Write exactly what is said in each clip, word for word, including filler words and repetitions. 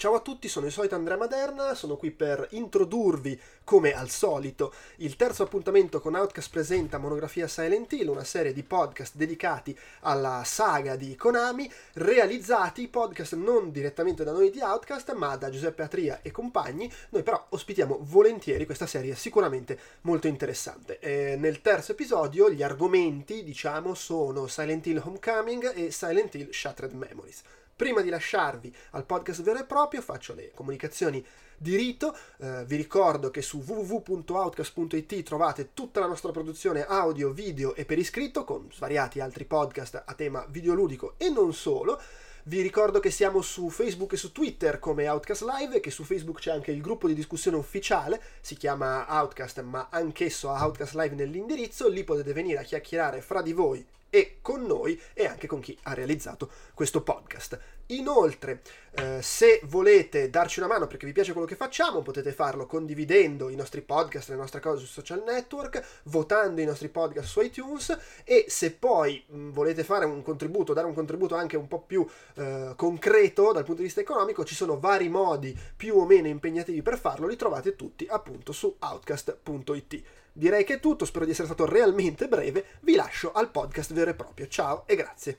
Ciao a tutti, sono il solito Andrea Maderna, sono qui per introdurvi, come al solito, il terzo appuntamento con Outcast presenta Monografia Silent Hill, una serie di podcast dedicati alla saga di Konami, realizzati podcast non direttamente da noi di Outcast, ma da Giuseppe Atria e compagni. Noi però ospitiamo volentieri questa serie sicuramente molto interessante. E nel terzo episodio gli argomenti, diciamo, sono Silent Hill Homecoming e Silent Hill Shattered Memories. Prima di lasciarvi al podcast vero e proprio faccio le comunicazioni di rito, eh, vi ricordo che su w w w punto outcast punto i t trovate tutta la nostra produzione audio, video e per iscritto con svariati altri podcast a tema videoludico e non solo. Vi ricordo che siamo su Facebook e su Twitter come Outcast Live e che su Facebook c'è anche il gruppo di discussione ufficiale, si chiama Outcast ma anch'esso ha Outcast Live nell'indirizzo, lì potete venire a chiacchierare fra di voi e con noi e anche con chi ha realizzato questo podcast. Inoltre, eh, se volete darci una mano perché vi piace quello che facciamo, potete farlo condividendo i nostri podcast, le nostre cose su social network, votando i nostri podcast su iTunes e se poi mh, volete fare un contributo, dare un contributo anche un po' più eh, concreto dal punto di vista economico, ci sono vari modi più o meno impegnativi per farlo, li trovate tutti appunto su outcast punto i t. Direi che è tutto, spero di essere stato realmente breve, vi lascio al podcast vero e proprio. Ciao e grazie.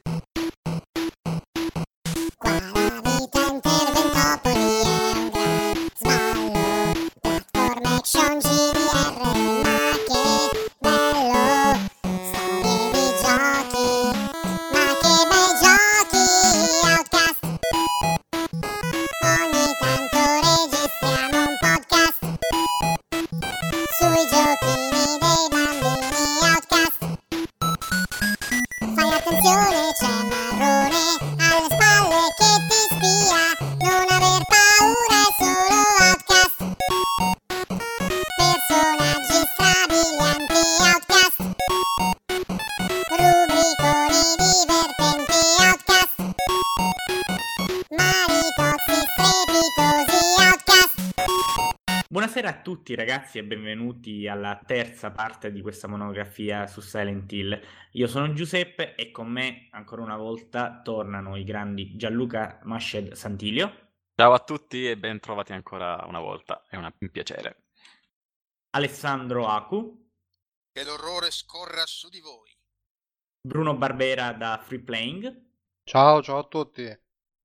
Buonasera a tutti ragazzi e benvenuti alla terza parte di questa monografia su Silent Hill. Io sono Giuseppe e con me ancora una volta tornano i grandi Gianluca Masced Santilio. Ciao a tutti e ben trovati ancora una volta, è una- un piacere. Alessandro Acu. Che l'orrore scorra su di voi. Bruno Barbera da Free Playing. Ciao, ciao a tutti.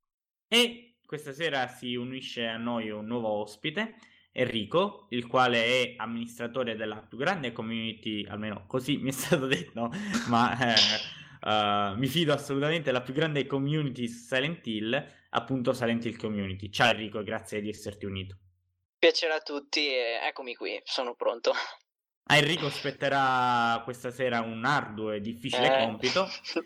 E questa sera si unisce a noi un nuovo ospite, Enrico, il quale è amministratore della più grande community, almeno così mi è stato detto, ma eh, uh, mi fido assolutamente della più grande community su Silent Hill, appunto Silent Hill Community. Ciao Enrico, grazie di esserti unito. Piacere a tutti e eccomi qui, sono pronto. A Enrico spetterà questa sera un arduo e difficile Eh. compito,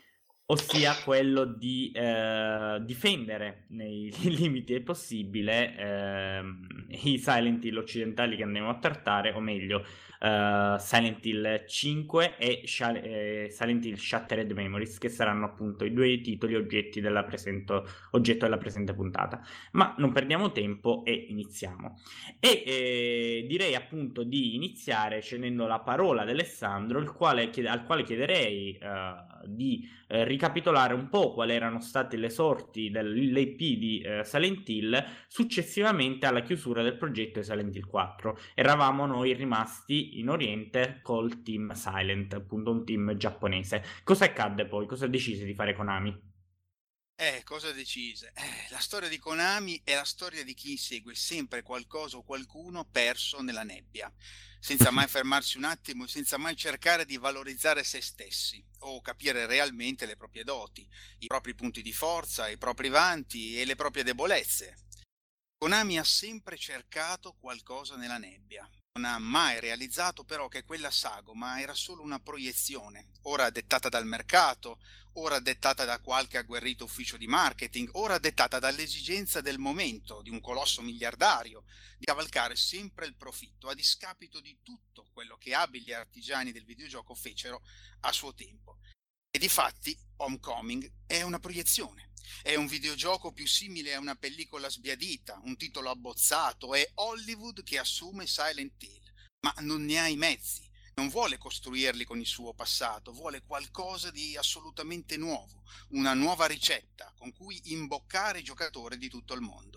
ossia quello di eh, difendere nei limiti del possibile ehm, i Silent Hill occidentali che andremo a trattare, o meglio eh, Silent Hill cinque e Sha- eh, Silent Hill Shattered Memories, che saranno appunto i due titoli oggetti della presente, oggetto della presente puntata. Ma non perdiamo tempo e iniziamo. E eh, direi appunto di iniziare cedendo la parola ad Alessandro, il quale chiede, al quale chiederei eh, di eh, ricapitolare un po' quali erano state le sorti dell'I P di eh, Silent Hill successivamente alla chiusura del progetto di Silent Hill quattro. Eravamo noi rimasti in Oriente col team Silent, appunto un team giapponese. Cosa accadde poi? Cosa decise di fare Konami? Eh, cosa decise? Eh, la storia di Konami è la storia di chi insegue sempre qualcosa o qualcuno perso nella nebbia, senza mai fermarsi un attimo e senza mai cercare di valorizzare se stessi o capire realmente le proprie doti, i propri punti di forza, i propri vanti e le proprie debolezze. Konami ha sempre cercato qualcosa nella nebbia. Non ha mai realizzato però che quella sagoma era solo una proiezione, ora dettata dal mercato, ora dettata da qualche agguerrito ufficio di marketing, ora dettata dall'esigenza del momento di un colosso miliardario di cavalcare sempre il profitto a discapito di tutto quello che abili artigiani del videogioco fecero a suo tempo. E difatti Homecoming è una proiezione. È un videogioco più simile a una pellicola sbiadita, un titolo abbozzato, è Hollywood che assume Silent Hill, ma non ne ha i mezzi, non vuole costruirli con il suo passato, vuole qualcosa di assolutamente nuovo, una nuova ricetta con cui imboccare i giocatori di tutto il mondo.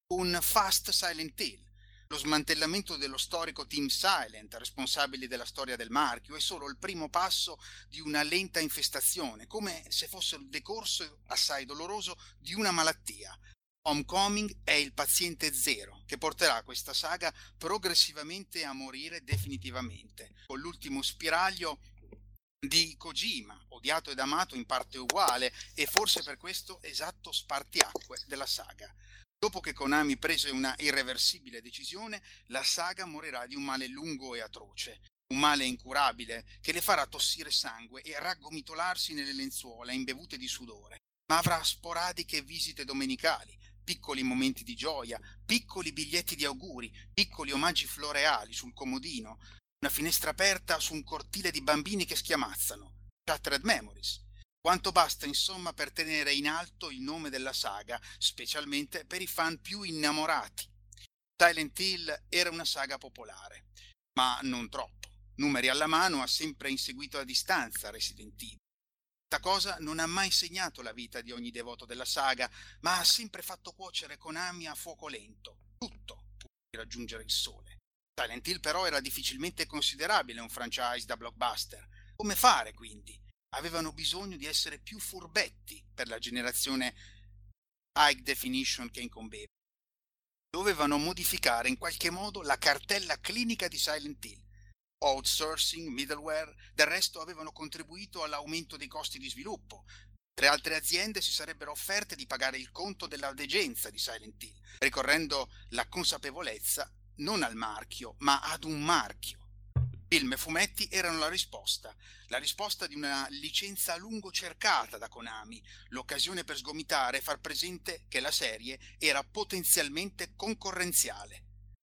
un Fast Silent Hill. Lo smantellamento dello storico Team Silent, responsabile della storia del marchio, è solo il primo passo di una lenta infestazione, come se fosse il decorso assai doloroso di una malattia. Homecoming è il paziente zero che porterà questa saga progressivamente a morire definitivamente, con l'ultimo spiraglio di Kojima, odiato ed amato in parte uguale, e forse per questo esatto spartiacque della saga. Dopo che Konami prese una irreversibile decisione, la saga morirà di un male lungo e atroce, un male incurabile che le farà tossire sangue e raggomitolarsi nelle lenzuola imbevute di sudore, ma avrà sporadiche visite domenicali, piccoli momenti di gioia, piccoli biglietti di auguri, piccoli omaggi floreali sul comodino, una finestra aperta su un cortile di bambini che schiamazzano, Shattered Memories. Quanto basta insomma per tenere in alto il nome della saga, specialmente per i fan più innamorati. Silent Hill era una saga popolare, ma non troppo. Numeri alla mano, ha sempre inseguito a distanza Resident Evil. Questa cosa non ha mai segnato la vita di ogni devoto della saga, ma ha sempre fatto cuocere Konami a fuoco lento. Tutto pur di raggiungere il sole. Silent Hill però era difficilmente considerabile un franchise da blockbuster. Come fare quindi? Avevano bisogno di essere più furbetti per la generazione high definition che incombeva. Dovevano modificare in qualche modo la cartella clinica di Silent Hill. Outsourcing, middleware, del resto avevano contribuito all'aumento dei costi di sviluppo. Tre altre aziende si sarebbero offerte di pagare il conto della degenza di Silent Hill, ricorrendo la consapevolezza non al marchio, ma ad un marchio. Film e fumetti erano la risposta, la risposta di una licenza a lungo cercata da Konami, l'occasione per sgomitare e far presente che la serie era potenzialmente concorrenziale.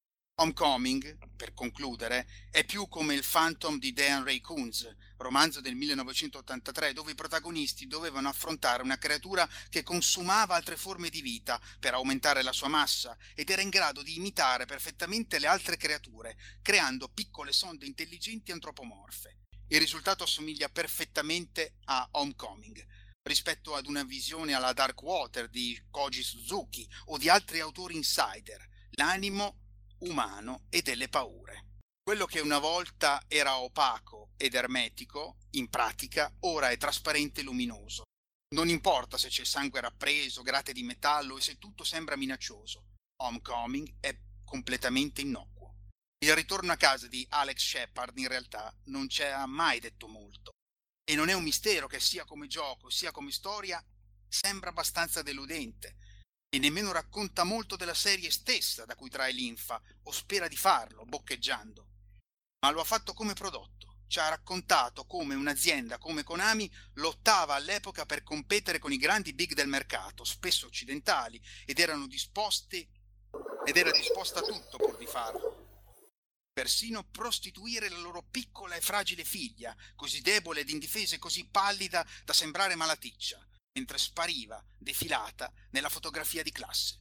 Homecoming, per concludere, è più come il Phantom di Dean Ray Koontz, romanzo del millenovecentottantatré, dove i protagonisti dovevano affrontare una creatura che consumava altre forme di vita per aumentare la sua massa ed era in grado di imitare perfettamente le altre creature, creando piccole sonde intelligenti antropomorfe. Il risultato assomiglia perfettamente a Homecoming, rispetto ad una visione alla Darkwater di Koji Suzuki o di altri autori insider, l'animo umano e delle paure. Quello che una volta era opaco ed ermetico, in pratica ora è trasparente e luminoso. Non importa se c'è sangue rappreso, grate di metallo e se tutto sembra minaccioso. Homecoming è completamente innocuo. Il ritorno a casa di Alex Shepard in realtà non ci ha mai detto molto. E non è un mistero che sia come gioco sia come storia sembra abbastanza deludente. E nemmeno racconta molto della serie stessa da cui trae linfa, o spera di farlo, boccheggiando. Ma lo ha fatto come prodotto. Ci ha raccontato come un'azienda come Konami lottava all'epoca per competere con i grandi big del mercato, spesso occidentali, ed erano disposti ed era disposta a tutto pur di farlo. Persino prostituire la loro piccola e fragile figlia, così debole ed indifesa e così pallida da sembrare malaticcia, mentre spariva, defilata, nella fotografia di classe.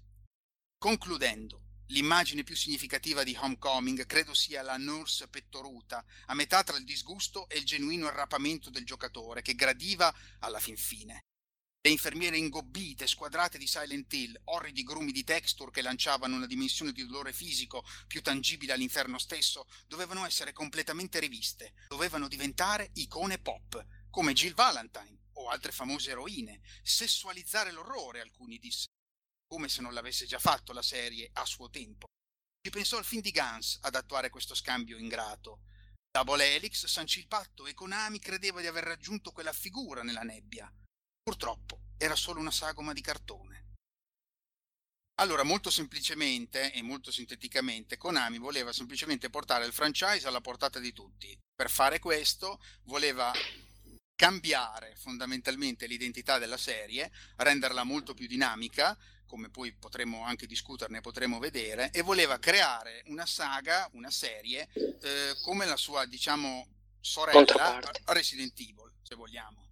Concludendo, l'immagine più significativa di Homecoming credo sia la nurse pettoruta, a metà tra il disgusto e il genuino arrapamento del giocatore, che gradiva alla fin fine. Le infermiere ingobbite, squadrate di Silent Hill, orridi grumi di texture che lanciavano una dimensione di dolore fisico più tangibile all'inferno stesso, dovevano essere completamente riviste, dovevano diventare icone pop, come Jill Valentine o altre famose eroine, sessualizzare l'orrore, alcuni dissero, come se non l'avesse già fatto la serie a suo tempo. Ci pensò il film di Guns ad attuare questo scambio ingrato. Double Helix sancì il patto e Konami credeva di aver raggiunto quella figura nella nebbia. Purtroppo era solo una sagoma di cartone. Allora, molto semplicemente e molto sinteticamente, Konami voleva semplicemente portare il franchise alla portata di tutti. Per fare questo voleva cambiare fondamentalmente l'identità della serie, renderla molto più dinamica, come poi potremo anche discuterne, potremo vedere, e voleva creare una saga, una serie, eh, come la sua, diciamo, sorella Resident Evil, se vogliamo.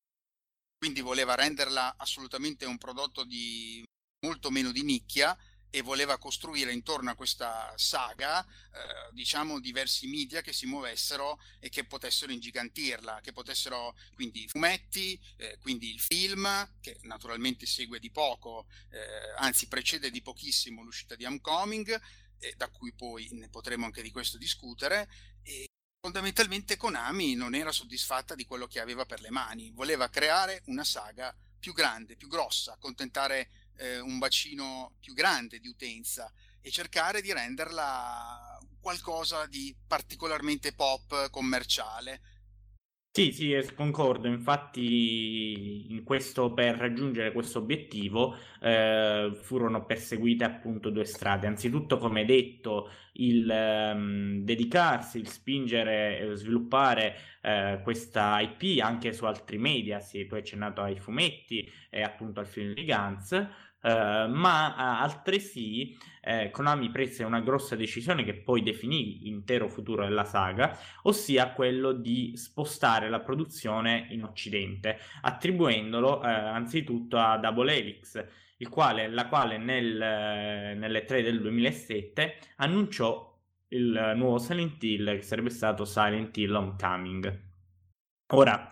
Quindi voleva renderla assolutamente un prodotto di molto meno di nicchia e voleva costruire intorno a questa saga, eh, diciamo, diversi media che si muovessero e che potessero ingigantirla, che potessero, quindi i fumetti, eh, quindi il film, che naturalmente segue di poco, eh, anzi precede di pochissimo l'uscita di Homecoming, eh, da cui poi ne potremo anche di questo discutere. E fondamentalmente Konami non era soddisfatta di quello che aveva per le mani, voleva creare una saga più grande, più grossa, accontentare eh, un bacino più grande di utenza e cercare di renderla qualcosa di particolarmente pop, commerciale. Sì, sì, eh, concordo. Infatti, in questo, per raggiungere questo obiettivo, eh, furono perseguite appunto due strade. Anzitutto, come detto, il ehm, dedicarsi, il spingere e sviluppare eh, questa I P anche su altri media. Sì, tu hai accennato ai fumetti e appunto al film di Gantz. eh, ma ah, altresì eh, Konami prese una grossa decisione che poi definì l'intero futuro della saga, ossia quello di spostare la produzione in Occidente, attribuendolo eh, anzitutto a Double Helix, il quale, la quale nel, eh, nelle tre del duemilasette annunciò il nuovo Silent Hill, che sarebbe stato Silent Hill Homecoming. Ora,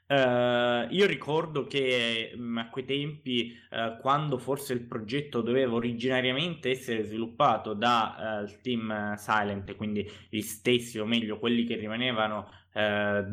eh, io ricordo che mh, a quei tempi, eh, quando forse il progetto doveva originariamente essere sviluppato dal eh, team eh, Silent, quindi gli stessi, o meglio, quelli che rimanevano eh,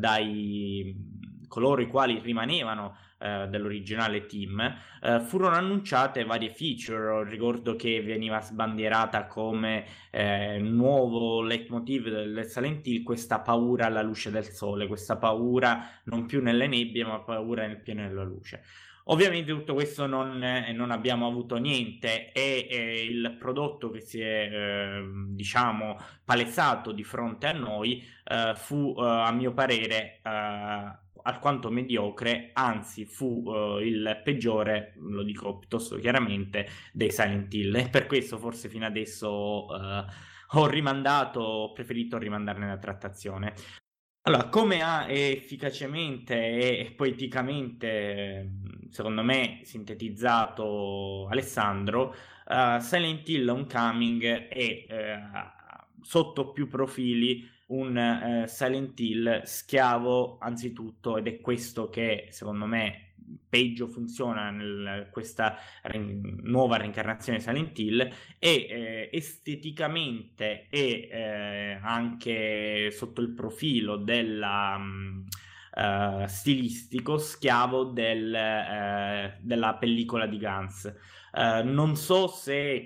dai coloro i quali rimanevano eh, dell'originale team, eh, furono annunciate varie feature. Ricordo che veniva sbandierata come eh, nuovo leitmotiv del Silent Hill questa paura alla luce del sole, questa paura non più nelle nebbie ma paura nel pieno della luce. Ovviamente tutto questo non, eh, non abbiamo avuto niente e eh, il prodotto che si è eh, diciamo palesato di fronte a noi eh, fu eh, a mio parere eh, alquanto mediocre, anzi fu eh, il peggiore, lo dico piuttosto chiaramente, dei Silent Hill, e per questo forse fino adesso eh, ho rimandato, ho preferito rimandarne la trattazione. Allora, come ha efficacemente e poeticamente, secondo me, sintetizzato Alessandro, uh, Silent Hill Homecoming è uh, sotto più profili un uh, Silent Hill schiavo anzitutto, ed è questo che secondo me peggio funziona in questa re- nuova reincarnazione di Silent Hill, e eh, esteticamente e eh, anche sotto il profilo della mh, uh, stilistico schiavo del, uh, della pellicola di Gantz. Uh, non so se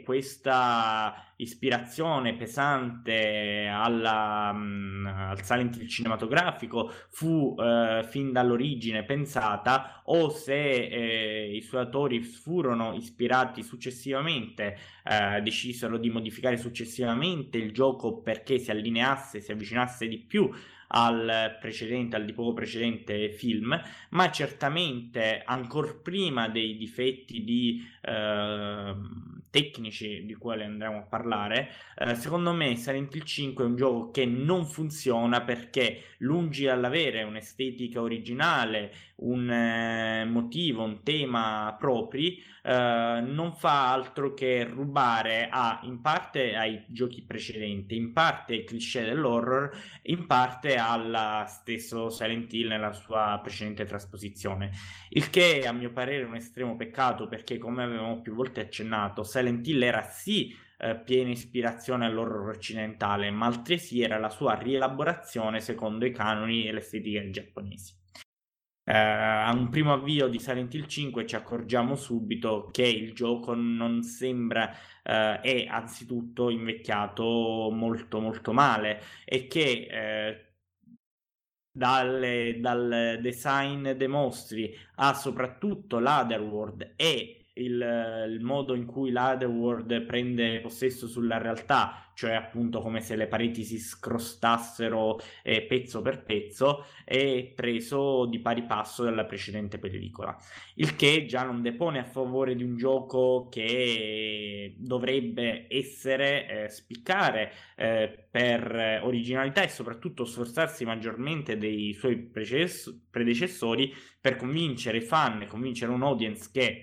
questa ispirazione pesante alla, um, al Silent Hill cinematografico fu uh, fin dall'origine pensata, o se eh, i suoi autori furono ispirati successivamente, eh, decisero di modificare successivamente il gioco perché si allineasse, si avvicinasse di più al precedente, al di poco precedente film, ma certamente ancor prima dei difetti di eh, tecnici di quali andremo a parlare, eh, secondo me Silent Hill cinque è un gioco che non funziona perché, lungi dall'avere un'estetica originale, un eh, motivo, un tema propri, eh, non fa altro che rubare a, in parte ai giochi precedenti, in parte ai cliché dell'horror, in parte alla stesso Silent Hill nella sua precedente trasposizione, il che a mio parere è un estremo peccato, perché come avevamo più volte accennato, Silent Hill era sì eh, piena ispirazione all'horror occidentale, ma altresì era la sua rielaborazione secondo i canoni e le estetiche giapponesi. Uh, a un primo avvio di Silent Hill cinque ci accorgiamo subito che il gioco non sembra uh, è anzitutto invecchiato molto molto male, e che uh, dalle, dal design dei mostri a soprattutto l'Otherworld e il, il modo in cui l'Otherworld prende possesso sulla realtà, cioè appunto come se le pareti si scrostassero eh, pezzo per pezzo, è preso di pari passo dalla precedente pellicola, il che già non depone a favore di un gioco che dovrebbe essere eh, spiccare eh, per originalità e soprattutto sforzarsi maggiormente dei suoi predecessori per convincere i fan, convincere un audience che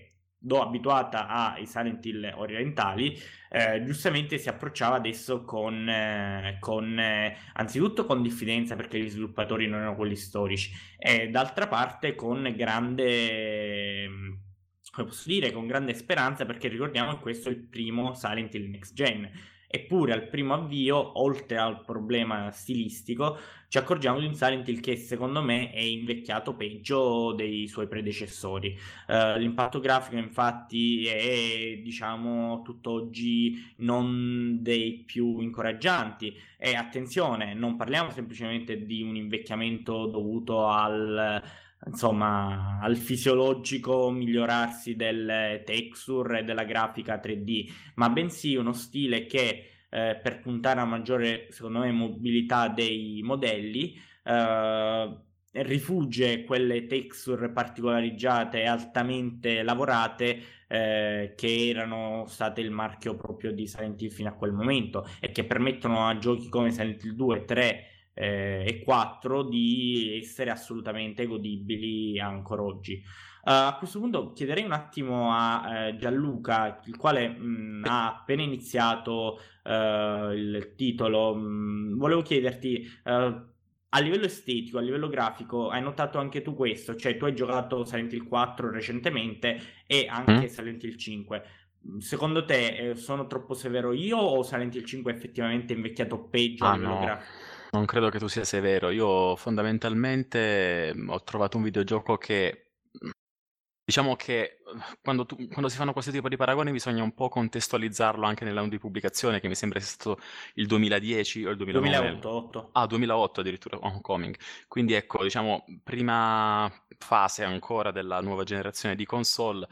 essendo abituata ai Silent Hill orientali, eh, giustamente si approcciava adesso con, eh, con eh, anzitutto con diffidenza, perché gli sviluppatori non erano quelli storici, e d'altra parte con grande, come posso dire, con grande speranza, perché ricordiamo che questo è il primo Silent Hill Next Gen. Eppure al primo avvio, oltre al problema stilistico, ci accorgiamo di un Silent Hill che secondo me è invecchiato peggio dei suoi predecessori. Uh, l'impatto grafico infatti è, diciamo, tutt'oggi non dei più incoraggianti, e attenzione, non parliamo semplicemente di un invecchiamento dovuto al, insomma, al fisiologico migliorarsi delle texture e della grafica tre D, ma bensì uno stile che eh, per puntare a maggiore, secondo me, mobilità dei modelli eh, rifugge quelle texture particolarizzate e altamente lavorate eh, che erano state il marchio proprio di Silent Hill fino a quel momento, e che permettono a giochi come Silent Hill due, tre eh, e quattro di essere assolutamente godibili ancora oggi. Uh, a questo punto chiederei un attimo a uh, Gianluca, il quale mh, ha appena iniziato uh, il titolo. Mh, volevo chiederti, uh, a livello estetico, a livello grafico, hai notato anche tu questo? Cioè, tu hai giocato Silent Hill quattro recentemente e anche Mm? Silent Hill cinque. Secondo te eh, sono troppo severo io, o Silent Hill cinque è effettivamente invecchiato peggio a Ah livello no, grafico? non credo che tu sia severo. Io fondamentalmente mm, ho trovato un videogioco che, mm, diciamo che eh, quando, tu- quando si fanno questo tipo di paragoni bisogna un po' contestualizzarlo anche nell'anno di pubblicazione, che mi sembra sia stato il duemiladieci o il duemilanove. duemilaotto, otto. Ah, duemilaotto addirittura, Homecoming. Quindi ecco, diciamo, prima fase ancora della nuova generazione di console.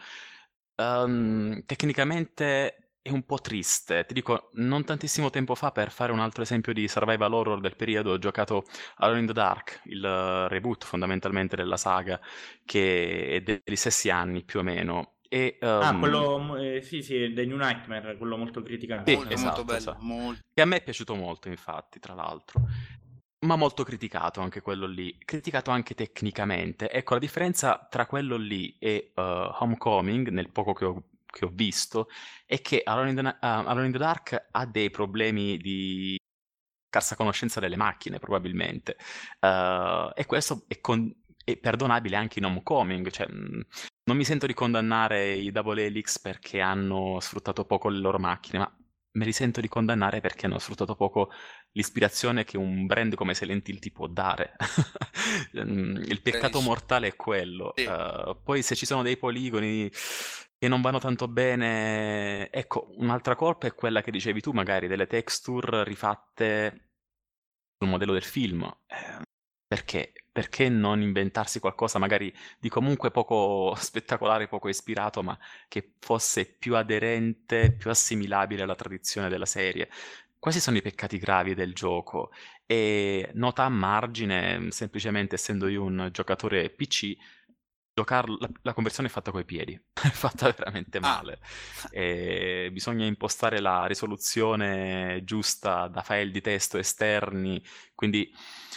Ehm, tecnicamente è un po' triste. Ti dico, non tantissimo tempo fa, per fare un altro esempio di survival horror del periodo, ho giocato Alone in the Dark, il eh, reboot fondamentalmente della saga, che è degli stessi anni più o meno. E, Ah, ehm, quello, eh, sì, sì, The New Nightmare, quello molto criticato. sì, Molto, molto esatto, bello, esatto. molto. Che a me è piaciuto molto, infatti, tra l'altro. Ma molto criticato anche quello lì, criticato anche tecnicamente. Ecco, la differenza tra quello lì e uh, Homecoming, nel poco che ho, che ho visto, è che Alone in, the, uh, Alone in the Dark ha dei problemi di scarsa conoscenza delle macchine, probabilmente. Uh, e questo è, con- è perdonabile anche in Homecoming, cioè mh, non mi sento di condannare i Double Helix perché hanno sfruttato poco le loro macchine, ma me li sento di condannare perché hanno sfruttato poco l'ispirazione che un brand come Silent Hill ti può dare. Mm, il peccato Benissimo. mortale è quello. Sì. Uh, poi se ci sono dei poligoni che non vanno tanto bene, ecco, un'altra colpa è quella che dicevi tu, magari delle texture rifatte sul modello del film. Eh, perché? Perché non inventarsi qualcosa magari di comunque poco spettacolare, poco ispirato, ma che fosse più aderente, più assimilabile alla tradizione della serie? Questi sono i peccati gravi del gioco. E nota a margine, semplicemente essendo io un giocatore P C, giocarlo, la, la conversione è fatta coi piedi, è fatta veramente Ah, male. E bisogna impostare la risoluzione giusta da file di testo esterni, quindi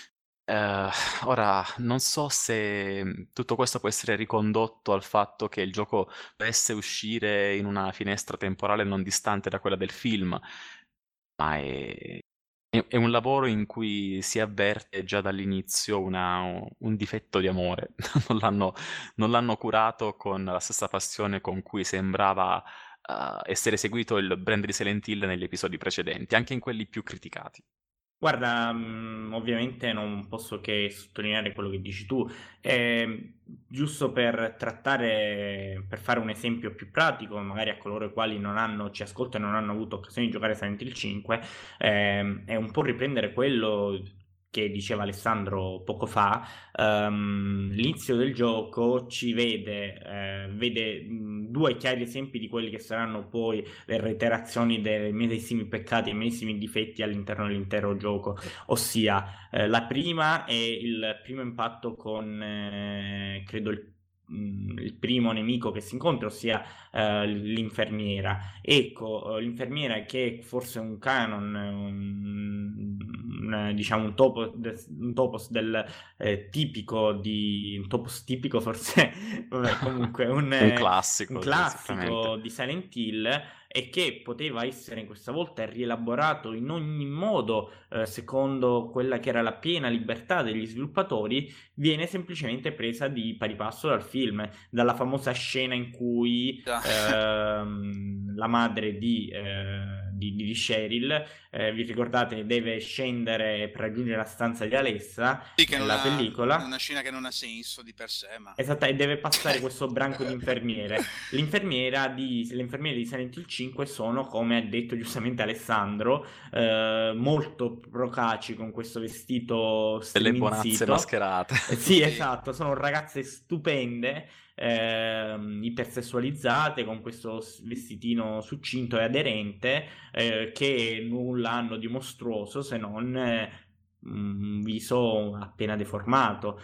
eh, ora non so se tutto questo può essere ricondotto al fatto che il gioco dovesse uscire in una finestra temporale non distante da quella del film, ma è, è- è un lavoro in cui si avverte già dall'inizio una- un difetto di amore. Non l'hanno, non l'hanno curato con la stessa passione con cui sembrava eh, essere seguito il brand di Silent Hill negli episodi precedenti, anche in quelli più criticati. Guarda, mh, ovviamente non posso che sottolineare quello che dici tu. Ehm, giusto per trattare, per fare un esempio più pratico, magari a coloro i quali non hanno, ci ascoltano e non hanno avuto occasione di giocare Silent Hill cinque, ehm, è un po' riprendere quello che diceva Alessandro poco fa. Ehm, l'inizio del gioco ci vede, eh, vede mh, due chiari esempi di quelli che saranno poi le reiterazioni dei medesimi peccati e medesimi difetti all'interno dell'intero gioco, ossia eh, la prima è il primo impatto con eh, credo il, mh, il primo nemico che si incontra, ossia eh, l'infermiera. Ecco, eh, l'infermiera, che forse è un canon, un- un diciamo un, topo, un topos del eh, tipico di un topos tipico forse vabbè, comunque un, un classico, un classico di Silent Hill, e che poteva essere in questa volta rielaborato in ogni modo eh, secondo quella che era la piena libertà degli sviluppatori, viene semplicemente presa di pari passo dal film, dalla famosa scena in cui ehm, la madre di, eh, di, di Cheryl, eh, vi ricordate, deve scendere per raggiungere la stanza di Alessa, sì, che nella non ha, pellicola. Una scena che non ha senso di per sé, ma... Esatto, e deve passare questo branco di infermiere. L'infermiera di, le infermiere di Silent Hill cinque sono, come ha detto giustamente Alessandro, eh, molto procaci, con questo vestito delle bonazze striminzito. mascherate. Eh, sì, esatto, sono ragazze stupende, eh, ipersessualizzate, con questo vestitino succinto e aderente, eh, che nulla hanno di mostruoso se non eh, un viso appena deformato.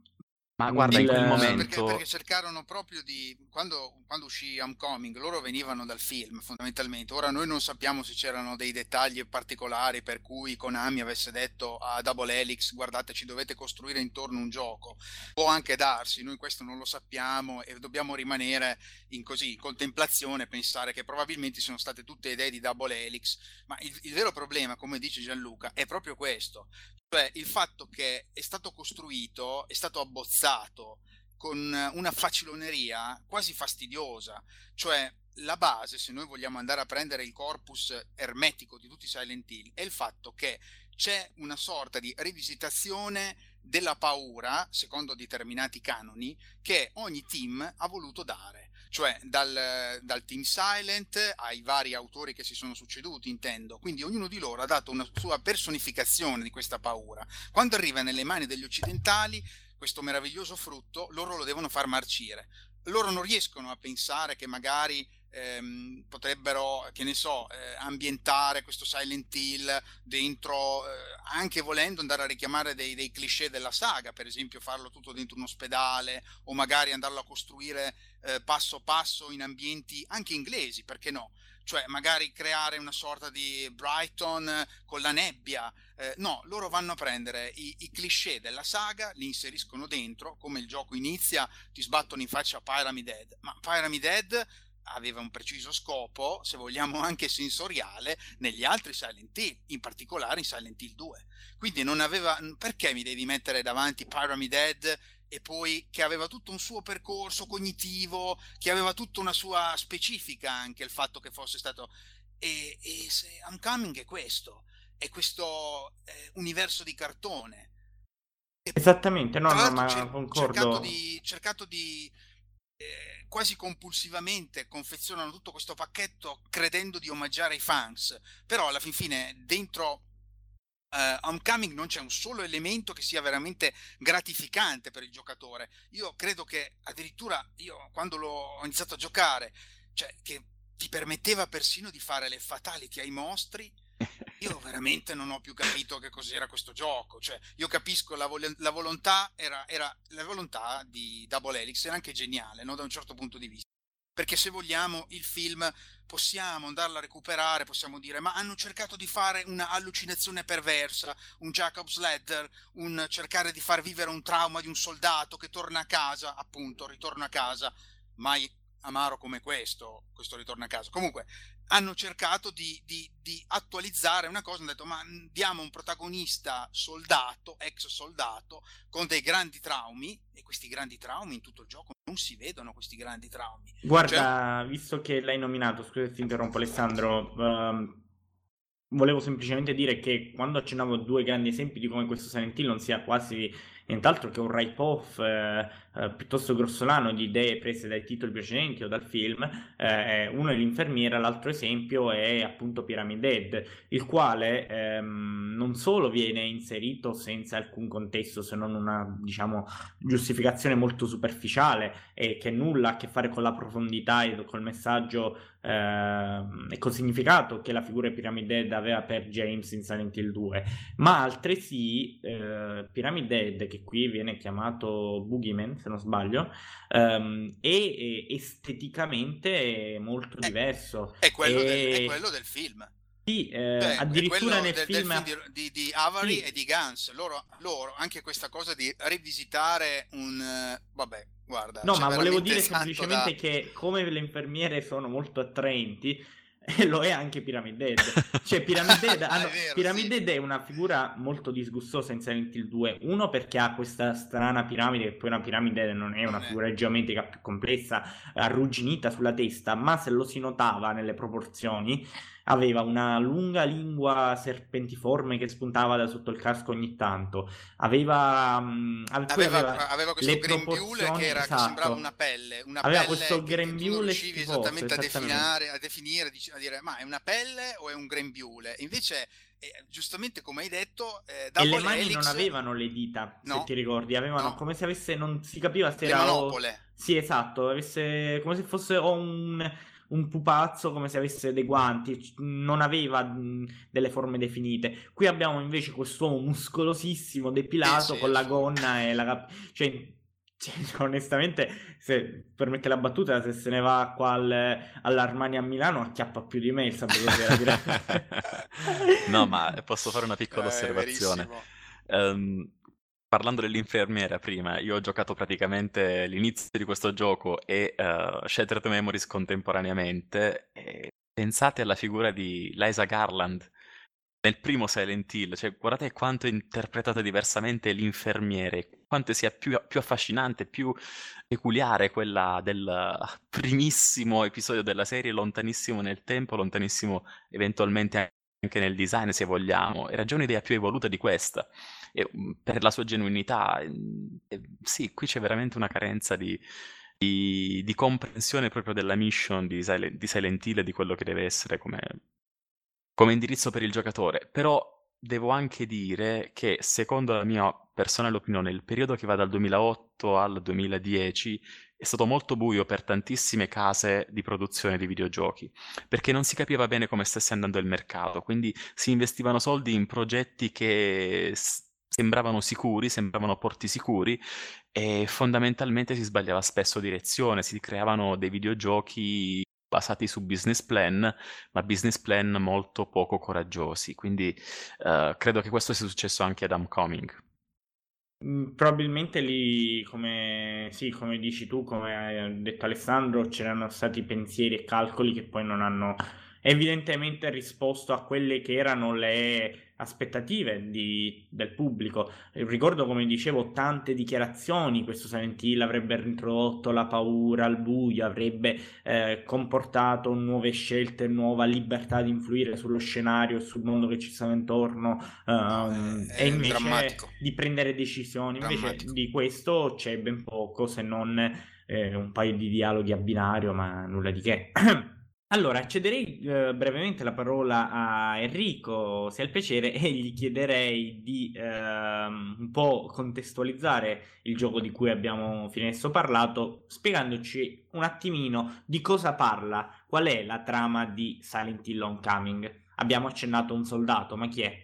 Ma guarda, in quel Il- momento... Perché, perché cercarono proprio di... Quando, quando uscì Homecoming, loro venivano dal film, fondamentalmente. Ora noi non sappiamo se c'erano dei dettagli particolari per cui Konami avesse detto a Double Helix: guardate, ci dovete costruire intorno un gioco. Può anche darsi, noi questo non lo sappiamo e dobbiamo rimanere in così, in contemplazione, pensare che probabilmente sono state tutte idee di Double Helix. Ma il, il vero problema, come dice Gianluca, è proprio questo. Cioè il fatto che è stato costruito, è stato abbozzato con una faciloneria quasi fastidiosa, cioè la base, se noi vogliamo andare a prendere il corpus ermetico di tutti i Silent Hill, è il fatto che c'è una sorta di rivisitazione della paura, secondo determinati canoni, che ogni team ha voluto dare. Cioè dal, dal team Silent ai vari autori che si sono succeduti, intendo. Quindi ognuno di loro ha dato una sua personificazione di questa paura. Quando arriva nelle mani degli occidentali, questo meraviglioso frutto, loro lo devono far marcire. Loro non riescono a pensare che magari ehm, potrebbero, che ne so, eh, ambientare questo Silent Hill dentro, eh, anche volendo andare a richiamare dei, dei cliché della saga, per esempio farlo tutto dentro un ospedale, o magari andarlo a costruire eh, passo passo in ambienti anche inglesi, perché no? Cioè magari creare una sorta di Brighton con la nebbia. Eh, no, loro vanno a prendere i, i cliché della saga, li inseriscono dentro, come il gioco inizia, ti sbattono in faccia Pyramid Head, ma Pyramid Head aveva un preciso scopo, se vogliamo anche sensoriale, negli altri Silent Hill, in particolare in Silent Hill due. Quindi non aveva... Perché mi devi mettere davanti Pyramid Head e poi che aveva tutto un suo percorso cognitivo, che aveva tutta una sua specifica, anche il fatto che fosse stato... E, e se Homecoming è questo, è questo eh, universo di cartone. E Esattamente, no, tra no, l'altro ma cer- concordo. cercato di... Cercato di eh, quasi compulsivamente confezionano tutto questo pacchetto credendo di omaggiare i fans, però alla fin fine dentro Uh, Homecoming non c'è un solo elemento che sia veramente gratificante per il giocatore. Io credo che addirittura io quando l'ho ho iniziato a giocare, cioè che ti permetteva persino di fare le fatality ai mostri, io veramente non ho più capito che cos'era questo gioco. Cioè io capisco la, vol- la volontà era, era la volontà di Double Helix, era anche geniale, no? Da un certo punto di vista. Perché se vogliamo il film possiamo andarlo a recuperare, possiamo dire ma hanno cercato di fare una allucinazione perversa, un Jacob's Ladder, un cercare di far vivere un trauma di un soldato che torna a casa, appunto, ritorna a casa, mai amaro come questo, questo ritorno a casa. Comunque hanno cercato di, di, di attualizzare una cosa, hanno detto ma diamo un protagonista soldato, ex soldato, con dei grandi traumi, e questi grandi traumi in tutto il gioco non si vedono, questi grandi traumi. Guarda, cioè... visto che l'hai nominato, scusa se ti interrompo Alessandro, uh, volevo semplicemente dire che quando accennavo due grandi esempi di come questo Silent Hill non sia quasi nient'altro che un rip-off eh, eh, piuttosto grossolano di idee prese dai titoli precedenti o dal film, eh, uno è l'infermiera, l'altro esempio è appunto Pyramid Head, il quale ehm, non solo viene inserito senza alcun contesto se non una, diciamo, giustificazione molto superficiale e che nulla ha a che fare con la profondità e col messaggio eh, e col significato che la figura di Pyramid Head aveva per James in Silent Hill due, ma altresì eh, Pyramid Head, che qui viene chiamato Boogeyman se non sbaglio, ehm, è, è esteticamente molto è, diverso. è, quello e... del, è quello del film. Sì, eh, Cioè, è addirittura quello nel del, del film... film di, di, di Avery Sì. e di Guns. Loro, loro, anche questa cosa di rivisitare un... eh, vabbè, guarda, No, c'è ma volevo veramente dire tanto da... semplicemente che come le infermiere sono molto attraenti, e lo è anche Pyramid Head. Cioè, Pyramid Head, Ah, hanno- è vero, Pyramid sì. Head è una figura molto disgustosa in Silent Hill due. Uno, perché ha questa strana piramide, che poi una piramide non è una Non è. figura geometrica più complessa, arrugginita sulla testa, ma se lo si notava nelle proporzioni, aveva una lunga lingua serpentiforme che spuntava da sotto il casco ogni tanto. Aveva, mh, ave- poi Aveva, aveva aveva questo le grembiule che, proporzioni, era, che sembrava esatto. una pelle, una Aveva pelle questo che, che tu non grembiule riuscivi schifoso, esattamente a esattamente. definire, a definire, dici- a dire ma è una pelle o è un grembiule? Invece, eh, giustamente come hai detto, eh, E le Double mani non Helix, avevano le dita, se no, ti ricordi, avevano no, come se avesse, non si capiva se le era o... manopole. Sì, esatto, avesse come se fosse o un, un pupazzo, come se avesse dei guanti, c- non aveva mh, delle forme definite. Qui abbiamo invece quest'uomo muscolosissimo, Sì, depilato, sì, con la assurdo. gonna e la... cap- Cioè, cioè, onestamente, se permette la battuta, se se ne va qua al- all'Armani a Milano, acchiappa più di me il sabato sera, direi. No, ma posso fare una piccola Eh, è osservazione. verissimo. Ehm, parlando dell'infermiera prima, io ho giocato praticamente l'inizio di questo gioco e uh, Shattered Memories contemporaneamente. E pensate alla figura di Liza Garland nel primo Silent Hill, cioè guardate quanto è interpretata diversamente l'infermiere, quanto sia più, più affascinante, più peculiare quella del primissimo episodio della serie, lontanissimo nel tempo, lontanissimo eventualmente anche nel design se vogliamo. Era già un'idea più evoluta di questa, e, mm, per la sua genuinità. mm, e, sì, qui c'è veramente una carenza di, di, di comprensione proprio della mission di Silent, di Silent Hill e di quello che deve essere come come indirizzo per il giocatore, però devo anche dire che secondo la mia personale opinione il periodo che va dal duemilaotto al duemiladieci è stato molto buio per tantissime case di produzione di videogiochi, perché non si capiva bene come stesse andando il mercato, quindi si investivano soldi in progetti che s- sembravano sicuri, sembravano porti sicuri, e fondamentalmente si sbagliava spesso direzione, si creavano dei videogiochi basati su business plan, ma business plan molto poco coraggiosi. Quindi eh, credo che questo sia successo anche ad Homecoming. Mm, Probabilmente lì, come, sì, come dici tu, come hai detto Alessandro, c'erano stati pensieri e calcoli che poi non hanno evidentemente risposto a quelle che erano le aspettative di- del pubblico. Ricordo, come dicevo, tante dichiarazioni. Questo Silent Hill avrebbe introdotto la paura al buio, avrebbe eh, comportato nuove scelte, nuova libertà di influire sullo scenario e sul mondo che ci stava intorno, No, ehm, e è, è invece drammatico, di prendere decisioni. Invece drammatico. di questo c'è ben poco, se non eh, un paio di dialoghi a binario, ma nulla di che. Allora, cederei eh, brevemente la parola a Enrico, se ha il piacere, e gli chiederei di ehm, un po' contestualizzare il gioco di cui abbiamo fino adesso parlato, spiegandoci un attimino di cosa parla, qual è la trama di Silent Hill Homecoming. Abbiamo accennato un soldato, ma chi è?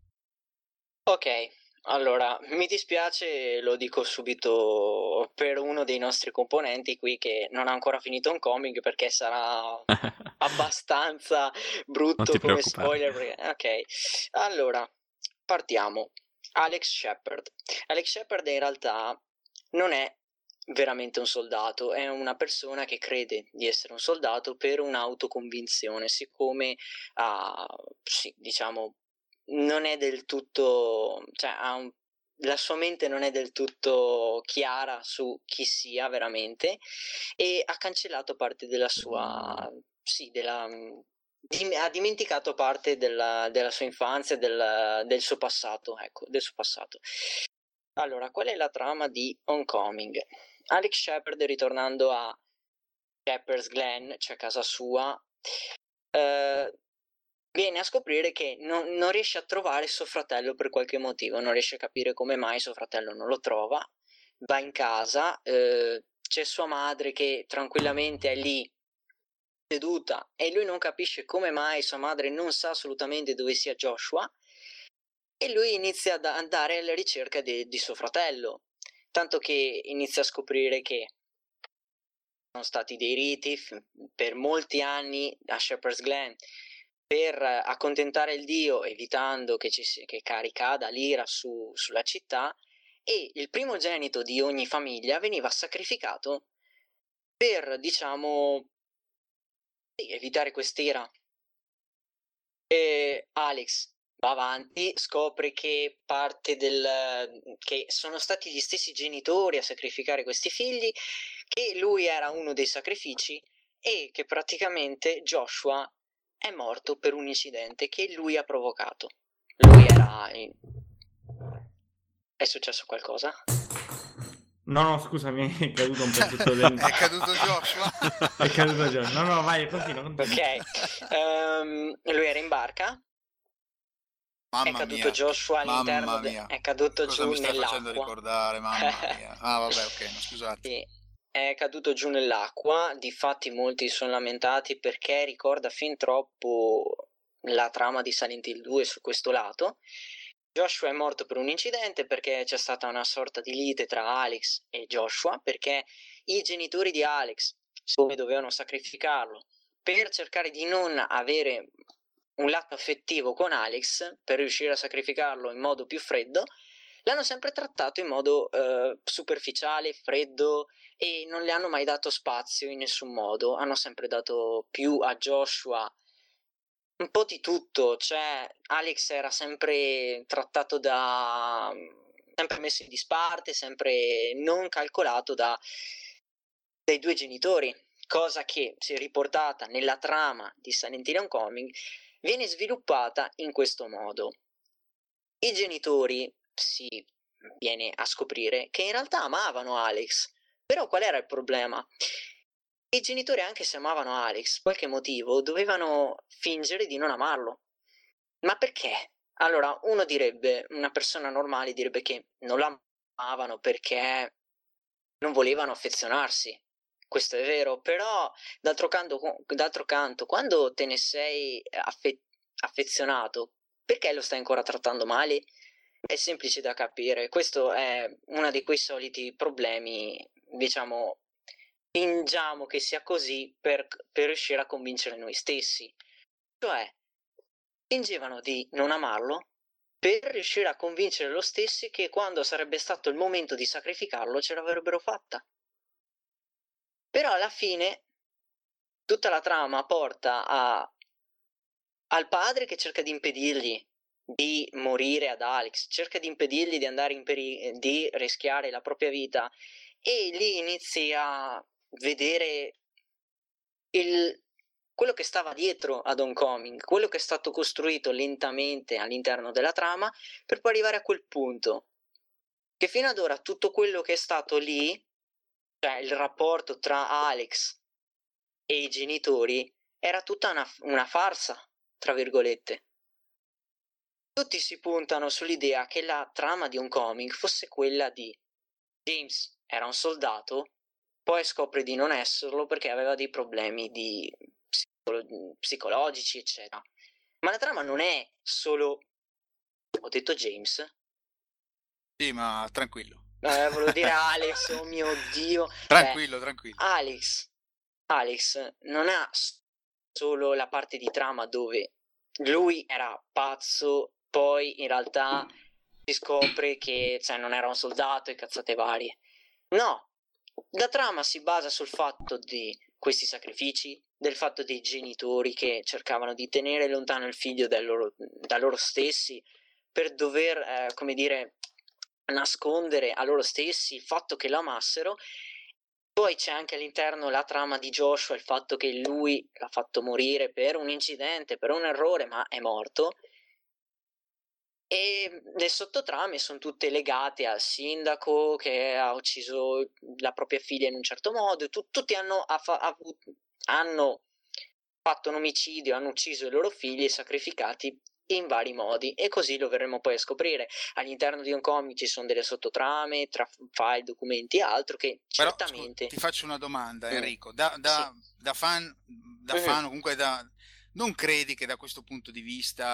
Ok, allora mi dispiace, lo dico subito per uno dei nostri componenti qui che non ha ancora finito un comic perché sarà abbastanza Non brutto ti come preoccupare. spoiler. perché- Ok, allora partiamo. Alex Shepard. Alex Shepard in realtà non è veramente un soldato, è una persona che crede di essere un soldato per un'autoconvinzione, siccome ha, sì, diciamo, non è del tutto, cioè ha un, la sua mente non è del tutto chiara su chi sia veramente e ha cancellato parte della sua, sì, della, dim- ha dimenticato parte della, della sua infanzia, del, del suo passato, ecco, del suo passato. Allora, qual è la trama di Homecoming? Alex Shepard, ritornando a Shepherd's Glen, cioè casa sua, eh, viene a scoprire che non, non riesce a trovare suo fratello per qualche motivo, non riesce a capire come mai suo fratello non lo trova, va in casa, eh, c'è sua madre che tranquillamente è lì seduta e lui non capisce come mai sua madre non sa assolutamente dove sia Joshua e lui inizia ad andare alla ricerca de- di suo fratello, tanto che inizia a scoprire che sono stati dei riti f- per molti anni a Shepherd's Glen. per accontentare il dio, evitando che, ci si, che caricada l'ira su, sulla città, e il primogenito di ogni famiglia veniva sacrificato per, diciamo, evitare quest'ira. E Alex va avanti, scopre che parte del che sono stati gli stessi genitori a sacrificare questi figli, che lui era uno dei sacrifici e che praticamente Joshua è morto per un incidente che lui ha provocato. Lui era in... È successo qualcosa? No, no, scusami, è caduto un pezzetto dentro. È caduto Joshua. È caduto Joshua. No, no, vai, continua, continua. Ok. Um, lui era in barca. Mamma è caduto mia, Joshua all'interno, mamma de- mia. è caduto Cosa giù mi stai facendo nell'acqua. ricordare, mamma mia. Ah, vabbè, ok, ma scusate. Sì, è caduto giù nell'acqua. Difatti molti sono lamentati perché ricorda fin troppo la trama di Silent Hill due su questo lato. Joshua è morto per un incidente perché c'è stata una sorta di lite tra Alex e Joshua, perché i genitori di Alex dovevano sacrificarlo per cercare di non avere un lato affettivo con Alex, per riuscire a sacrificarlo in modo più freddo. L'hanno sempre trattato in modo eh, superficiale, freddo, e non le hanno mai dato spazio in nessun modo. Hanno sempre dato più a Joshua un po' di tutto. Cioè, Alex era sempre trattato da... sempre messo in disparte, sempre non calcolato da dai due genitori, cosa che, se riportata nella trama di Silent Hill Homecoming, viene sviluppata in questo modo. I genitori si viene a scoprire che in realtà amavano Alex, però qual era il problema? I genitori, anche se amavano Alex, qualche motivo dovevano fingere di non amarlo. Ma perché? Allora, uno direbbe, una persona normale direbbe che non lo amavano perché non volevano affezionarsi. Questo è vero, però d'altro canto, d'altro canto quando te ne sei affe- affezionato, perché lo stai ancora trattando male? È semplice da capire. Questo è uno di quei soliti problemi, diciamo, fingiamo che sia così per, per riuscire a convincere noi stessi. Cioè, fingevano di non amarlo per riuscire a convincere loro stessi che quando sarebbe stato il momento di sacrificarlo ce l'avrebbero fatta. Però alla fine tutta la trama porta a, al padre che cerca di impedirgli di morire ad Alex, cerca di impedirgli di andare in peri- di rischiare la propria vita, e lì inizi a vedere il, quello che stava dietro ad Homecoming, quello che è stato costruito lentamente all'interno della trama per poi arrivare a quel punto, che fino ad ora tutto quello che è stato lì, cioè il rapporto tra Alex e i genitori, era tutta una, una farsa, tra virgolette. Tutti si puntano sull'idea che la trama di Homecoming fosse quella di James era un soldato, poi scopre di non esserlo perché aveva dei problemi di psicolo- psicologici, eccetera. Ma la trama non è solo... Ho detto James? Sì, ma tranquillo. Eh, volevo dire Alex, oh mio Dio. Tranquillo, Beh, tranquillo. Alex, Alex non ha solo la parte di trama dove lui era pazzo, poi in realtà si scopre che, cioè, non era un soldato e cazzate varie. No, la trama si basa sul fatto di questi sacrifici, del fatto dei genitori che cercavano di tenere lontano il figlio da loro, da loro stessi per dover, eh, come dire, nascondere a loro stessi il fatto che lo amassero. Poi c'è anche all'interno la trama di Joshua, il fatto che lui l'ha fatto morire per un incidente, per un errore, ma è morto. E le sottotrame sono tutte legate al sindaco che ha ucciso la propria figlia in un certo modo. Tu, tutti hanno, affa- hanno fatto un omicidio, hanno ucciso i loro figli e sacrificati in vari modi, e così lo verremo poi a scoprire. All'interno di Homecoming ci sono delle sottotrame tra file, documenti e altro che Però, certamente... scu- ti faccio una domanda, Mm. Enrico, da, da, Sì. da fan, da Mhm. fan o comunque da... non credi che da questo punto di vista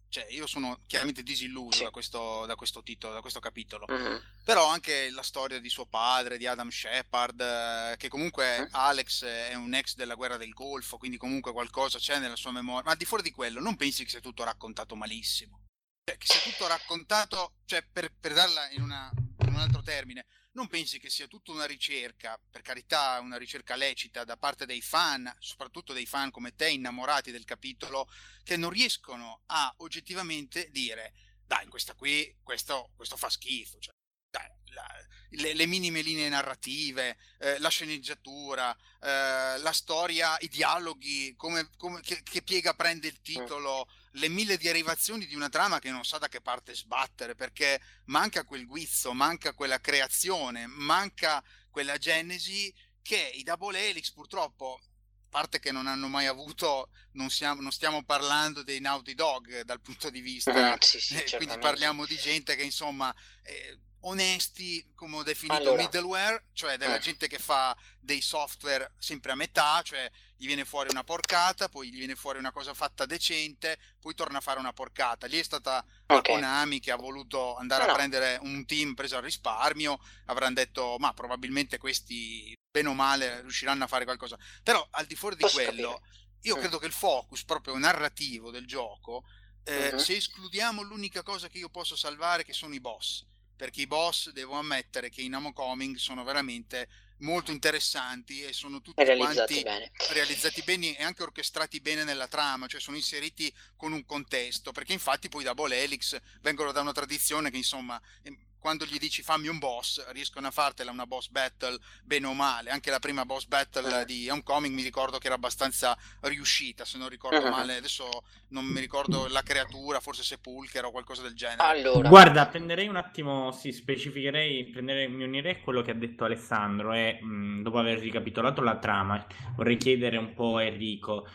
Cioè, io sono chiaramente disilluso Sì. da questo, da questo titolo, da questo capitolo. Mhm. Però anche la storia di suo padre, di Adam Shepard, eh, che comunque Mm. Alex è un ex della guerra del Golfo, quindi comunque qualcosa c'è nella sua memoria. Ma al di fuori di quello, non pensi che sia tutto raccontato malissimo? Cioè, che sia tutto raccontato, cioè, per, per darla in, una, in un altro termine, non pensi che sia tutta una ricerca, per carità, una ricerca lecita da parte dei fan, soprattutto dei fan come te, innamorati del capitolo, che non riescono a oggettivamente dire, dai, questa qui, questo, questo fa schifo, cioè, dai, la, le, le minime linee narrative, eh, la sceneggiatura, eh, la storia, i dialoghi, come, come, che, che piega prende il titolo, le mille derivazioni di una trama che non sa da che parte sbattere, perché manca quel guizzo, manca quella creazione, manca quella genesi che i Double Helix purtroppo, a parte che non hanno mai avuto, non, siamo, non stiamo parlando dei Naughty Dog dal punto di vista, Mm, sì, sì, eh, quindi certamente. parliamo di gente che insomma, eh, onesti, come ho definito Allora, middleware, cioè della mm, gente che fa dei software sempre a metà, cioè gli viene fuori una porcata, poi gli viene fuori una cosa fatta decente, poi torna a fare una porcata. Lì è stata la ok. Konami che ha voluto andare No, a no, prendere un team preso al risparmio, avranno detto ma probabilmente questi bene o male riusciranno a fare qualcosa. Però al di fuori di posso capire. quello, io Mm, credo che il focus proprio narrativo del gioco, eh, mhm. se escludiamo l'unica cosa che io posso salvare, che sono i boss, perché i boss devo ammettere che in Homecoming sono veramente molto interessanti e sono tutti Realizzati quanti bene. realizzati bene e anche orchestrati bene nella trama, cioè sono inseriti con un contesto, perché infatti poi da Double Helix vengono da una tradizione che insomma quando gli dici fammi un boss riescono a fartela una boss battle bene o male. Anche la prima boss battle Mm, di Homecoming mi ricordo che era abbastanza riuscita, se non ricordo mhm. male, adesso non mi ricordo la creatura, forse Sepulcher o qualcosa del genere. Allora, Guarda, prenderei un attimo, sì, specificherei, prenderei, mi unirei a quello che ha detto Alessandro e mh, dopo aver ricapitolato la trama, vorrei chiedere un po' a Enrico.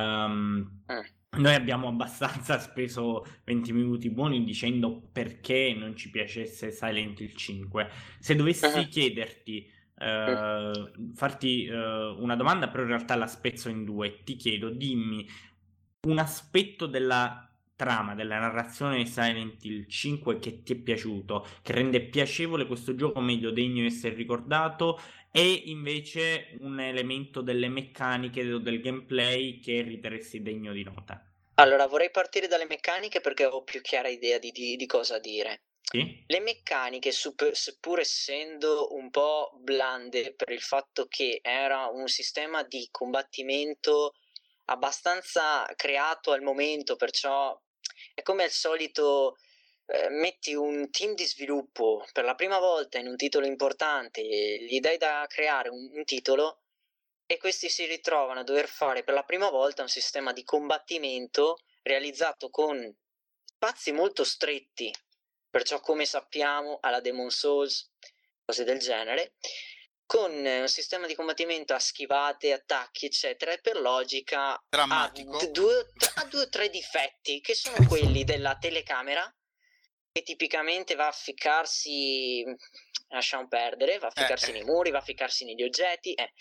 ehm, mm, Noi abbiamo abbastanza speso venti minuti buoni dicendo perché non ci piacesse Silent Hill cinque. Se dovessi mhm, chiederti, mm. eh, farti eh, una domanda, però in realtà la spezzo in due, ti chiedo, dimmi un aspetto della trama, della narrazione di Silent Hill cinque che ti è piaciuto, che rende piacevole questo gioco, meglio degno di essere ricordato, e invece un elemento delle meccaniche o del gameplay che riterresti degno di nota. Allora, vorrei partire dalle meccaniche perché ho più chiara idea di, di- di cosa dire. Sì? Le meccaniche, sup- seppur essendo un po' blande per il fatto che era un sistema di combattimento abbastanza creato al momento, perciò è come al solito, eh, metti un team di sviluppo per la prima volta in un titolo importante, gli dai da creare un, un titolo e questi si ritrovano a dover fare per la prima volta un sistema di combattimento realizzato con spazi molto stretti, perciò come sappiamo alla Demon Souls, cose del genere, con un sistema di combattimento a schivate, attacchi, eccetera, e per logica ha Drammatico. due, ha due o tre difetti, che sono quelli della telecamera, che tipicamente va a ficcarsi, lasciamo perdere, va a ficcarsi Eh, nei muri, va a ficcarsi negli oggetti, eh.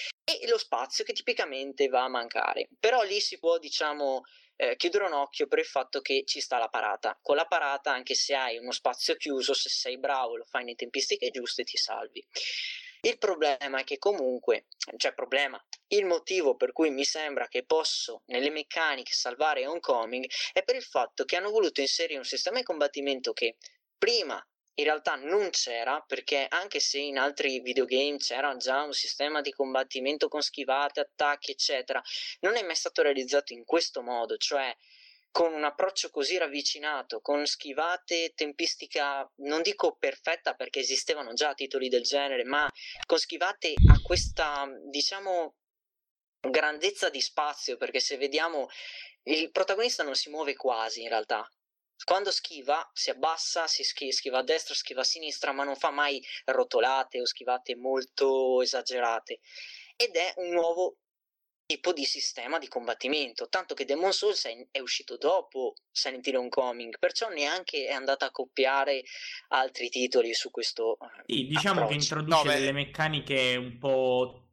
E lo spazio che tipicamente va a mancare. Però lì si può, diciamo, eh, chiudere un occhio per il fatto che ci sta la parata. Con la parata, anche se hai uno spazio chiuso, se sei bravo, lo fai nelle tempistiche giuste, ti salvi. Il problema è che comunque, cioè problema, il motivo per cui mi sembra che posso nelle meccaniche salvare Homecoming è per il fatto che hanno voluto inserire un sistema di combattimento che prima in realtà non c'era, perché anche se in altri videogame c'era già un sistema di combattimento con schivate, attacchi, eccetera, non è mai stato realizzato in questo modo, cioè con un approccio così ravvicinato, con schivate, tempistica, non dico perfetta perché esistevano già titoli del genere, ma con schivate a questa, diciamo, grandezza di spazio, perché se vediamo il protagonista non si muove quasi in realtà. Quando schiva si abbassa, si schi- schiva a destra, schiva a sinistra, ma non fa mai rotolate o schivate molto esagerate. Ed è un nuovo tipo di sistema di combattimento, tanto che Demon Souls è, è uscito dopo Silent Hill Homecoming, perciò neanche è andata a copiare altri titoli su questo eh, Sì, diciamo che approccio. introduce no, delle beh, meccaniche un po'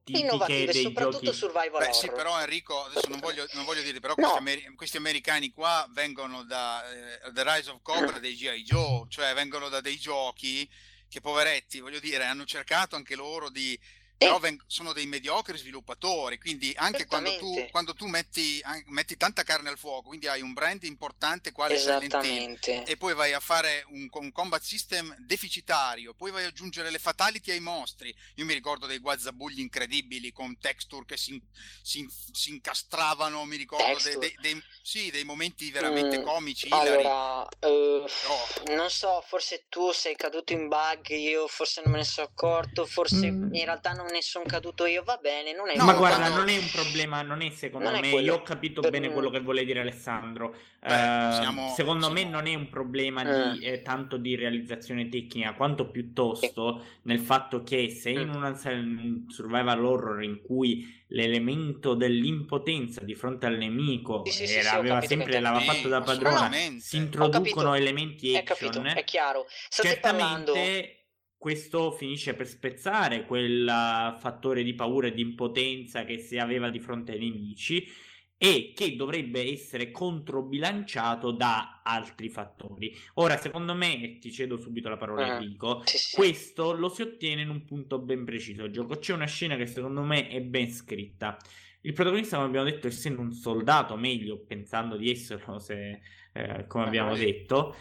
tipiche innovative, dei soprattutto giochi. survival Beh, sì, horror. però Enrico, adesso non voglio, non voglio dire, però No. questi, ameri- questi americani qua vengono da eh, The Rise of Cobra dei G I. Joe, cioè vengono da dei giochi che, poveretti, voglio dire, hanno cercato anche loro di... però Eh, veng- sono dei mediocri sviluppatori, quindi anche quando tu, certamente. quando tu metti, an- metti tanta carne al fuoco, quindi hai un brand importante quale Silent Hill, Esattamente. e poi vai a fare un, un combat system deficitario, poi vai ad aggiungere le fatality ai mostri. Io mi ricordo dei guazzabugli incredibili con texture che si, si, si incastravano, mi ricordo dei, Texture. dei, dei- sì, dei momenti veramente Mm, comici, ilari. allora, eh, Oh. non so, forse tu sei caduto in bug, io forse non me ne sono accorto, forse Mm. in realtà non ne sono caduto io, va bene, non è No, Ma un guarda, problema. quando- non è un problema, non è secondo Non è me, quello. io ho capito Per- bene quello che vuole dire Alessandro. Beh, Eh, siamo- secondo me siamo- non è un problema Mm. di, eh, tanto di realizzazione tecnica, quanto piuttosto nel fatto che se in Mm. una un survival horror in cui l'elemento dell'impotenza di fronte al nemico Sì, sì, sì, era, sì, ho aveva capito che sempre, intendi. l'aveva Sì, fatto da padrona, assolutamente. si Ho introducono capito, elementi è capito, action. è chiaro. State parlando... Certamente questo finisce per spezzare quel uh, fattore di paura e di impotenza che si aveva di fronte ai nemici e che dovrebbe essere controbilanciato da altri fattori. Ora, secondo me, e ti cedo subito la parola a Mm. Enrico, Sì, sì. questo lo si ottiene in un punto ben preciso. Il gioco c'è una scena che secondo me è ben scritta. Il protagonista, come abbiamo detto, essendo un soldato, meglio pensando di esserlo, se, eh, come abbiamo Mhm. detto,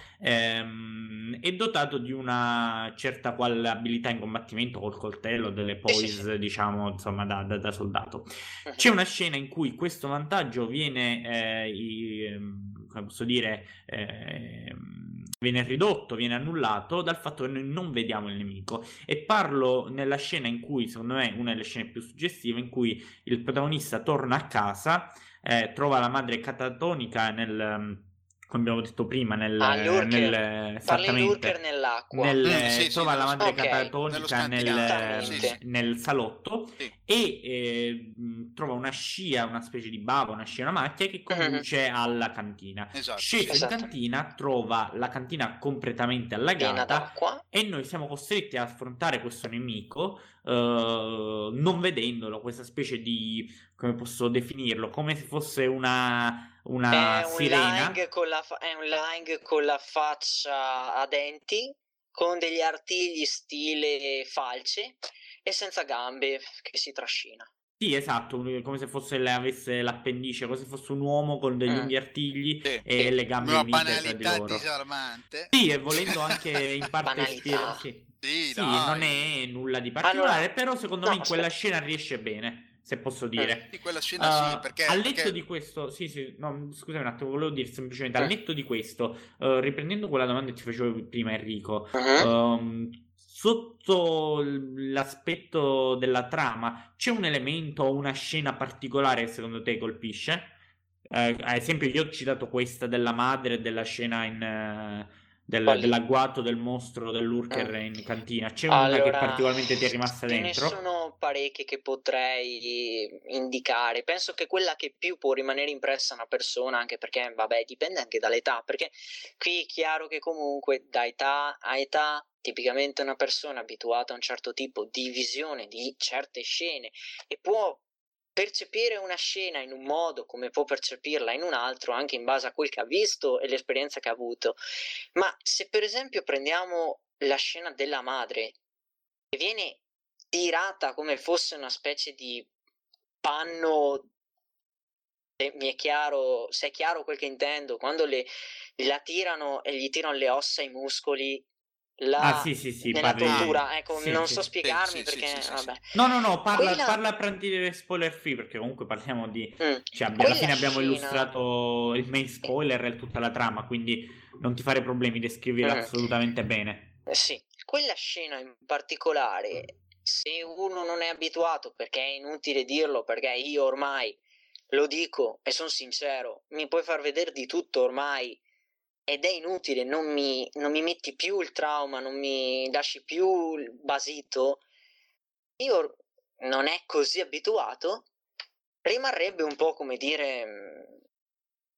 ehm, è dotato di una certa qual abilità in combattimento col coltello, delle Sì, sì, poise, sì. diciamo, insomma, da, da- da soldato. Mhm. C'è una scena in cui questo vantaggio viene, eh, i- ehm, come posso dire, ehm, viene ridotto, viene annullato dal fatto che noi non vediamo il nemico. E parlo nella scena in cui, secondo me, una delle scene più suggestive, in cui il protagonista torna a casa, eh, trova la madre catatonica nel, um, come abbiamo detto prima, nel, Ah, lurker. nel Parli esattamente lurker nell'acqua. nel, Mm, sì, sì, trova la nello madre Ok. nello catatonica nel, scantinato, sì, Esattamente. sì. nel salotto Sì. e eh, mh, trova una scia, una specie di bava, una scia, una macchia che Mhm. conduce alla cantina. Esatto, Sceso sì. in Esatto. cantina, trova la cantina completamente Piena allagata d'acqua. e noi siamo costretti a affrontare questo nemico eh, non vedendolo, questa specie di, come posso definirlo, come se fosse una, una È un sirena. Lang con la fa- è un Lang con la faccia a denti, con degli artigli stile falce e senza gambe che si trascina. Sì, esatto, come se fosse le- avesse l'appendice, come se fosse un uomo con degli Mm. unghie artigli Sì. e Sì. le gambe Una unite tra di banalità loro. disarmante. Sì, e volendo anche in parte spiegare, Banalità. sì. Sì, Sì, dai. non è nulla di particolare, Allora, però secondo no, me in quella aspetta. scena riesce bene, se posso Mm. dire. Sì, quella scena sì, Uh, perché, al netto perché... di questo, sì, sì, no, scusami un attimo, volevo dire semplicemente, al Mm. netto di questo, uh, riprendendo quella domanda che ti facevo prima, Enrico, Mhm. um, sotto l- l'aspetto della trama, c'è un elemento o una scena particolare che secondo te colpisce? Eh, ad esempio, io ho citato questa della madre, della scena in, eh, del- Quali? dell'agguato del mostro dell'Urker Mm. in cantina. C'è una che Allora, particolarmente ti è rimasta ce ne dentro? sono parecchie che potrei indicare. Penso che quella che più può rimanere impressa a una persona, anche perché, vabbè, dipende anche dall'età, perché qui è chiaro che comunque da età a età, tipicamente una persona abituata a un certo tipo di visione di certe scene e può percepire una scena in un modo come può percepirla in un altro, anche in base a quel che ha visto e l'esperienza che ha avuto. Ma se per esempio prendiamo la scena della madre che viene tirata come fosse una specie di panno, se mi è chiaro, se è chiaro quel che intendo, quando le, la tirano e gli tirano le ossa ai muscoli, la, Ah, sì, sì, sì, nella parli... tortura, ecco, Sì, non sì. so Sì, spiegarmi sì, sì, perché, sì, sì, vabbè. sì. No, no, no, parla, Quella- parla a partire spoiler free, perché comunque parliamo di... Mm, Cioè, abbia- alla quella fine abbiamo scena- illustrato il main spoiler e tutta la trama, quindi non ti fare problemi, descrivila Mm. assolutamente bene. Eh sì, quella scena in particolare, se uno non è abituato, perché è inutile dirlo, perché io ormai lo dico e sono sincero, mi puoi far vedere di tutto ormai ed è inutile, non mi, non mi metti più il trauma, non mi lasci più il basito, io non è così abituato, rimarrebbe un po' come dire,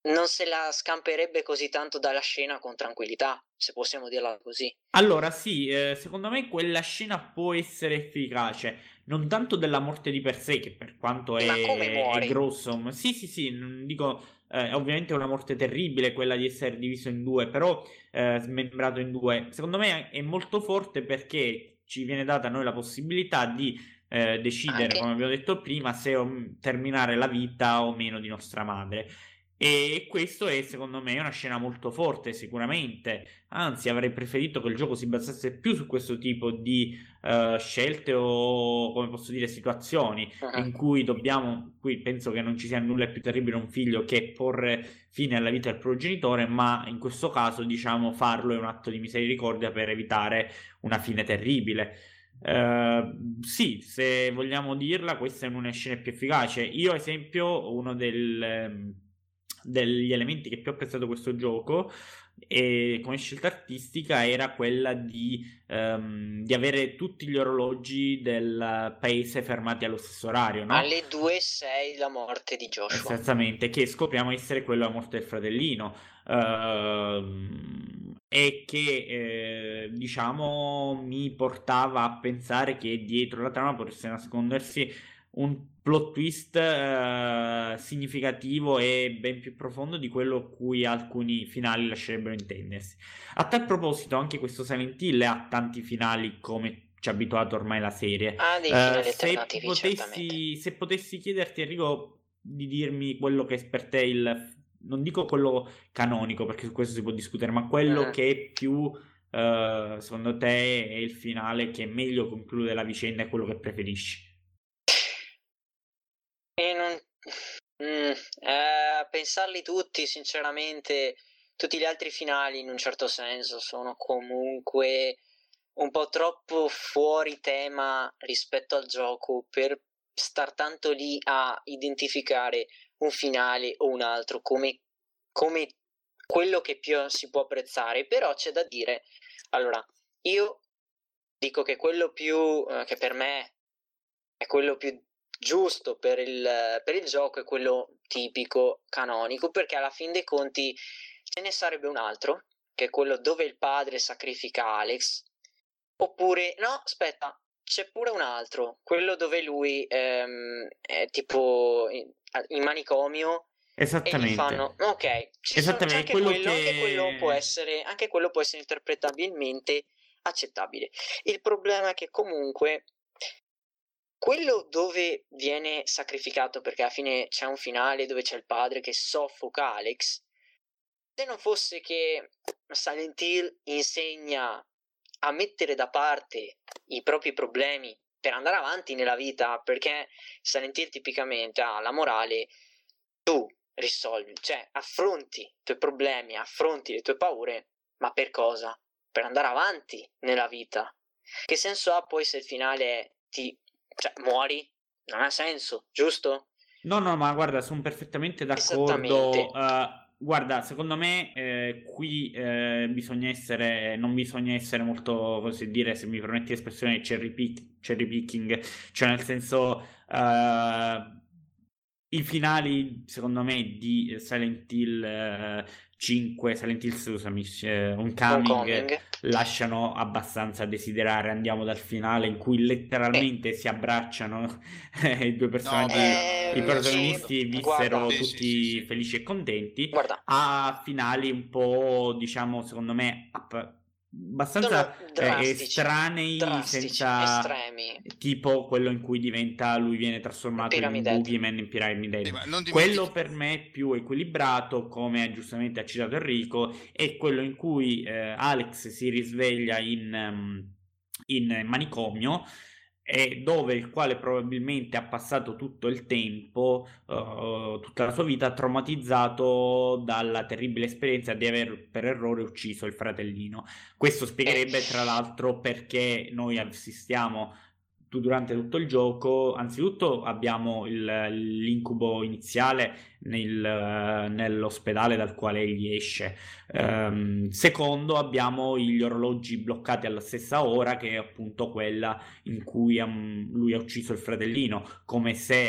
non se la scamperebbe così tanto dalla scena con tranquillità, se possiamo dirla così. Allora, sì, eh, secondo me quella scena può essere efficace, non tanto della morte di per sé, che per quanto Ma come è, è muore? grosso, ma sì, sì, sì, non dico, eh, ovviamente è una morte terribile quella di essere diviso in due, però eh, smembrato in due, secondo me è molto forte perché ci viene data a noi la possibilità di eh, decidere, Anche. come abbiamo detto prima, se um, terminare la vita o meno di nostra madre. E questo è secondo me una scena molto forte, sicuramente. Anzi, avrei preferito che il gioco si basasse più su questo tipo di uh, scelte o, come posso dire, situazioni Uh-huh. in cui dobbiamo. Qui penso che non ci sia nulla più terribile a un figlio che porre fine alla vita del progenitore, ma in questo caso, diciamo, farlo è un atto di misericordia per evitare una fine terribile. Uh, sì, se vogliamo dirla, questa è una delle scene più efficaci. Io, ad esempio, uno del. Um, degli elementi che più ho apprezzato questo gioco e come scelta artistica era quella di, um, di avere tutti gli orologi del paese fermati allo stesso orario, no? Alle due e sei la morte di Joshua. Esattamente, che scopriamo essere quella morte del fratellino. Uh, e che eh, diciamo mi portava a pensare che dietro la trama potesse nascondersi un plot twist eh, significativo e ben più profondo di quello cui alcuni finali lascerebbero intendersi. A tal proposito, anche questo Silent Hill ha tanti finali come ci ha abituato ormai la serie. Ha dei Uh, finali se alternativi, potessi, certamente. se potessi chiederti, Enrico, di dirmi quello che è per te il, non dico quello canonico perché su questo si può discutere, ma quello Mhm. che è più eh, secondo te è il finale che meglio conclude la vicenda e quello che preferisci. E non... Mm, eh, pensarli tutti, sinceramente, tutti gli altri finali in un certo senso sono comunque un po' troppo fuori tema rispetto al gioco per star tanto lì a identificare un finale o un altro come, come quello che più si può apprezzare. Però c'è da dire, allora, io dico che quello più eh, che per me è quello più giusto per il, per il gioco è quello tipico canonico, perché alla fin dei conti ce ne sarebbe un altro, che è quello dove il padre sacrifica Alex, oppure no, aspetta, c'è pure un altro, quello dove lui ehm, è tipo in, in manicomio e gli Esattamente. fanno ok, ci sono, c'è Esattamente, anche quello quello, che- anche quello può essere, anche quello può essere interpretabilmente accettabile. Il problema è che comunque quello dove viene sacrificato, perché alla fine c'è un finale dove c'è il padre che soffoca Alex, se non fosse che Silent Hill insegna a mettere da parte i propri problemi per andare avanti nella vita, perché Silent Hill tipicamente ha la morale: tu risolvi, cioè affronti i tuoi problemi, affronti le tue paure, ma per cosa? Per andare avanti nella vita. Che senso ha poi se il finale è ti, cioè muori? Non ha senso, giusto? No, no, ma guarda, sono perfettamente Esattamente. d'accordo. Uh, guarda, secondo me eh, qui eh, bisogna essere, non bisogna essere molto, così dire, se mi permetti l'espressione, cherry, pick, cherry picking, cioè nel senso, uh, i finali, secondo me, di Silent Hill eh, cinque, Silent Hill, scusami, eh, Homecoming, Homecoming. lasciano abbastanza a desiderare. Andiamo dal finale in cui letteralmente Eh. si abbracciano eh, i due personaggi, beh, Eh, i no, protagonisti sì, vissero guarda. Sì, tutti sì, sì, sì. felici e contenti, Guarda, a finali un po', diciamo, secondo me, app- abbastanza sono eh, drastici, estranei, drastici, senza estremi. tipo quello in cui diventa, lui viene trasformato in un Pyramid Head. boogeyman in Pyramid Head. Sì, ma non Quello dimentichi- per me è più equilibrato, come giustamente ha citato Enrico, è quello in cui eh, Alex si risveglia in, um, in manicomio, e dove il quale probabilmente ha passato tutto il tempo, uh, tutta la sua vita traumatizzato dalla terribile esperienza di aver per errore ucciso il fratellino. Questo spiegherebbe Eh. tra l'altro perché noi assistiamo tu- durante tutto il gioco. Anzitutto abbiamo il, l'incubo iniziale nel, nell'ospedale dal quale egli esce. Um, secondo, abbiamo gli orologi bloccati alla stessa ora, che è appunto quella in cui um, lui ha ucciso il fratellino, come se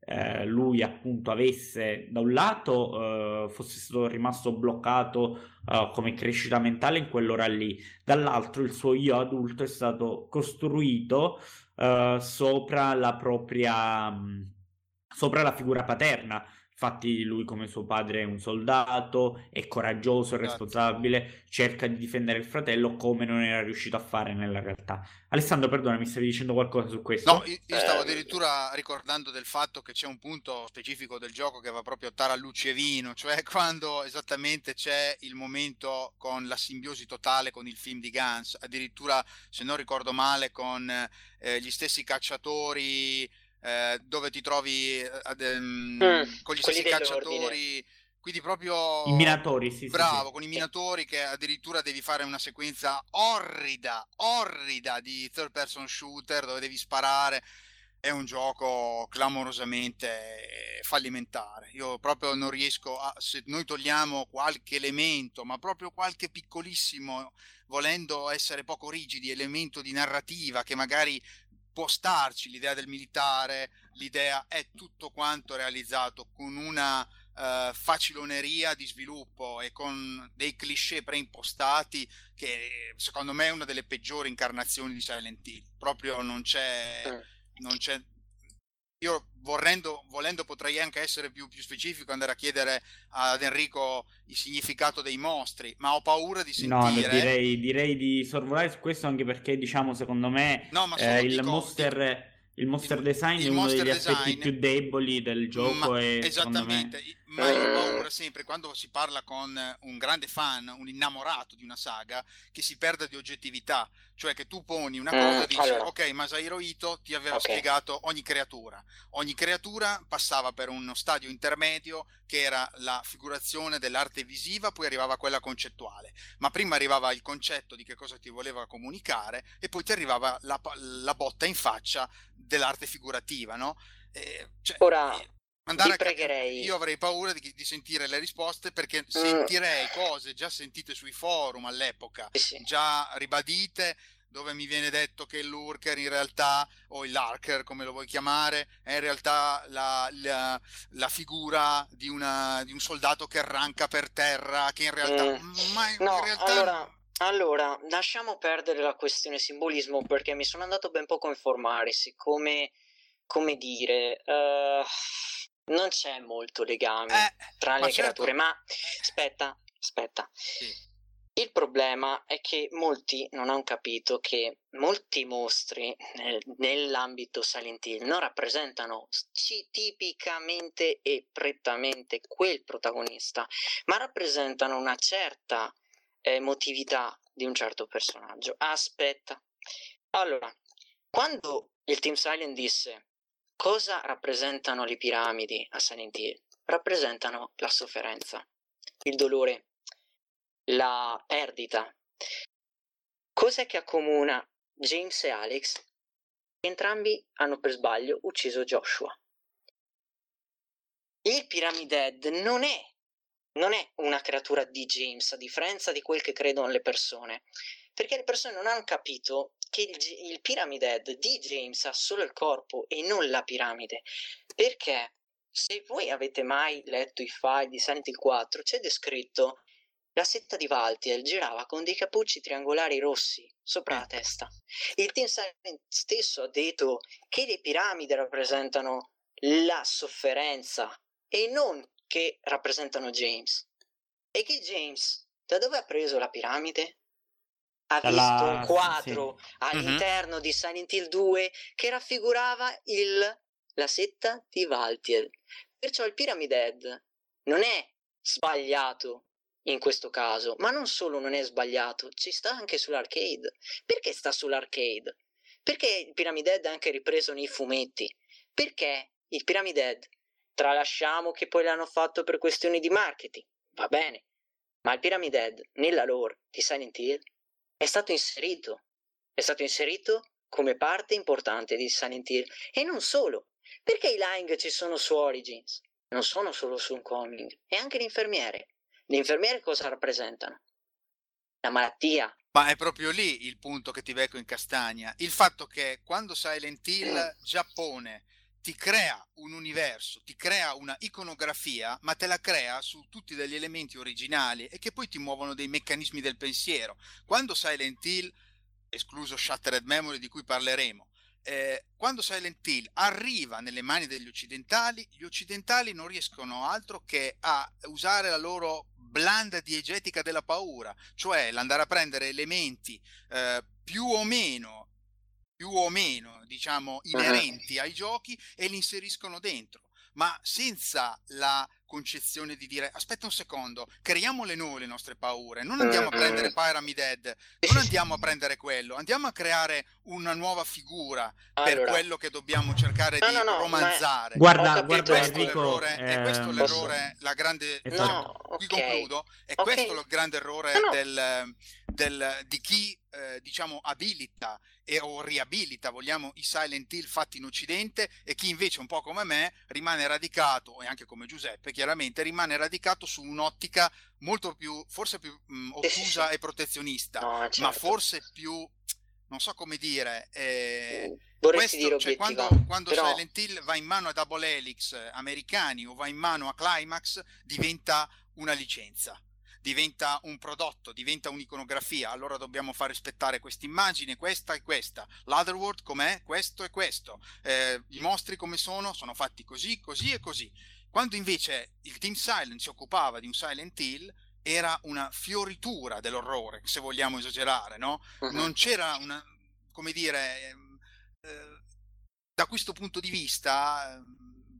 eh, lui appunto avesse da un lato eh, fosse stato rimasto bloccato eh, come crescita mentale in quell'ora lì, dall'altro il suo io adulto è stato costruito eh, sopra la propria mh, sopra la figura paterna. Infatti lui come suo padre è un soldato, è coraggioso, è responsabile, cerca di difendere il fratello come non era riuscito a fare nella realtà. Alessandro, perdona, mi stavi dicendo qualcosa su questo? No, io, io stavo addirittura ricordando del fatto che c'è un punto specifico del gioco che va proprio a tara luce e vino, cioè quando esattamente c'è il momento con la simbiosi totale con il film di Guns, addirittura se non ricordo male con eh, gli stessi cacciatori, eh, dove ti trovi eh, ad, ehm, Mm, con gli quelli stessi dell'ordine. cacciatori, quindi proprio I minatori, sì, sì, bravo, sì. con i minatori, che addirittura devi fare una sequenza orrida, orrida di third person shooter dove devi sparare. È un gioco clamorosamente fallimentare. Io proprio non riesco a, se noi togliamo qualche elemento, ma proprio qualche piccolissimo, volendo essere poco rigidi, elemento di narrativa che magari può starci, l'idea del militare, l'idea è tutto quanto realizzato con una Uh, faciloneria di sviluppo e con dei cliché preimpostati che secondo me è una delle peggiori incarnazioni di Silent Hill. Proprio non c'è, non c'è. Io vorrendo, volendo potrei anche essere più, più specifico, andare a chiedere ad Enrico il significato dei mostri, ma ho paura di sentire. No, direi, direi di sorvolare su questo, anche perché diciamo secondo me no, ma eh, il dico, monster dico... il monster il, design il è uno degli design, aspetti più deboli del gioco ma, e esattamente, secondo me... ma io ho paura sempre quando si parla con un grande fan, un innamorato di una saga, che si perda di oggettività, cioè che tu poni una cosa e dici allora, ok, Masahiro Ito ti aveva okay. spiegato ogni creatura, ogni creatura passava per uno stadio intermedio che era la figurazione dell'arte visiva, poi arrivava quella concettuale, ma prima arrivava il concetto di che cosa ti voleva comunicare e poi ti arrivava la, la botta in faccia dell'arte figurativa, no? Eh, cioè, ora andare ti pregherei. A... io avrei paura di, di sentire le risposte, perché mm. sentirei cose già sentite sui forum all'epoca, sì. già ribadite, dove mi viene detto che il lurker in realtà, o il larker come lo vuoi chiamare, è in realtà la, la, la figura di, una, di un soldato che arranca per terra, che in realtà... Mm. Ma in no, realtà... allora... Allora, lasciamo perdere la questione simbolismo, perché mi sono andato ben poco a informare, siccome, come dire, uh, non c'è molto legame eh, tra le certo. creature, ma aspetta, aspetta. Sì. Il problema è che molti non hanno capito che molti mostri nel, nell'ambito Silent Hill non rappresentano tipicamente e prettamente quel protagonista, ma rappresentano una certa emotività di un certo personaggio. Aspetta, allora, quando il Team Silent disse cosa rappresentano le piramidi a Silent Hill, rappresentano la sofferenza, il dolore, la perdita. Cos'è che accomuna James e Alex? Entrambi hanno per sbaglio ucciso Joshua. Il Pyramid Head non è non è una creatura di James, a differenza di quel che credono le persone, perché le persone non hanno capito che il, il Pyramid Head di James ha solo il corpo e non la piramide, perché se voi avete mai letto i file di Silent Hill quattro, c'è descritto la setta di Valtiel girava con dei cappucci triangolari rossi sopra la testa. Il Team Silent stesso ha detto che le piramidi rappresentano la sofferenza e non che rappresentano James, e che James da dove ha preso la piramide? Ha Dalla... visto un quadro sì. all'interno uh-huh. di Silent Hill due che raffigurava il, la setta di Valtiel. Perciò il Pyramid Head non è sbagliato in questo caso, ma non solo non è sbagliato, ci sta anche sull'arcade. Perché sta sull'arcade? Perché il Pyramid Head è anche ripreso nei fumetti? Perché il Pyramid Head, tralasciamo che poi l'hanno fatto per questioni di marketing, va bene, ma il Pyramid Head nella lore di Silent Hill è stato inserito, è stato inserito come parte importante di Silent Hill, e non solo, perché i Lying ci sono su Origins, non sono solo su Homecoming, e anche le infermiere. Le infermiere cosa rappresentano? La malattia. Ma è proprio lì il punto che ti becco in castagna, il fatto che quando Silent Hill già pone ti crea un universo, ti crea una iconografia, ma te la crea su tutti degli elementi originali e che poi ti muovono dei meccanismi del pensiero. Quando Silent Hill, escluso Shattered Memory di cui parleremo, eh, quando Silent Hill arriva nelle mani degli occidentali, gli occidentali non riescono altro che a usare la loro blanda diegetica della paura, cioè l'andare a prendere elementi eh, più o meno più o meno, diciamo, inerenti ai giochi e li inseriscono dentro, ma senza la concezione di dire aspetta un secondo, creiamole noi le nostre paure, non andiamo a prendere Pyramid Head, non andiamo a prendere quello, andiamo a creare una nuova figura per Allora. quello che dobbiamo cercare No, di no, no, romanzare. Ho Guarda, capito, guarda Questo è Enrico, l'errore, e questo è ehm, l'errore, la grande, Esatto. No, qui ok. concludo, è Ok. questo il grande errore No, no. del, del- di chi eh, diciamo abilita e o riabilita, vogliamo, i Silent Hill fatti in Occidente, e chi invece un po' come me rimane radicato, e anche come Giuseppe chiaramente, rimane radicato su un'ottica molto più, forse più mh, Sì, sì, ottusa sì. e protezionista, No, ma certo. forse più, non so come dire, eh, Vorresti questo, dire cioè, obiettiva, quando, quando però Silent Hill va in mano a Double Helix eh, americani o va in mano a Climax, diventa una licenza, diventa un prodotto, diventa un'iconografia. Allora dobbiamo far rispettare questa immagine, questa e questa. L'Otherworld com'è? Questo e questo. Eh, I mostri come sono? Sono fatti così, così e così. Quando invece il Team Silent si occupava di un Silent Hill, era una fioritura dell'orrore, se vogliamo esagerare, no? Mhm. Non c'era una, come dire, ehm, eh, da questo punto di vista, ehm,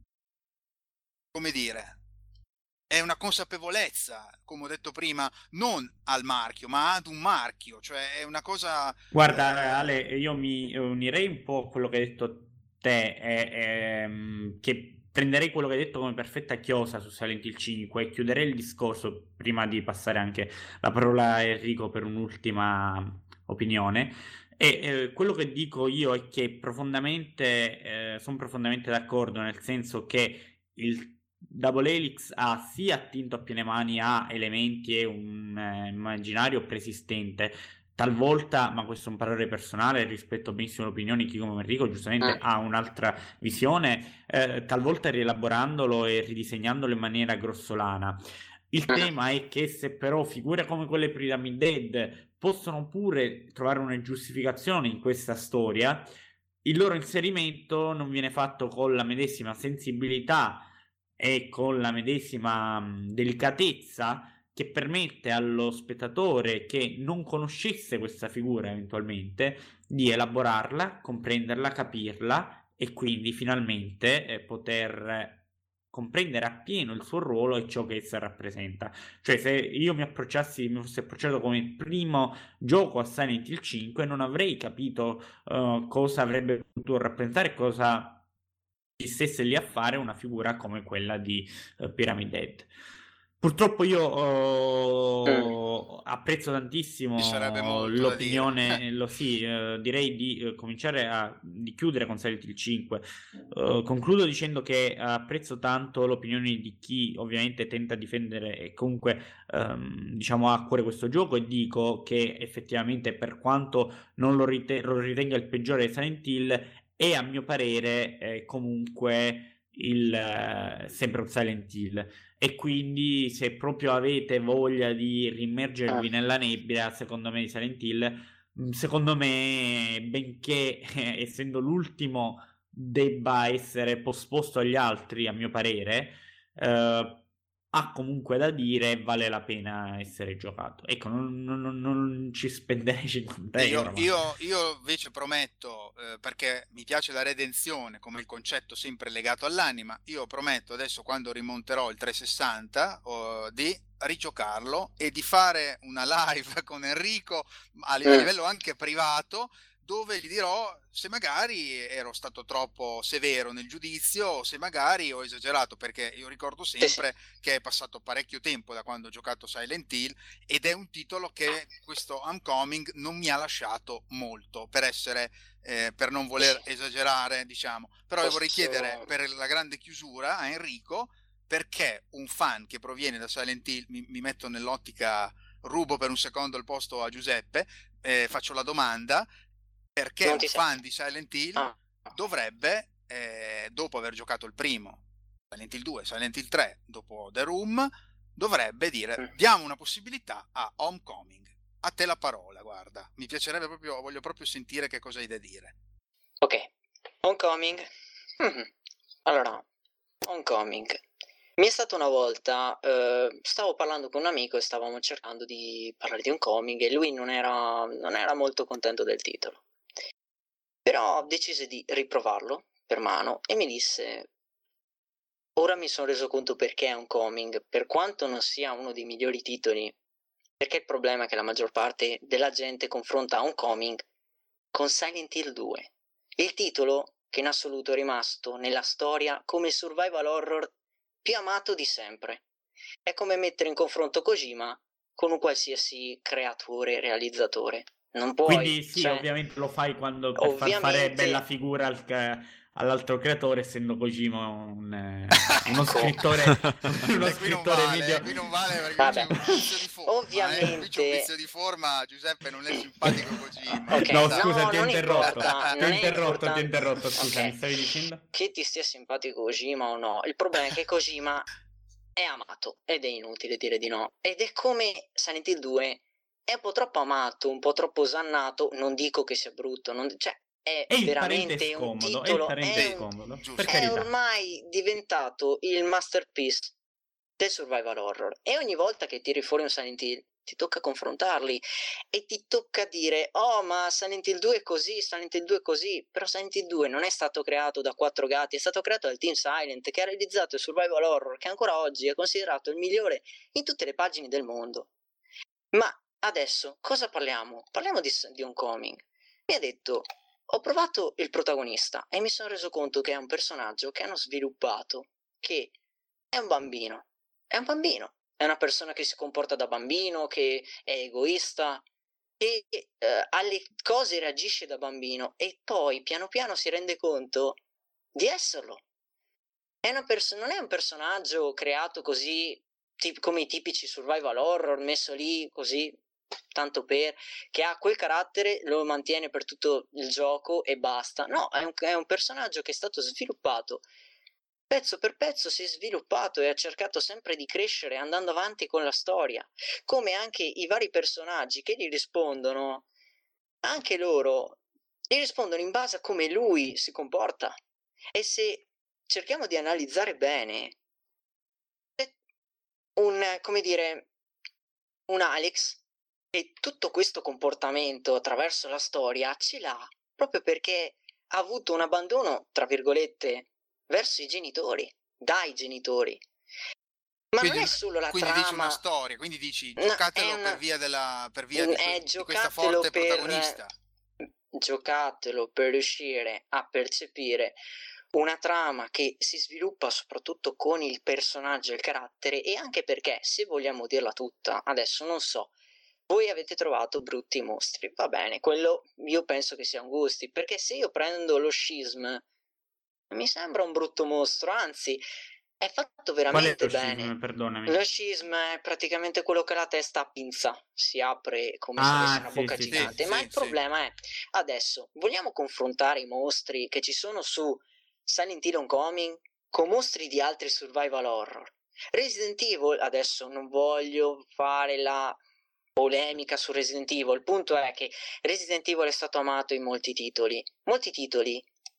come dire, è una consapevolezza, come ho detto prima, non al marchio, ma ad un marchio, cioè è una cosa... Guarda, eh, Ale, io mi unirei un po' a quello che hai detto te, e, ehm, che prenderei quello che hai detto come perfetta chiosa su Silent Hill cinque e chiuderei il discorso prima di passare anche la parola a Enrico per un'ultima opinione. E eh, quello che dico io è che profondamente, eh, sono profondamente d'accordo, nel senso che il Double Helix ha sì attinto a piene mani a elementi e un eh, immaginario preesistente. Talvolta, ma questo è un parere personale, rispetto benissimo le opinioni di chi come Enrico giustamente Mm. ha un'altra visione, eh, talvolta rielaborandolo e ridisegnandolo in maniera grossolana. Il Mm. tema è che se però figure come quelle Pyramid Head possono pure trovare una giustificazione in questa storia, il loro inserimento non viene fatto con la medesima sensibilità e con la medesima mh, delicatezza che permette allo spettatore che non conoscesse questa figura eventualmente di elaborarla, comprenderla, capirla e quindi finalmente eh, poter comprendere appieno il suo ruolo e ciò che essa rappresenta. Cioè, se io mi approcciassi, mi fossi approcciato come primo gioco a Silent Hill cinque, non avrei capito uh, cosa avrebbe potuto rappresentare, cosa ci stesse lì a fare una figura come quella di uh, Pyramid Head. Purtroppo io oh, apprezzo tantissimo Ci sarebbe molto da l'opinione, dire. lo sì, eh, direi di eh, cominciare a di chiudere con Silent Hill cinque. Uh, concludo dicendo che apprezzo tanto l'opinione di chi ovviamente tenta a difendere e comunque um, diciamo ha a cuore questo gioco, e dico che effettivamente, per quanto non lo, rite- lo ritenga il peggiore di Silent Hill, è a mio parere eh, comunque il eh, sempre un Silent Hill, e quindi se proprio avete voglia di rimergervi Ah. nella nebbia, secondo me, di Silent Hill, mh, secondo me, benché eh, essendo l'ultimo debba essere posposto agli altri, a mio parere, eh, ha comunque da dire e vale la pena essere giocato. Ecco, non, non- non- non ci spenderei cinquanta Io, euro, ma- io- io invece prometto, eh, perché mi piace la redenzione come il concetto sempre legato all'anima, io prometto adesso, quando rimonterò il trecentosessanta, oh, di rigiocarlo e di fare una live con Enrico a li- a Mm. livello anche privato, dove gli dirò se magari ero stato troppo severo nel giudizio o se magari ho esagerato, perché io ricordo sempre che è passato parecchio tempo da quando ho giocato Silent Hill, ed è un titolo che questo Homecoming non mi ha lasciato molto, per essere eh, per non voler esagerare, diciamo. Però io vorrei Posso- chiedere, per la grande chiusura, a Enrico, perché un fan che proviene da Silent Hill, mi, mi metto nell'ottica, rubo per un secondo il posto a Giuseppe, eh, faccio la domanda: perché Non un ti fan sento. di Silent Hill Ah. dovrebbe eh, dopo aver giocato il primo, Silent Hill due, Silent Hill tre, dopo The Room, dovrebbe dire Mm. diamo una possibilità a Homecoming. A te la parola, guarda, mi piacerebbe proprio, voglio proprio sentire che cosa hai da dire. Ok, Homecoming. Mhm. Allora, Homecoming. Mi è stata una volta, eh, stavo parlando con un amico e stavamo cercando di parlare di Homecoming e lui non era, non era molto contento del titolo. Però decise di riprovarlo per mano e mi disse: ora mi sono reso conto perché Homecoming, per quanto non sia uno dei migliori titoli, perché il problema è che la maggior parte della gente confronta Homecoming con Silent Hill due, il titolo che in assoluto è rimasto nella storia come il survival horror più amato di sempre. È come mettere in confronto Kojima con un qualsiasi creatore, realizzatore. Non puoi, Quindi sì, cioè, ovviamente lo fai quando per far fare ovviamente- bella figura al, all'altro creatore, essendo Kojima un, eh, uno Ecco. scrittore, uno E qui non scrittore vale, video. qui non vale perché Vabbè. qui c'è un vizio di forma. Ovviamente- eh. Qui c'è un vizio di forma, Giuseppe non è simpatico Kojima. Ok, No, no, scusa, ti ho non interrotto. importa, Ti ho non è interrotto, ti ho importante. interrotto, scusa, Ok. mi stavi dicendo? Che ti stia simpatico Kojima o no, il problema è che Kojima è amato ed è inutile dire di no. Ed è come Silent Hill due, è un po' troppo amato, un po' troppo osannato, non dico che sia brutto, non, cioè è, È il veramente parente un scomodo, è il titolo, parente è, un- scomodo, giusto. per è carità. ormai diventato il masterpiece del survival horror e ogni volta che tiri fuori un Silent Hill ti tocca confrontarli e ti tocca dire oh ma Silent Hill due è così, Silent Hill due è così, però Silent Hill due non è stato creato da quattro gatti, è stato creato dal team Silent che ha realizzato il survival horror che ancora oggi è considerato il migliore in tutte le pagine del mondo. Ma adesso cosa parliamo? Parliamo di, di Homecoming. Mi ha detto ho provato il protagonista e mi sono reso conto che è un personaggio che hanno sviluppato che è un bambino, è un bambino, è una persona che si comporta da bambino, che è egoista e eh, alle cose reagisce da bambino e poi piano piano si rende conto di esserlo. È una perso- non è un personaggio creato così tip- come i tipici survival horror, messo lì così tanto per, che ha quel carattere, lo mantiene per tutto il gioco e basta. No, è un, è un personaggio che è stato sviluppato pezzo per pezzo, si è sviluppato e ha cercato sempre di crescere andando avanti con la storia, come anche i vari personaggi che gli rispondono, anche loro gli rispondono in base a come lui si comporta. E se cerchiamo di analizzare bene, è un, come dire, un Alex che tutto questo comportamento attraverso la storia ce l'ha proprio perché ha avuto un abbandono, tra virgolette, verso i genitori, dai genitori. Ma Quindi, non è solo la quindi trama. dici una storia, quindi dici No, giocatelo è una- per via, della, per via di, è di questa giocatelo forte per- protagonista. Giocatelo per riuscire a percepire una trama che si sviluppa soprattutto con il personaggio e il carattere e anche perché, se vogliamo dirla tutta, adesso non so, voi avete trovato brutti mostri, va bene, quello io penso che sia un gusti, perché se io prendo lo Schism mi sembra un brutto mostro, anzi è fatto Qual è veramente lo bene. scisma, perdonami? Lo Schism è praticamente quello che ha la testa a pinza, si apre come se Ah, avesse una sì, bocca sì, gigante, sì, ma sì, il sì. problema è, adesso, vogliamo confrontare i mostri che ci sono su Silent Hill Homecoming con mostri di altri survival horror? Resident Evil, adesso non voglio fare la polemica su Resident Evil, il punto è che Resident Evil è stato amato in molti titoli, molti titoli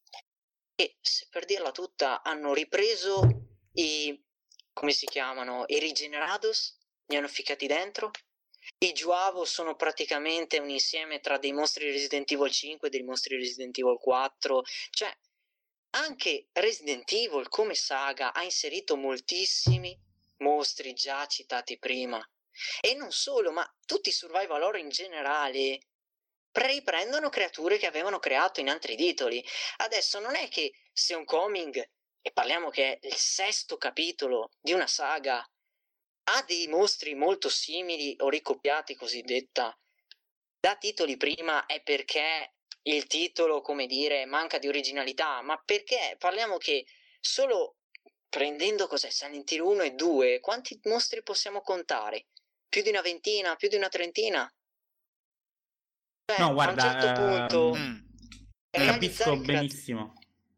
e, se per dirla tutta, hanno ripreso i, come si chiamano, i Regenerados, li hanno ficcati dentro. I Juavo sono praticamente un insieme tra dei mostri Resident Evil cinque e dei mostri Resident Evil quattro, cioè anche Resident Evil come saga ha inserito moltissimi mostri già citati prima. E non solo, ma tutti i survival horror in generale riprendono creature che avevano creato in altri titoli. Adesso non è che se Homecoming, e parliamo che è il sesto capitolo di una saga, ha dei mostri molto simili o ricopiati cosiddetta da titoli prima, è perché il titolo, come dire, manca di originalità, ma perché parliamo che solo prendendo cos'è Silent Hill uno e due, quanti mostri possiamo contare? Più di una ventina, più di una trentina? Cioè, No, a un guarda, certo punto ehm, Mm. realizzare capisco il creat- benissimo.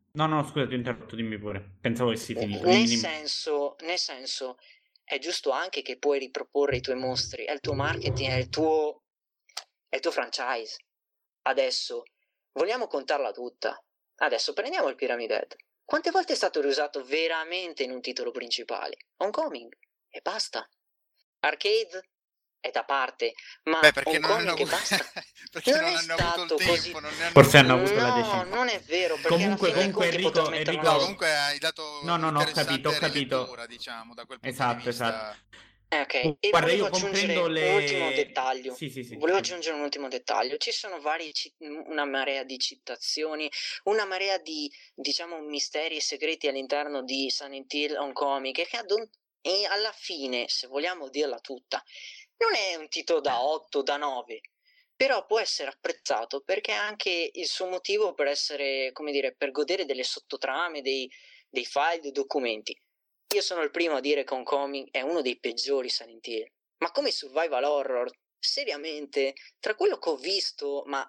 No, no, scusa, ti ho interrotto, dimmi pure. Pensavo avessi finito. Nel Dimmi, dimmi. senso, nel senso, è giusto anche che puoi riproporre i tuoi mostri, è il tuo marketing, è il tuo, è il tuo franchise. Adesso, vogliamo contarla tutta. Adesso prendiamo il Pyramid Head. Quante volte è stato riusato veramente in un titolo principale? Homecoming. E basta. Arcade è da parte, ma Beh, perché non hanno Homecoming e avuto, basta. perché Non non è hanno avuto stato il tempo, così. non ne hanno Forse avuto hanno avuto la No, decisione. non è vero, perché Comunque, alla fine comunque, i conti Enrico, potrò mettere Enrico- una- No, comunque hai dato No, no, no, ho un'interessante capito, ho capito. rilettura, diciamo, da quel punto Esatto, di vista. esatto. Eh, ok, e Guarda, volevo io aggiungere comprendo le... un ultimo dettaglio. Sì, sì, sì. Volevo sì. aggiungere un ultimo dettaglio. Ci sono vari ci- una marea di citazioni, una marea di, diciamo, misteri e segreti all'interno di Silent Hill Homecoming che ad un- e alla fine, se vogliamo dirla tutta, non è un titolo da otto, da nove, però può essere apprezzato perché ha anche il suo motivo per essere, come dire, per godere delle sottotrame, dei, dei file, dei documenti. Io sono il primo a dire che Homecoming è uno dei peggiori Silent Hill, ma come survival horror, seriamente, tra quello che ho visto, ma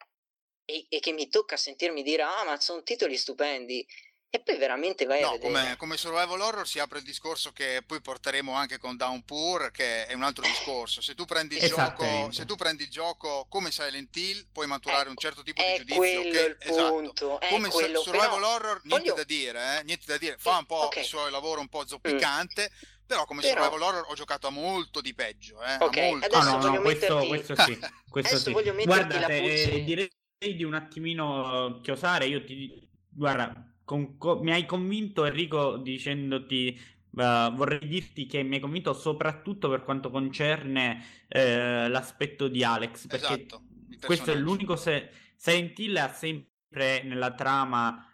e, e che mi tocca sentirmi dire, ah, ma sono titoli stupendi, e poi veramente vai a No, vedere. come, come survival horror si apre il discorso che poi porteremo anche con Downpour, che è un altro discorso. Se tu prendi il gioco, Esattamente. se tu prendi il gioco come Silent Hill, puoi maturare Ecco, un certo tipo di è giudizio. quello Che, il esatto. punto, è Come su- quello, survival però horror, niente voglio- da dire, eh? Niente da dire. Fa un po' ok. il suo lavoro un po' zoppicante, però come Però- survival horror ho giocato a molto di peggio, eh? Ok, a molto. Ah, adesso no, voglio no, questo, metterti- questo sì, questo Adesso sì. voglio metterti Guardate, la pulce- eh, direi di un attimino chiosare, io ti... Guarda, con- co- mi hai convinto, Enrico, dicendoti... eh, vorrei dirti che mi hai convinto soprattutto per quanto concerne eh, l'aspetto di Alex, perché Esatto, il questo è personaggio. l'unico... Se... Silent Hill ha sempre nella trama...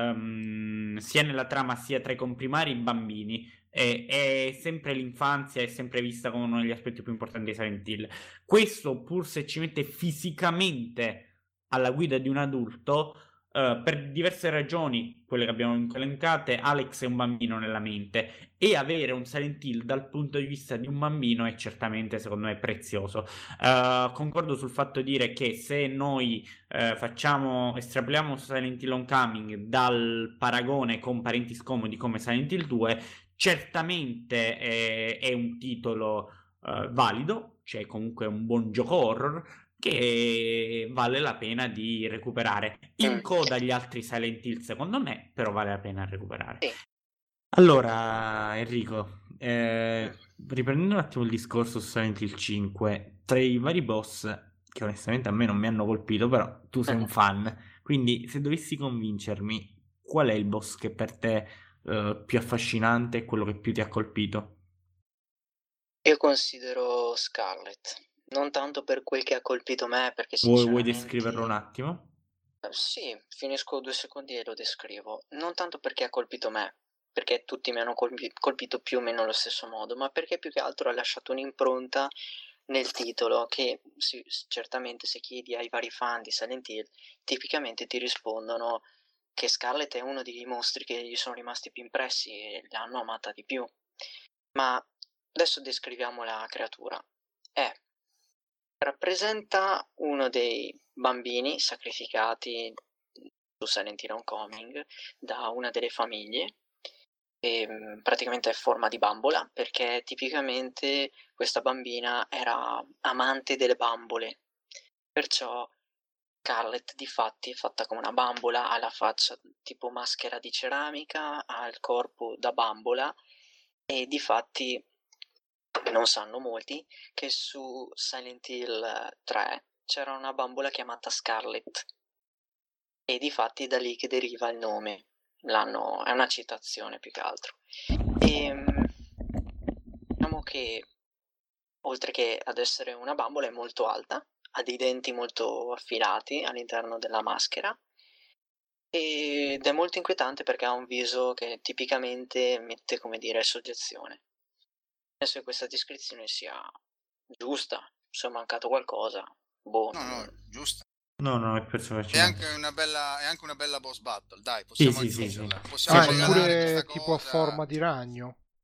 ehm, sia nella trama sia tra i comprimari i bambini, è, è sempre l'infanzia, è sempre vista come uno degli aspetti più importanti di Silent Hill. Questo, pur se ci mette fisicamente alla guida di un adulto, uh, per diverse ragioni, quelle che abbiamo elencate, Alex è un bambino nella mente, e avere un Silent Hill dal punto di vista di un bambino è certamente, secondo me, prezioso. Uh, concordo sul fatto di dire che se noi uh, facciamo, estrapoliamo Silent Hill Homecoming dal paragone con Parenti Scomodi come Silent Hill due, certamente è, è un titolo uh, valido, cioè comunque un buon gioco horror che vale la pena di recuperare. In Mm. coda agli altri Silent Hill, secondo me, però vale la pena recuperare. Sì. Allora, Enrico, eh, riprendendo un attimo il discorso su Silent Hill cinque, tra i vari boss, che onestamente a me non mi hanno colpito, però tu sei un fan, quindi se dovessi convincermi, qual è il boss che per te Uh, più affascinante e quello che più ti ha colpito? Io considero Scarlet, non tanto per quel che ha colpito me, perché Vuoi, sinceramente... vuoi descriverlo un attimo? Sì, finisco due secondi e lo descrivo. Non tanto perché ha colpito me, perché tutti mi hanno colpi- colpito più o meno allo stesso modo, ma perché più che altro ha lasciato un'impronta nel titolo che sì, certamente se chiedi ai vari fan di Silent Hill, tipicamente ti rispondono che Scarlet è uno dei mostri che gli sono rimasti più impressi e l'hanno amata di più. Ma adesso descriviamo la creatura. È rappresenta uno dei bambini sacrificati su Silent Hill Homecoming da una delle famiglie, e praticamente è forma di bambola perché tipicamente questa bambina era amante delle bambole, perciò Scarlet di fatti è fatta come una bambola, ha la faccia tipo maschera di ceramica, ha il corpo da bambola e di fatti non sanno molti che su Silent Hill tre c'era una bambola chiamata Scarlet e di fatti da lì che deriva il nome. L'hanno, è una citazione più che altro. E diciamo che oltre che ad essere una bambola è molto alta, ha dei denti molto affilati all'interno della maschera ed è molto inquietante perché ha un viso che tipicamente mette, come dire, soggezione. Penso che questa descrizione sia giusta, se è mancato qualcosa, boh. No, no, giusto. No, no, è perso È facilmente. anche una bella, è anche una bella boss battle, dai, Sì, possiamo sì, sì, aggiungerla. sì. Possiamo Ah, è Secondo regalare pure questa tipo a cosa. forma di ragno?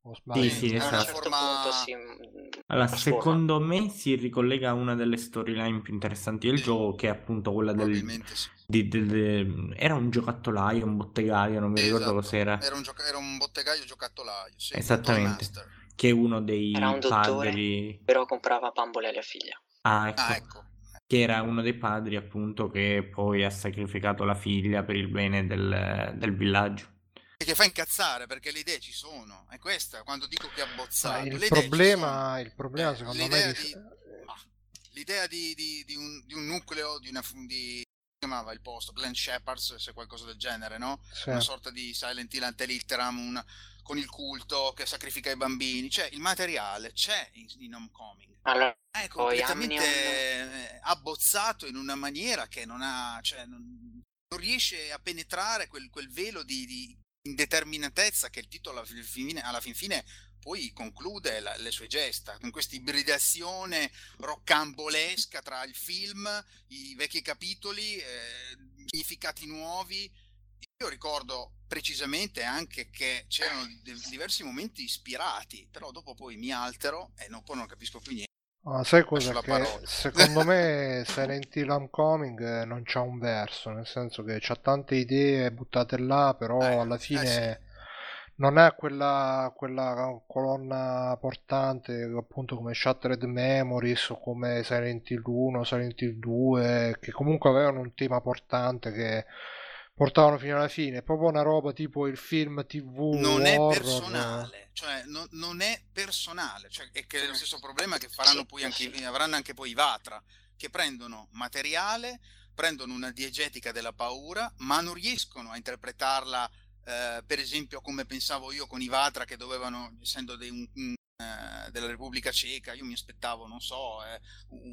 o sbaglio? Sì, sì, A un esatto. certo forma- punto si mm, Allora, trasforma. secondo me si ricollega a una delle storyline più interessanti del Sì, gioco, che è appunto quella del, probabilmente sì. di- del- de- era un giocattolaio, un bottegaio, non mi Sì, ricordo esatto. cos'era. Era un, gioca- era un bottegaio giocattolaio, sì, un toy Esattamente, master. che è uno Era dei un dottore, padri. però comprava bambole alla figlia. Ah, Ah, ecco, ecco. che era uno dei padri appunto che poi ha sacrificato la figlia per il bene del, del villaggio. E che fa incazzare perché le idee ci sono. È questa, quando dico che è Ah, abbozzato. il le idee ci problema, sono. il problema Eh, secondo me l'idea di... di, ma, l'idea di, di- di un, di un nucleo, di una fu- di, come si chiamava il posto? Glen Shepherds, se qualcosa del genere, no? Sì. Una sorta di Silent Hill ante litteram, un- con il culto che sacrifica i bambini. Cioè, il materiale c'è in, in Homecoming. Allora, È poi completamente Amnion, eh, abbozzato in una maniera che non ha, cioè, non, non riesce a penetrare quel, quel velo di, di indeterminatezza che il titolo alla fin fine, alla fin fine poi conclude la- le sue gesta, con questa ibridazione roccambolesca tra il film, i vecchi capitoli, eh, significati nuovi. Io ricordo precisamente anche che c'erano di- diversi momenti ispirati, però dopo poi mi altero e non, poi non capisco più niente. Ah, sai Lascio cosa? la Che parola. secondo me Silent Hill Homecoming eh, non c'ha un verso, nel senso che c'ha tante idee buttate là, però Eh, alla eh, fine non è quella, quella colonna portante appunto come Shattered Memories o come Silent Hill uno, Silent Hill due, che comunque avevano un tema portante che portavano fino alla fine. È proprio una roba tipo il film tivù non è horror. personale, cioè no- non è personale, cioè, è che è lo stesso problema che faranno poi anche, avranno anche poi i Vatra, che prendono materiale, prendono una diegetica della paura, ma non riescono a interpretarla, eh, per esempio, come pensavo io con i Vatra, che dovevano, essendo dei- un- un, eh, della Repubblica Ceca, io mi aspettavo, non so, eh, un-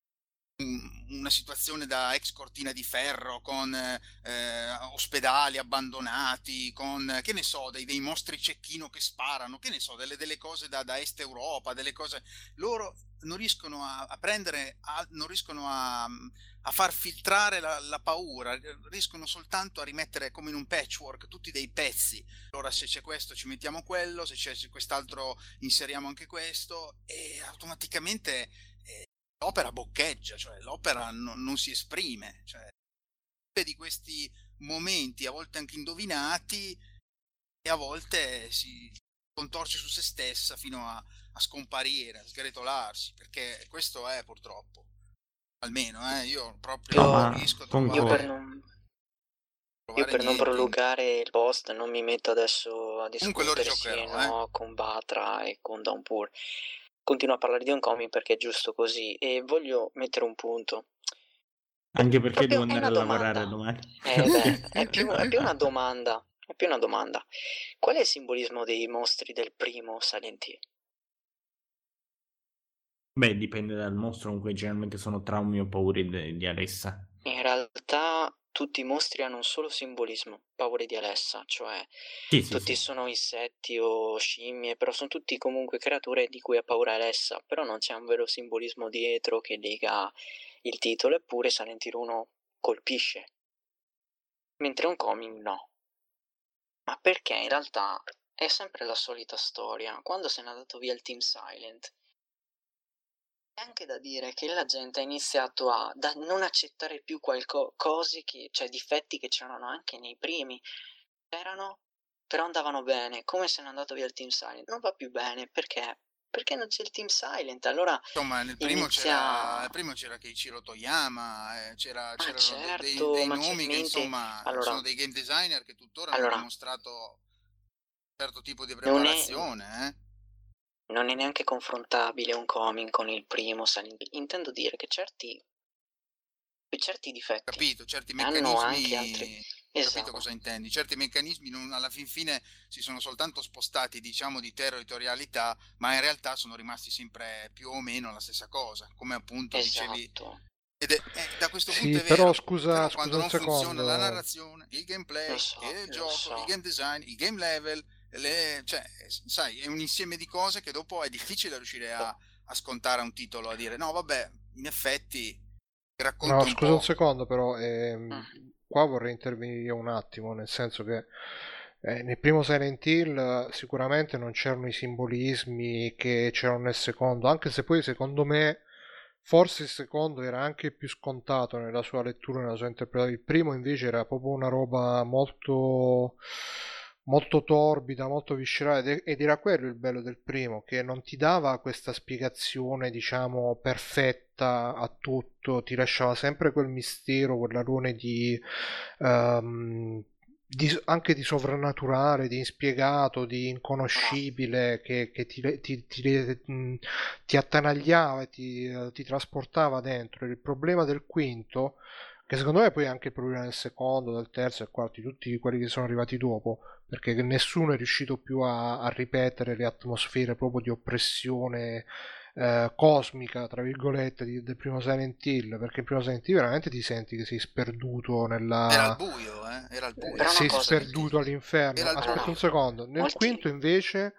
un- una situazione da ex cortina di ferro con eh, eh, ospedali abbandonati, con che ne so, dei, dei mostri cecchino che sparano, che ne so, delle, delle cose da, da Est Europa, delle cose. Loro non riescono a, a prendere, a- non riescono a, a far filtrare la, la paura, riescono soltanto a rimettere come in un patchwork tutti dei pezzi. Allora, se c'è questo ci mettiamo quello, se c'è quest'altro inseriamo anche questo, e automaticamente eh, l'opera boccheggia, cioè l'opera no- non si esprime, cioè di questi momenti a volte anche indovinati e a volte si contorce su se stessa fino a, a scomparire, a sgretolarsi, perché questo è purtroppo, almeno eh, io proprio Io- non ma riesco a concordo. io per trovare, non, io trovare per non niente. prolungare il post non mi metto adesso a Comunque lo discutere sì e rigiocherò, eh. no con Batra e con Downpour. Continuo a parlare di Homecoming perché è giusto così e voglio mettere un punto. Anche perché Proprio devo è andare a una lavorare domanda. domani. Eh beh, è più, è più una domanda. È più una domanda. Qual è il simbolismo dei mostri del primo Silent Hill? Beh, dipende dal mostro, comunque generalmente sono traumi o paure de- di Alessa. In realtà tutti i mostri hanno un solo simbolismo, paure di Alessa, cioè Sì, sì, tutti sì. sono insetti o scimmie, però sono tutti comunque creature di cui ha paura Alessa, però non c'è un vero simbolismo dietro che lega il titolo, eppure Silent Hill uno colpisce, mentre Homecoming no. Ma perché in realtà è sempre la solita storia. Quando se n'è andato via il Team Silent, è anche da dire che la gente ha iniziato a da non accettare più qualcosa, che, cioè difetti che c'erano anche nei primi. C'erano, però andavano bene. Come se n'è andato via il Team Silent? Non va più bene, perché? Perché non c'è il Team Silent. Allora Insomma, nel primo, inizia... c'era, nel primo c'era Keiichiro Toyama, eh, c'era, Ah, c'erano de- certo, dei, dei ma c'è nomi in che mente... insomma Allora, sono dei game designer che tuttora allora, hanno dimostrato un certo tipo di non è, preparazione. Eh. non è neanche confrontabile un Homecoming con il primo Silent Hill. Intendo dire che certi, certi difetti Capito, certi hanno anche altri... meccanismi, Esatto. capito cosa intendi? Certi meccanismi non, alla fin fine si sono soltanto spostati, diciamo, di territorialità, ma in realtà sono rimasti sempre più o meno la stessa cosa, come appunto dicevi. Esatto. Ed è, è- da questo Sì, punto è però vero, scusa, però scusa quando un non funziona la secondo. narrazione, il gameplay, Lo so, il lo gioco, so. il game design, il game level, le- cioè, sai, è un insieme di cose che dopo è difficile riuscire a, a scontare a un titolo, a dire no, vabbè, in effetti racconta No, un scusa un po'. secondo, però ehm, Mm. qua vorrei intervenire io un attimo, nel senso che Eh, nel primo Silent Hill sicuramente non c'erano i simbolismi che c'erano nel secondo, anche se poi secondo me forse il secondo era anche più scontato nella sua lettura, nella sua interpretazione. Il primo invece era proprio una roba molto molto torbida, molto viscerale, ed era quello il bello del primo, che non ti dava questa spiegazione, diciamo, perfetta a tutto, ti lasciava sempre quel mistero, quell'alone di, um, di anche di sovrannaturale, di inspiegato, di inconoscibile, che, che ti, ti, ti, ti attanagliava e ti, ti trasportava dentro. Il problema del quinto, che secondo me poi è anche il problema del secondo, del terzo e del quarto, di tutti quelli che sono arrivati dopo, perché nessuno è riuscito più a, a ripetere le atmosfere proprio di oppressione eh, cosmica, tra virgolette, di, del primo Silent Hill, perché il primo Silent Hill veramente ti senti che sei sperduto nella... Era al buio, eh? Era al buio. Eh, sei sperduto all'inferno. Era al Aspetta buio. un secondo, nel Molti- quinto invece...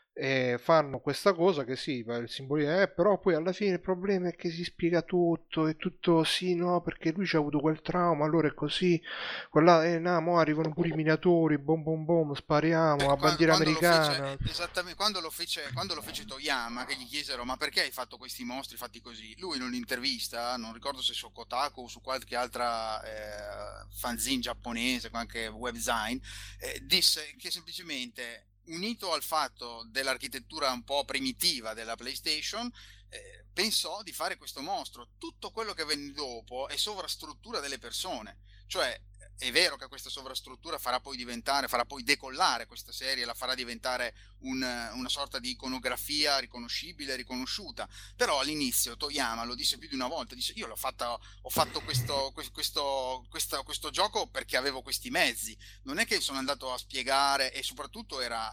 E fanno questa cosa che sì, il simbolismo, eh, però poi alla fine il problema è che si spiega tutto, è tutto sì, no, perché lui c'ha avuto quel trauma, allora è così, quella, eh, no, mo arrivano pure i minatori, bom bom bom, spariamo, Beh, la quando, bandiera quando lo americana. fece, esattamente, quando lo fece, quando lo fece Toyama, che gli chiesero ma perché hai fatto questi mostri fatti così, lui in un'intervista, non ricordo se su Kotaku o su qualche altra eh, fanzine giapponese, qualche webzine, eh, disse che semplicemente, unito al fatto dell'architettura un po' primitiva della PlayStation, eh, pensò di fare questo mostro. Tutto quello che venne dopo è sovrastruttura delle persone, cioè è vero che questa sovrastruttura farà poi diventare, farà poi decollare questa serie, la farà diventare un, una sorta di iconografia riconoscibile, riconosciuta, però all'inizio Toyama lo disse più di una volta, disse io l'ho fatta, ho fatto questo, questo, questo, questo gioco perché avevo questi mezzi, non è che sono andato a spiegare, e soprattutto era,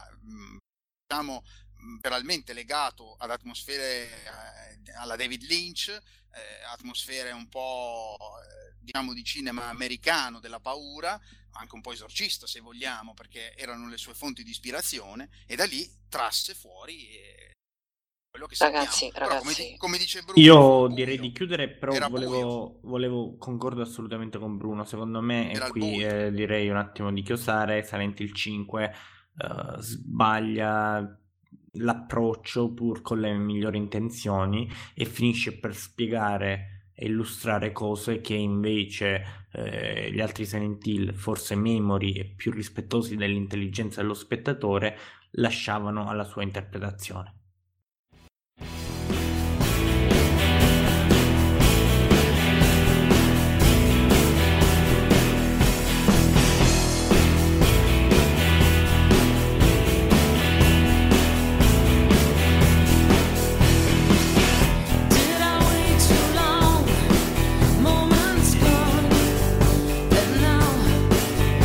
diciamo, veramente legato ad atmosfere, eh, alla David Lynch, eh, atmosfere un po' eh, diciamo di cinema americano della paura, anche un po' esorcista se vogliamo, perché erano le sue fonti di ispirazione, e da lì trasse fuori eh, quello che Ragazzi, sappiamo. Però, ragazzi. come, come dice Bruno, fu Io buio. direi di chiudere, però Era volevo, volevo concordo assolutamente con Bruno. Secondo me, Era e il qui buio. eh, direi un attimo di chiosare, Silent Hill cinque eh, sbaglia l'approccio pur con le migliori intenzioni e finisce per spiegare e illustrare cose che invece eh, gli altri Silent Hill, forse Memory e più rispettosi dell'intelligenza dello spettatore, lasciavano alla sua interpretazione.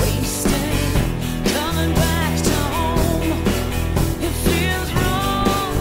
Coming back to home, it feels wrong.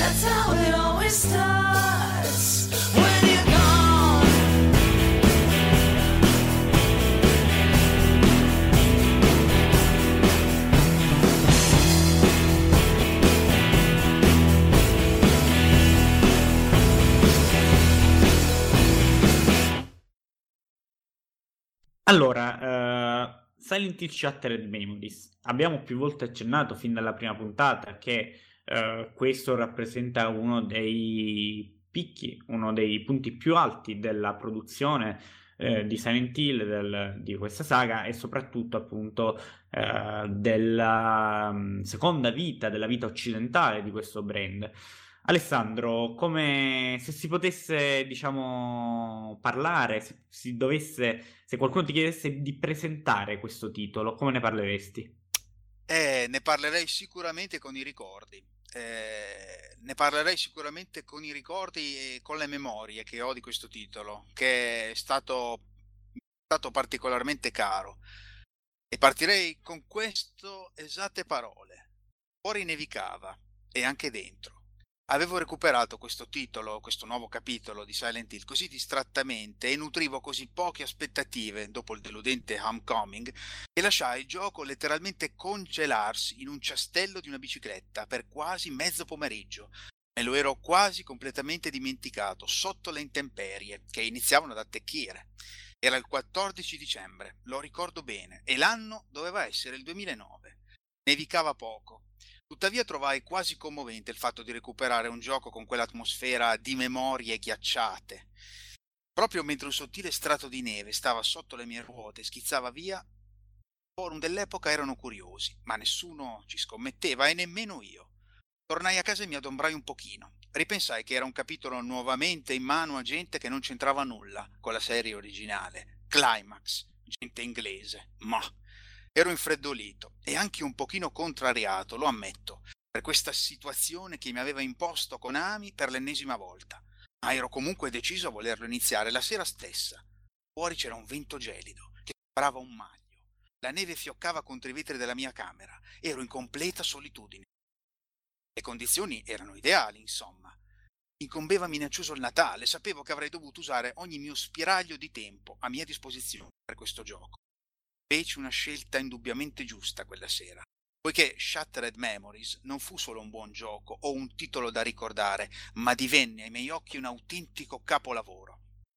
That's how it always starts when you're gone. Allora, uh, Silent Hill Shattered Memories. Abbiamo più volte accennato fin dalla prima puntata che uh, questo rappresenta uno dei picchi, uno dei punti più alti della produzione uh, di Silent Hill, del, di questa saga, e soprattutto appunto uh, della um, seconda vita, della vita occidentale di questo brand. Alessandro, come se si potesse, diciamo, parlare, se si dovesse, se qualcuno ti chiedesse di presentare questo titolo, come ne parleresti? Eh, ne parlerei sicuramente con i ricordi. Eh, ne parlerei sicuramente con i ricordi e con le memorie che ho di questo titolo, che è stato, stato particolarmente caro. E partirei con queste esatte parole. Fuori nevicava, e anche dentro. Avevo recuperato questo titolo, questo nuovo capitolo di Silent Hill così distrattamente e nutrivo così poche aspettative dopo il deludente Homecoming che lasciai il gioco letteralmente congelarsi in un ciastello di una bicicletta per quasi mezzo pomeriggio. Me lo ero quasi completamente dimenticato sotto le intemperie che iniziavano ad attecchire. Era il quattordici dicembre, lo ricordo bene, e l'anno doveva essere il duemilanove. Nevicava poco. Tuttavia trovai quasi commovente il fatto di recuperare un gioco con quell'atmosfera di memorie ghiacciate. Proprio mentre un sottile strato di neve stava sotto le mie ruote e schizzava via, i forum dell'epoca erano curiosi, ma nessuno ci scommetteva e nemmeno io. Tornai a casa e mi adombrai un pochino. Ripensai che era un capitolo nuovamente in mano a gente che non c'entrava nulla con la serie originale. Climax, gente inglese, ma... Ero infreddolito e anche un pochino contrariato, lo ammetto, per questa situazione che mi aveva imposto Konami per l'ennesima volta, ma ero comunque deciso a volerlo iniziare la sera stessa. Fuori c'era un vento gelido che sembrava un maglio. La neve fioccava contro i vetri della mia camera. Ero in completa solitudine. Le condizioni erano ideali, insomma. Incombeva minaccioso il Natale, sapevo che avrei dovuto usare ogni mio spiraglio di tempo a mia disposizione per questo gioco. Feci una scelta indubbiamente giusta quella sera, poiché Shattered Memories non fu solo un buon gioco o un titolo da ricordare, ma divenne ai miei occhi un autentico capolavoro.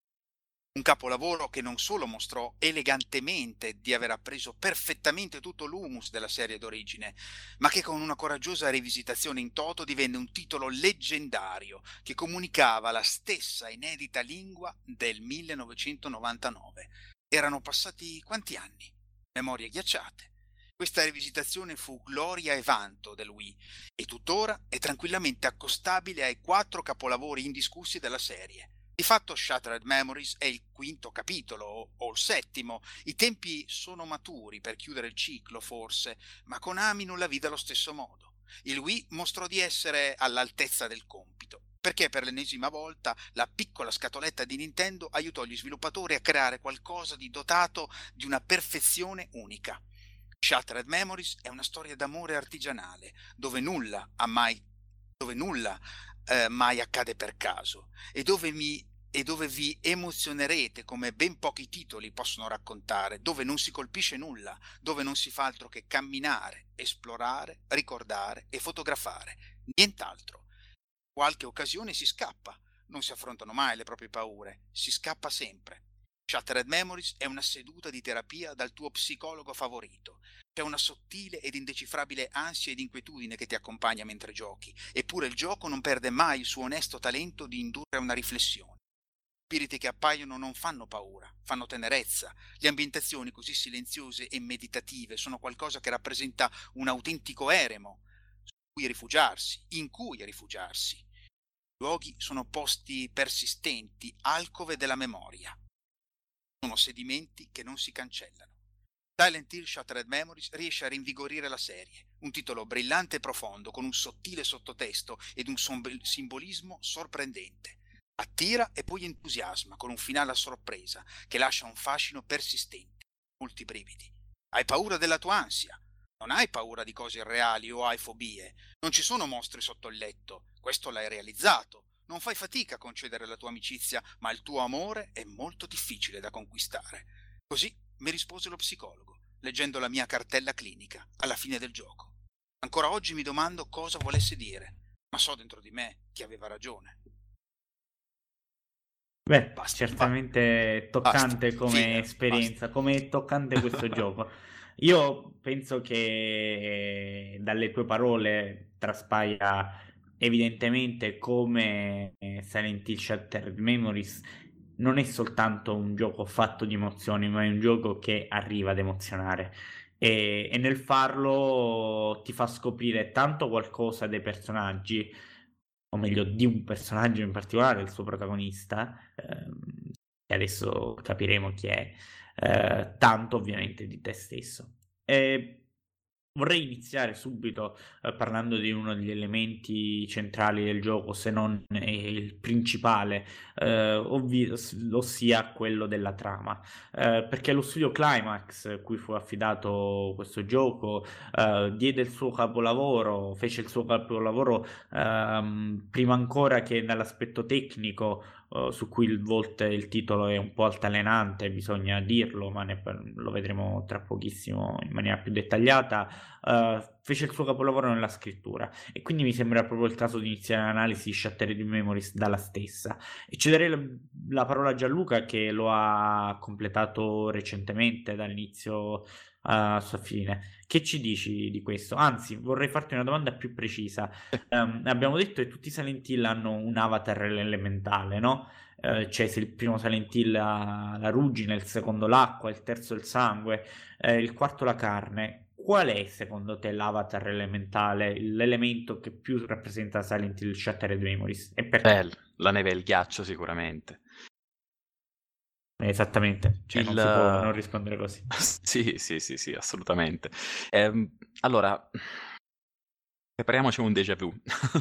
Un capolavoro che non solo mostrò elegantemente di aver appreso perfettamente tutto l'humus della serie d'origine, ma che con una coraggiosa rivisitazione in toto divenne un titolo leggendario che comunicava la stessa inedita lingua del millenovecentonovantanove. Erano passati quanti anni? Memorie ghiacciate. Questa rivisitazione fu gloria e vanto del Wii e tuttora è tranquillamente accostabile ai quattro capolavori indiscussi della serie. Di fatto Shattered Memories è il quinto capitolo o il settimo. I tempi sono maturi per chiudere il ciclo forse, ma Konami non la vide allo stesso modo. Il Wii mostrò di essere all'altezza del compito, perché per l'ennesima volta la piccola scatoletta di Nintendo aiutò gli sviluppatori a creare qualcosa di dotato di una perfezione unica. Shattered Memories è una storia d'amore artigianale, dove nulla ha mai, dove nulla eh, mai accade per caso, e dove mi e dove vi emozionerete come ben pochi titoli possono raccontare, dove non si colpisce nulla, dove non si fa altro che camminare, esplorare, ricordare e fotografare, nient'altro. Qualche occasione si scappa, non si affrontano mai le proprie paure, si scappa sempre. Shattered Memories è una seduta di terapia dal tuo psicologo favorito. C'è una sottile ed indecifrabile ansia ed inquietudine che ti accompagna mentre giochi, eppure il gioco non perde mai il suo onesto talento di indurre a una riflessione. Spiriti che appaiono non fanno paura, fanno tenerezza. Le ambientazioni così silenziose e meditative sono qualcosa che rappresenta un autentico eremo su cui rifugiarsi, in cui rifugiarsi. I luoghi sono posti persistenti, alcove della memoria. Sono sedimenti che non si cancellano. Silent Hill Shattered Memories riesce a rinvigorire la serie, un titolo brillante e profondo, con un sottile sottotesto ed un simbolismo sorprendente. Attira e poi entusiasma con un finale a sorpresa che lascia un fascino persistente, molti brividi. Hai paura della tua ansia? Non hai paura di cose irreali o hai fobie. Non ci sono mostri sotto il letto. Questo l'hai realizzato. Non fai fatica a concedere la tua amicizia, ma il tuo amore è molto difficile da conquistare. Così mi rispose lo psicologo, leggendo la mia cartella clinica alla fine del gioco. Ancora oggi mi domando cosa volesse dire, ma so dentro di me che aveva ragione. Beh, Basta, certamente toccante Basta, come fine, esperienza, come toccante questo gioco. Io penso che dalle tue parole traspaia evidentemente come Silent Hill Shattered Memories non è soltanto un gioco fatto di emozioni, ma è un gioco che arriva ad emozionare. E, e nel farlo ti fa scoprire tanto qualcosa dei personaggi, o meglio di un personaggio in particolare, il suo protagonista, ehm, che adesso capiremo chi è, eh, tanto ovviamente di te stesso. E vorrei iniziare subito eh, parlando di uno degli elementi centrali del gioco, se non eh, il principale, eh, ovvi- ossia quello della trama. Eh, perché lo studio Climax, cui fu affidato questo gioco, eh, diede il suo capolavoro, fece il suo capolavoro ehm, prima ancora che dall'aspetto tecnico, eh, su cui il volto il titolo è un po' altalenante, bisogna dirlo, ma ne, lo vedremo tra pochissimo in maniera più dettagliata. Uh, fece il suo capolavoro nella scrittura e quindi mi sembra proprio il caso di iniziare l'analisi di Shattered Memories dalla stessa, e cederei la, la parola a Gianluca, che lo ha completato recentemente dall'inizio alla sua fine. Che ci dici di questo? Anzi, vorrei farti una domanda più precisa. Um, abbiamo detto che tutti i Silent Hill hanno un avatar elementale, no? Uh, cioè, se il primo Silent Hill ha la ruggine, il secondo l'acqua, il terzo il sangue, eh, il quarto la carne. Qual è secondo te l'avatar elementale, l'elemento che più rappresenta Silent Hill Shattered Memories? E perché? Beh, la neve e il ghiaccio sicuramente. Esattamente, cioè Il... non si può non rispondere così. Sì, sì, sì, sì, assolutamente. Ehm, allora, prepariamoci un déjà vu,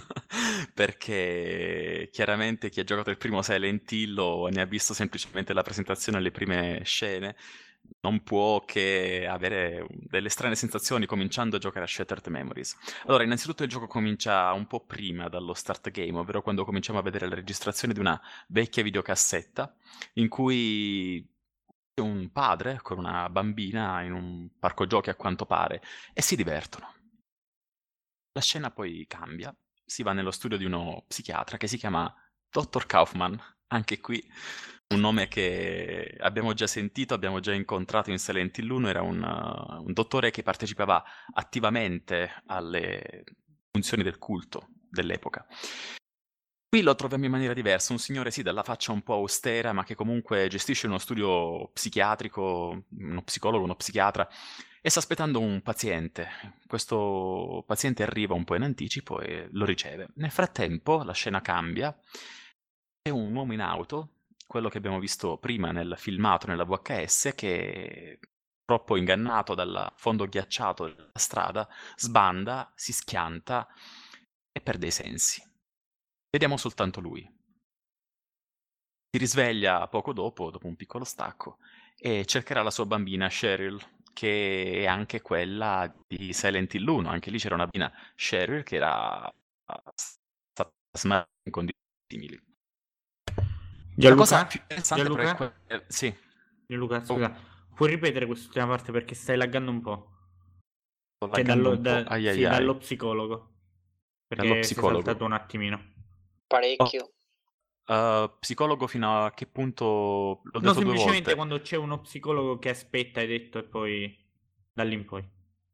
perché chiaramente chi ha giocato il primo Silent Hill o ne ha visto semplicemente la presentazione e le prime scene non può che avere delle strane sensazioni cominciando a giocare a Shattered Memories. Allora, innanzitutto il gioco comincia un po' prima dallo start game, ovvero quando cominciamo a vedere la registrazione di una vecchia videocassetta in cui c'è un padre con una bambina in un parco giochi a quanto pare e si divertono. La scena poi cambia, si va nello studio di uno psichiatra che si chiama dottor Kaufman, anche qui un nome che abbiamo già sentito, abbiamo già incontrato in Silent Hill uno, era un, uh, un dottore che partecipava attivamente alle funzioni del culto dell'epoca. Qui lo troviamo in maniera diversa, un signore sì dalla faccia un po' austera, ma che comunque gestisce uno studio psichiatrico, uno psicologo, uno psichiatra, e sta aspettando un paziente. Questo paziente arriva un po' in anticipo e lo riceve. Nel frattempo la scena cambia, c'è un uomo in auto, quello che abbiamo visto prima nel filmato, nella V H S, che troppo ingannato dal fondo ghiacciato della strada, sbanda, si schianta e perde i sensi. Vediamo soltanto lui. Si risveglia poco dopo, dopo un piccolo stacco, e cercherà la sua bambina Cheryl, che è anche quella di Silent Hill uno. Anche lì c'era una bambina Cheryl che era stata smarrita in condizioni simili. La cosa Gianluca? più interessante però è Gianluca? que- eh, sì. Gianluca, scusa, puoi ripetere quest'ultima parte perché stai laggando un po'? Sto Cioè, laggando dallo, un po'. da- Ai ai sì, ai. dallo psicologo. Dallo Perché sei psicologo. saltato un attimino. Parecchio. Uh, psicologo fino a che punto? L'ho No, detto due semplicemente volte. quando c'è uno psicologo che aspetta, hai detto, e poi da lì in poi.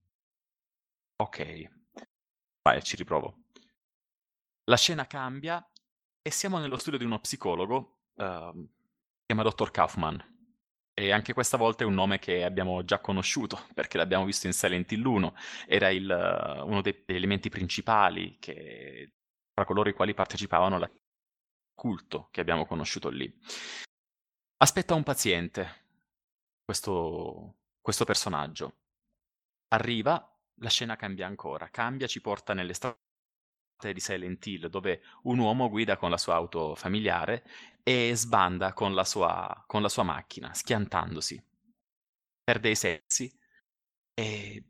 Ok, vai, ci riprovo. La scena cambia e siamo nello studio di uno psicologo, uh, si chiama dottor Kaufman. E anche questa volta è un nome che abbiamo già conosciuto, perché l'abbiamo visto in Silent Hill uno. Era il, uh, uno dei, degli elementi principali che, tra coloro i quali partecipavano al culto che abbiamo conosciuto lì. Aspetta un paziente, questo, questo personaggio. Arriva, la scena cambia ancora, cambia, ci porta nelle strade di Silent Hill, dove un uomo guida con la sua auto familiare e sbanda con la sua, con la sua macchina, schiantandosi. Perde i sensi e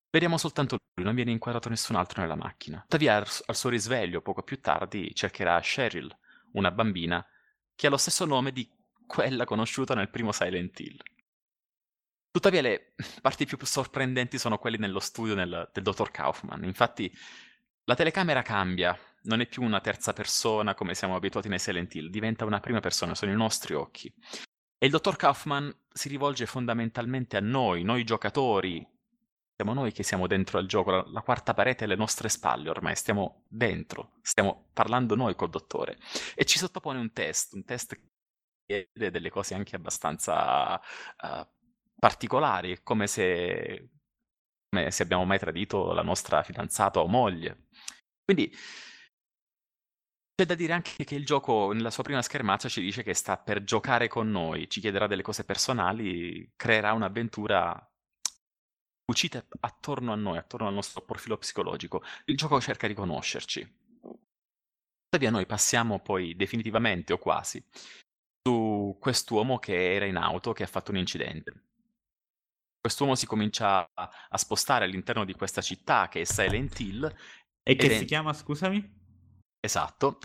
Vediamo soltanto lui, non viene inquadrato nessun altro nella macchina. Tuttavia, al al suo risveglio, poco più tardi, cercherà Cheryl, una bambina che ha lo stesso nome di quella conosciuta nel primo Silent Hill. Tuttavia le parti più sorprendenti sono quelle nello studio nel- del dottor Kaufman. Infatti la telecamera cambia, non è più una terza persona come siamo abituati nei Silent Hill, diventa una prima persona, sono i nostri occhi. E il dottor Kaufman si rivolge fondamentalmente a noi, noi giocatori. Siamo noi che siamo dentro al gioco, la, la quarta parete è alle nostre spalle ormai, stiamo dentro, stiamo parlando noi col dottore. E ci sottopone un test, un test che chiede delle cose anche abbastanza eh, particolari, come se, come se abbiamo mai tradito la nostra fidanzata o moglie. Quindi c'è da dire anche che il gioco nella sua prima schermata ci dice che sta per giocare con noi, ci chiederà delle cose personali, creerà un'avventura cucita attorno a noi, attorno al nostro profilo psicologico. Il gioco cerca di conoscerci. Tuttavia noi passiamo poi definitivamente o quasi su quest'uomo che era in auto che ha fatto un incidente. Quest'uomo si comincia a, a spostare all'interno di questa città che è Silent Hill. E ed che è- si chiama, scusami? Esatto.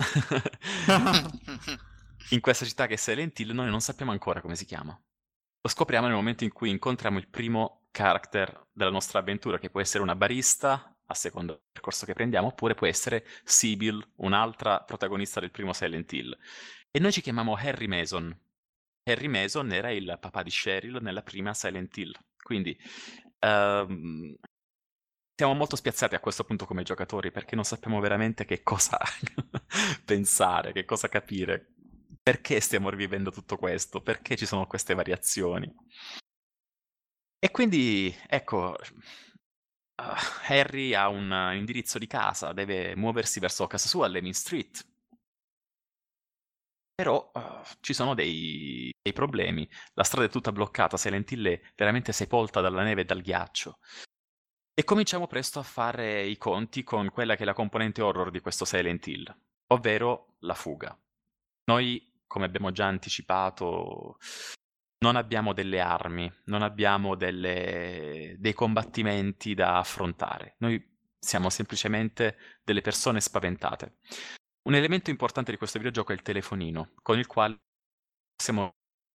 In questa città che è Silent Hill noi non sappiamo ancora come si chiama. Lo scopriamo nel momento in cui incontriamo il primo character della nostra avventura, che può essere una barista, a seconda del percorso che prendiamo, oppure può essere Sybil, un'altra protagonista del primo Silent Hill. E noi ci chiamiamo Harry Mason. Harry Mason era il papà di Cheryl nella prima Silent Hill. Quindi ehm, siamo molto spiazzati a questo punto come giocatori perché non sappiamo veramente che cosa pensare, che cosa capire. Perché stiamo rivivendo tutto questo? Perché ci sono queste variazioni? E quindi, ecco, uh, Harry ha un uh, indirizzo di casa, deve muoversi verso casa sua, Lemming Street. Però uh, ci sono dei, dei problemi. La strada è tutta bloccata, Silent Hill è veramente sepolta dalla neve e dal ghiaccio. E cominciamo presto a fare i conti con quella che è la componente horror di questo Silent Hill, ovvero la fuga. Noi, come abbiamo già anticipato, non abbiamo delle armi, non abbiamo delle- dei combattimenti da affrontare. Noi siamo semplicemente delle persone spaventate. Un elemento importante di questo videogioco è il telefonino, con il quale possiamo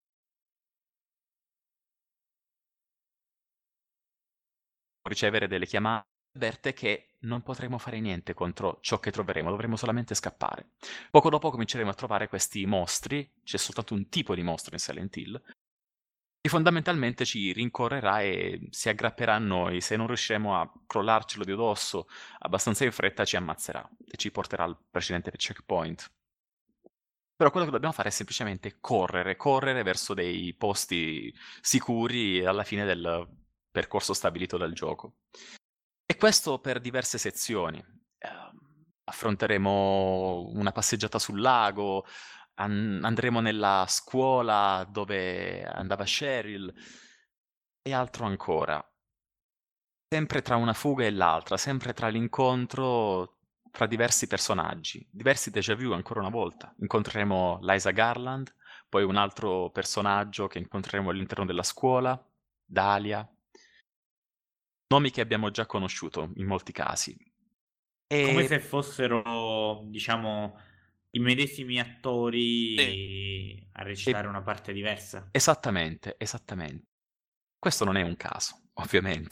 ricevere delle chiamate avverte che non potremo fare niente contro ciò che troveremo, dovremo solamente scappare. Poco dopo cominceremo a trovare questi mostri, c'è soltanto un tipo di mostro in Silent Hill, che fondamentalmente ci rincorrerà e si aggrapperà a noi. Se non riusciremo a crollarcelo di dosso abbastanza in fretta ci ammazzerà e ci porterà al precedente checkpoint. Però quello che dobbiamo fare è semplicemente correre, correre verso dei posti sicuri alla fine del percorso stabilito dal gioco. E questo per diverse sezioni. Ehm, affronteremo una passeggiata sul lago, an- andremo nella scuola dove andava Cheryl e altro ancora. Sempre tra una fuga e l'altra, sempre tra l'incontro tra diversi personaggi, diversi déjà vu ancora una volta. Incontreremo Liza Garland, poi un altro personaggio che incontreremo all'interno della scuola, Dahlia, nomi che abbiamo già conosciuto in molti casi. Come E se fossero, diciamo, i medesimi attori a recitare una parte diversa. esattamente, esattamente. Questo non è un caso, ovviamente.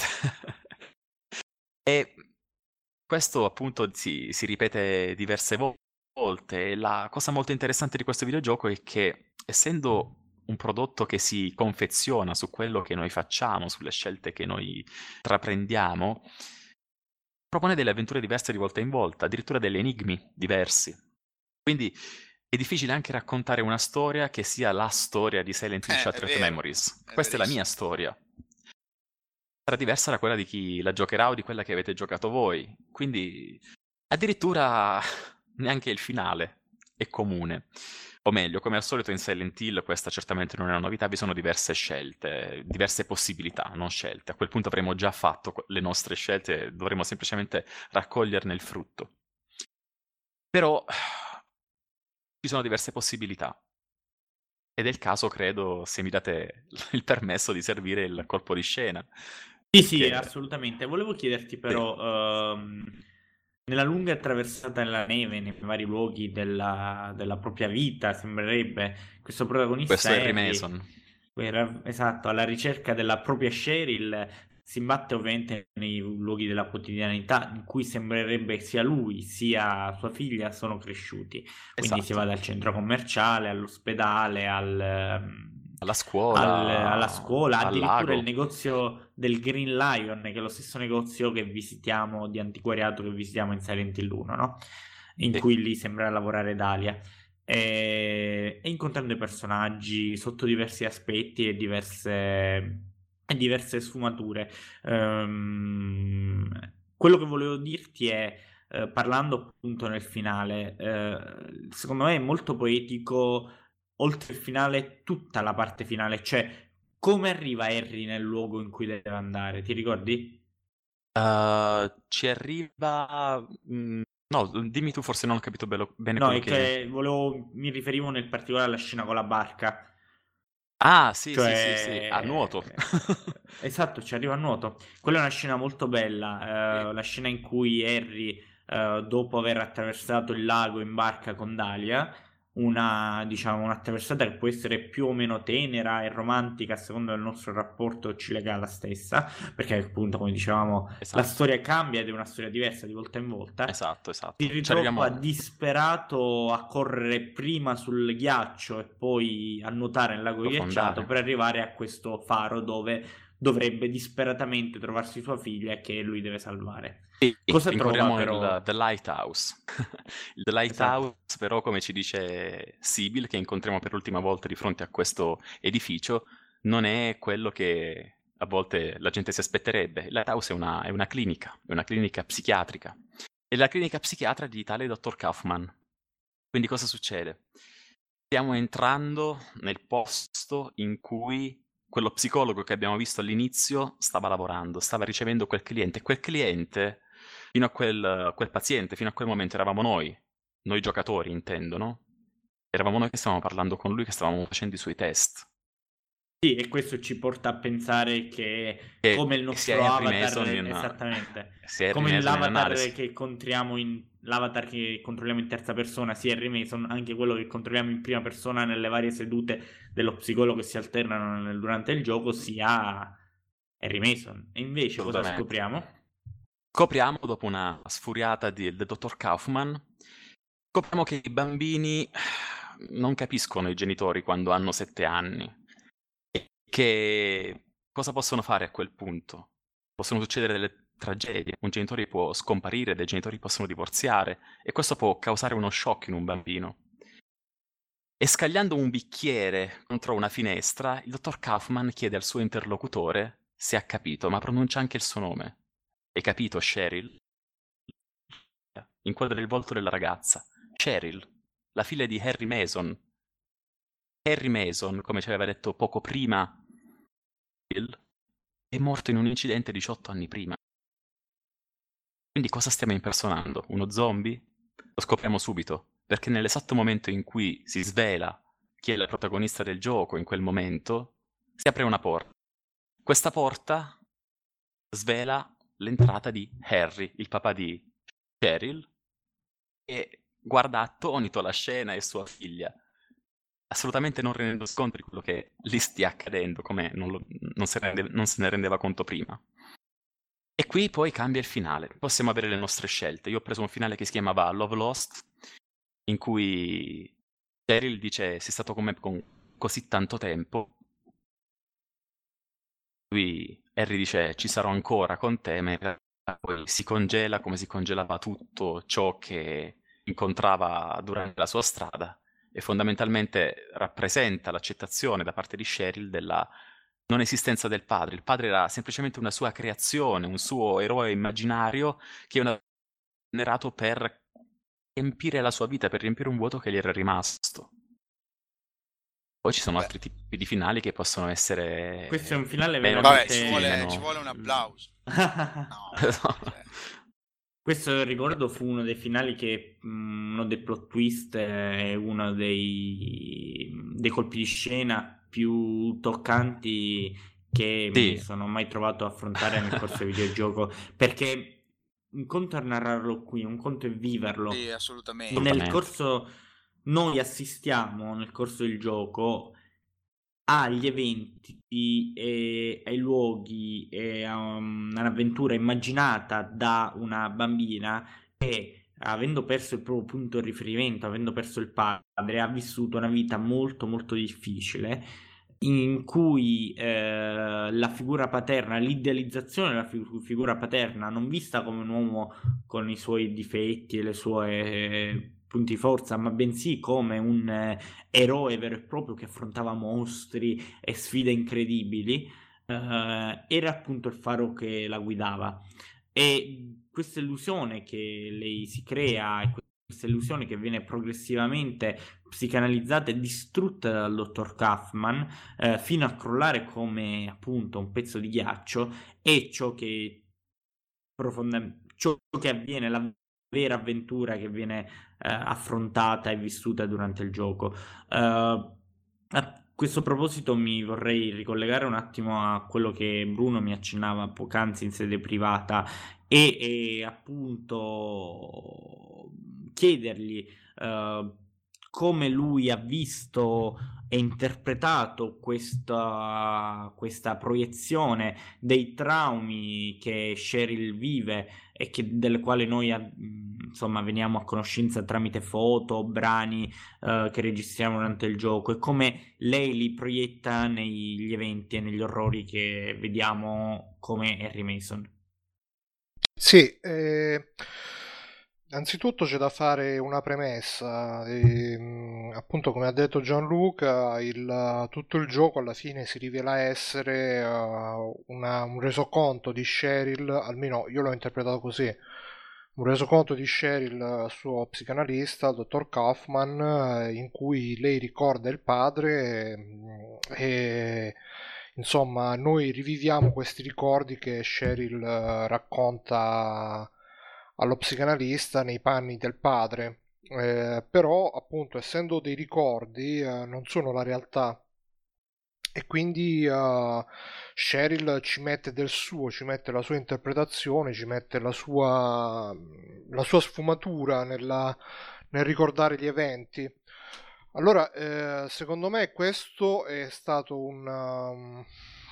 E questo appunto si, si ripete diverse vo- volte. E la cosa molto interessante di questo videogioco è che, essendo un prodotto che si confeziona su quello che noi facciamo, sulle scelte che noi traprendiamo, propone delle avventure diverse di volta in volta, addirittura degli enigmi diversi. Quindi è difficile anche raccontare una storia che sia la storia di Silent Hill Eh, è Shattered vero, Memories. è Questa è la mia verissimo. storia. Sarà diversa da quella di chi la giocherà o di quella che avete giocato voi. Quindi addirittura neanche il finale è comune. O meglio, come al solito in Silent Hill, questa certamente non è una novità, vi sono diverse scelte, diverse possibilità, non scelte. A quel punto avremo già fatto que- le nostre scelte, dovremo semplicemente raccoglierne il frutto. Però ci sono diverse possibilità. Ed è il caso, credo, se mi date il permesso di servire il colpo di scena. Sì, sì, Che- assolutamente. Volevo chiederti però, ehm, nella lunga attraversata nella neve, nei vari luoghi della, della propria vita, sembrerebbe, questo protagonista Questo è Harry Harry, Mason. era- esatto, alla ricerca della propria Cheryl, si imbatte ovviamente nei luoghi della quotidianità in cui sembrerebbe sia lui sia sua figlia sono cresciuti. Quindi si va Esatto. dal centro commerciale all'ospedale, al, ehm, Alla al- scuola, alla scuola, al addirittura il lago. negozio del Green Lion, che è lo stesso negozio che visitiamo di antiquariato che visitiamo in Silent Hill uno, no? In Sì. cui lì sembra lavorare Dalia. E, e incontrando i personaggi sotto diversi aspetti e diverse, e diverse sfumature. Ehm, quello che volevo dirti è, eh, parlando appunto nel finale, eh, secondo me è molto poetico, oltre il finale, tutta la parte finale, cioè come arriva Harry nel luogo in cui deve andare, ti ricordi? Uh, ci arriva... mm, no, dimmi tu, forse non ho capito bello- bene No, quello è che... che volevo, mi riferivo nel particolare alla scena con la barca. Ah, sì, sì, sì, sì, a nuoto. Cioè, esatto, ci arriva a nuoto. Quella è una scena molto bella, eh, la scena in cui Harry, eh, dopo aver attraversato il lago in barca con Dalia, una, diciamo, un'attraversata che può essere più o meno tenera e romantica a seconda del nostro rapporto, ci lega alla stessa, perché appunto, come dicevamo, la Esatto, storia cambia ed è una storia diversa di volta in volta. esatto, Si esatto. Ci ritrova arriviamo... disperato a correre prima sul ghiaccio e poi a nuotare nel lago ghiacciato Profondare. per arrivare a questo faro dove dovrebbe disperatamente trovarsi sua figlia che lui deve salvare. Sì, Cosa trova incorriamo però? il The Lighthouse. Il The Esatto, Lighthouse, però, come ci dice Sybil, che incontriamo per l'ultima volta di fronte a questo edificio, non è quello che a volte la gente si aspetterebbe. Il Lighthouse è una, è una clinica, è una clinica psichiatrica. È la clinica psichiatra di tale dottor Kaufman. Quindi cosa succede? Stiamo entrando nel posto in cui quello psicologo che abbiamo visto all'inizio stava lavorando, stava ricevendo quel cliente. Quel cliente, fino a quel, quel paziente, fino a quel momento eravamo noi, noi giocatori intendo, no? Eravamo noi che stavamo parlando con lui, che stavamo facendo i suoi test. sì, e questo ci porta a pensare che Che come il sia nostro Harry avatar, Mason in, esattamente, sia Harry come Mason in l'avatar analisi. che contriamo in l'avatar che controlliamo in terza persona, sia Harry Mason, anche quello che controlliamo in prima persona nelle varie sedute dello psicologo che si alternano nel- durante il gioco, sia Harry Mason. E invece cosa Assolutamente. scopriamo? Scopriamo, dopo una sfuriata di- del dottor Kaufman, scopriamo che i bambini non capiscono i genitori quando hanno sette anni. E che cosa possono fare a quel punto? Possono succedere delle tragedie. Un genitore può scomparire, dei genitori possono divorziare, e questo può causare uno shock in un bambino. E scagliando un bicchiere contro una finestra, il dottor Kaufman chiede al suo interlocutore se ha capito, ma pronuncia anche il suo nome. Hai capito, Cheryl? Inquadra il volto della ragazza. Cheryl, la figlia di Harry Mason. Harry Mason, come ci aveva detto poco prima, Bill, è morto in un incidente diciotto anni prima. Quindi cosa stiamo impersonando? Uno zombie? Lo scopriamo subito, perché nell'esatto momento in cui si svela chi è la protagonista del gioco, in quel momento, si apre una porta. Questa porta svela l'entrata di Harry, il papà di Cheryl, e guarda attonito la scena e sua figlia, assolutamente non rendendo conto di quello che gli stia accadendo, come non, lo- non se ne rende- non se ne rendeva conto prima. E qui poi cambia il finale. Possiamo avere le nostre scelte. Io ho preso un finale che si chiamava Love Lost, in cui Cheryl dice: sei stato con me con così tanto tempo. Lui, Harry dice: ci sarò ancora con te, ma in realtà poi si congela come si congelava tutto ciò che incontrava durante la sua strada, e fondamentalmente rappresenta l'accettazione da parte di Cheryl della non esistenza del padre. Il padre era semplicemente una sua creazione, un suo eroe immaginario che è generato per riempire la sua vita, per riempire un vuoto che gli era rimasto. Poi ci sono Beh. altri tipi di finali che possono essere Questo è un finale meno Vabbè, veramente... ci lieti, vuole, meno- ci vuole un applauso. No, cioè, Questo ricordo fu uno dei finali che, mh, uno dei plot twist e uno dei, dei colpi di scena più toccanti che Sì. mi sono mai trovato a affrontare nel corso del videogioco, perché un conto è narrarlo qui, un conto è viverlo. Sì, assolutamente. Nel Assolutamente. corso noi assistiamo nel corso del gioco agli eventi e ai luoghi e a um, un'avventura immaginata da una bambina che, avendo perso il proprio punto di riferimento, avendo perso il padre, ha vissuto una vita molto molto difficile, in cui eh, la figura paterna, l'idealizzazione della fi- figura paterna, non vista come un uomo con i suoi difetti e le sue eh, punti di forza, ma bensì come un eh, eroe vero e proprio che affrontava mostri e sfide incredibili, eh, era appunto il faro che la guidava. E questa illusione che lei si crea, e questa illusione che viene progressivamente psicanalizzata e distrutta dal dottor Kaufman, eh, fino a crollare come appunto un pezzo di ghiaccio, è ciò che profondamente ciò che avviene, la vera avventura che viene eh, affrontata e vissuta durante il gioco. Eh, a questo proposito mi vorrei ricollegare un attimo a quello che Bruno mi accennava poc'anzi in sede privata e, e appunto chiedergli eh, come lui ha visto e interpretato questa, questa proiezione dei traumi che Cheryl vive e che, delle quali noi eh, insomma veniamo a conoscenza tramite foto, brani eh, che registriamo durante il gioco, e come lei li proietta negli eventi e negli orrori che vediamo come Harry Mason. Sì, eh, anzitutto c'è da fare una premessa, ehm, appunto come ha detto Gianluca, il, tutto il gioco alla fine si rivela essere uh, una- un resoconto di Cheryl, almeno io l'ho interpretato così, un resoconto di Cheryl al suo psicanalista, il dottor Kaufman, eh, in cui lei ricorda il padre mm, e insomma noi riviviamo questi ricordi che Cheryl eh, racconta allo psicanalista nei panni del padre. Eh, però appunto essendo dei ricordi eh, non sono la realtà e quindi uh, Cheryl ci mette del suo, ci mette la sua interpretazione, ci mette la sua, la sua sfumatura nella- nel ricordare gli eventi. Allora, eh, secondo me questo è stato un, um,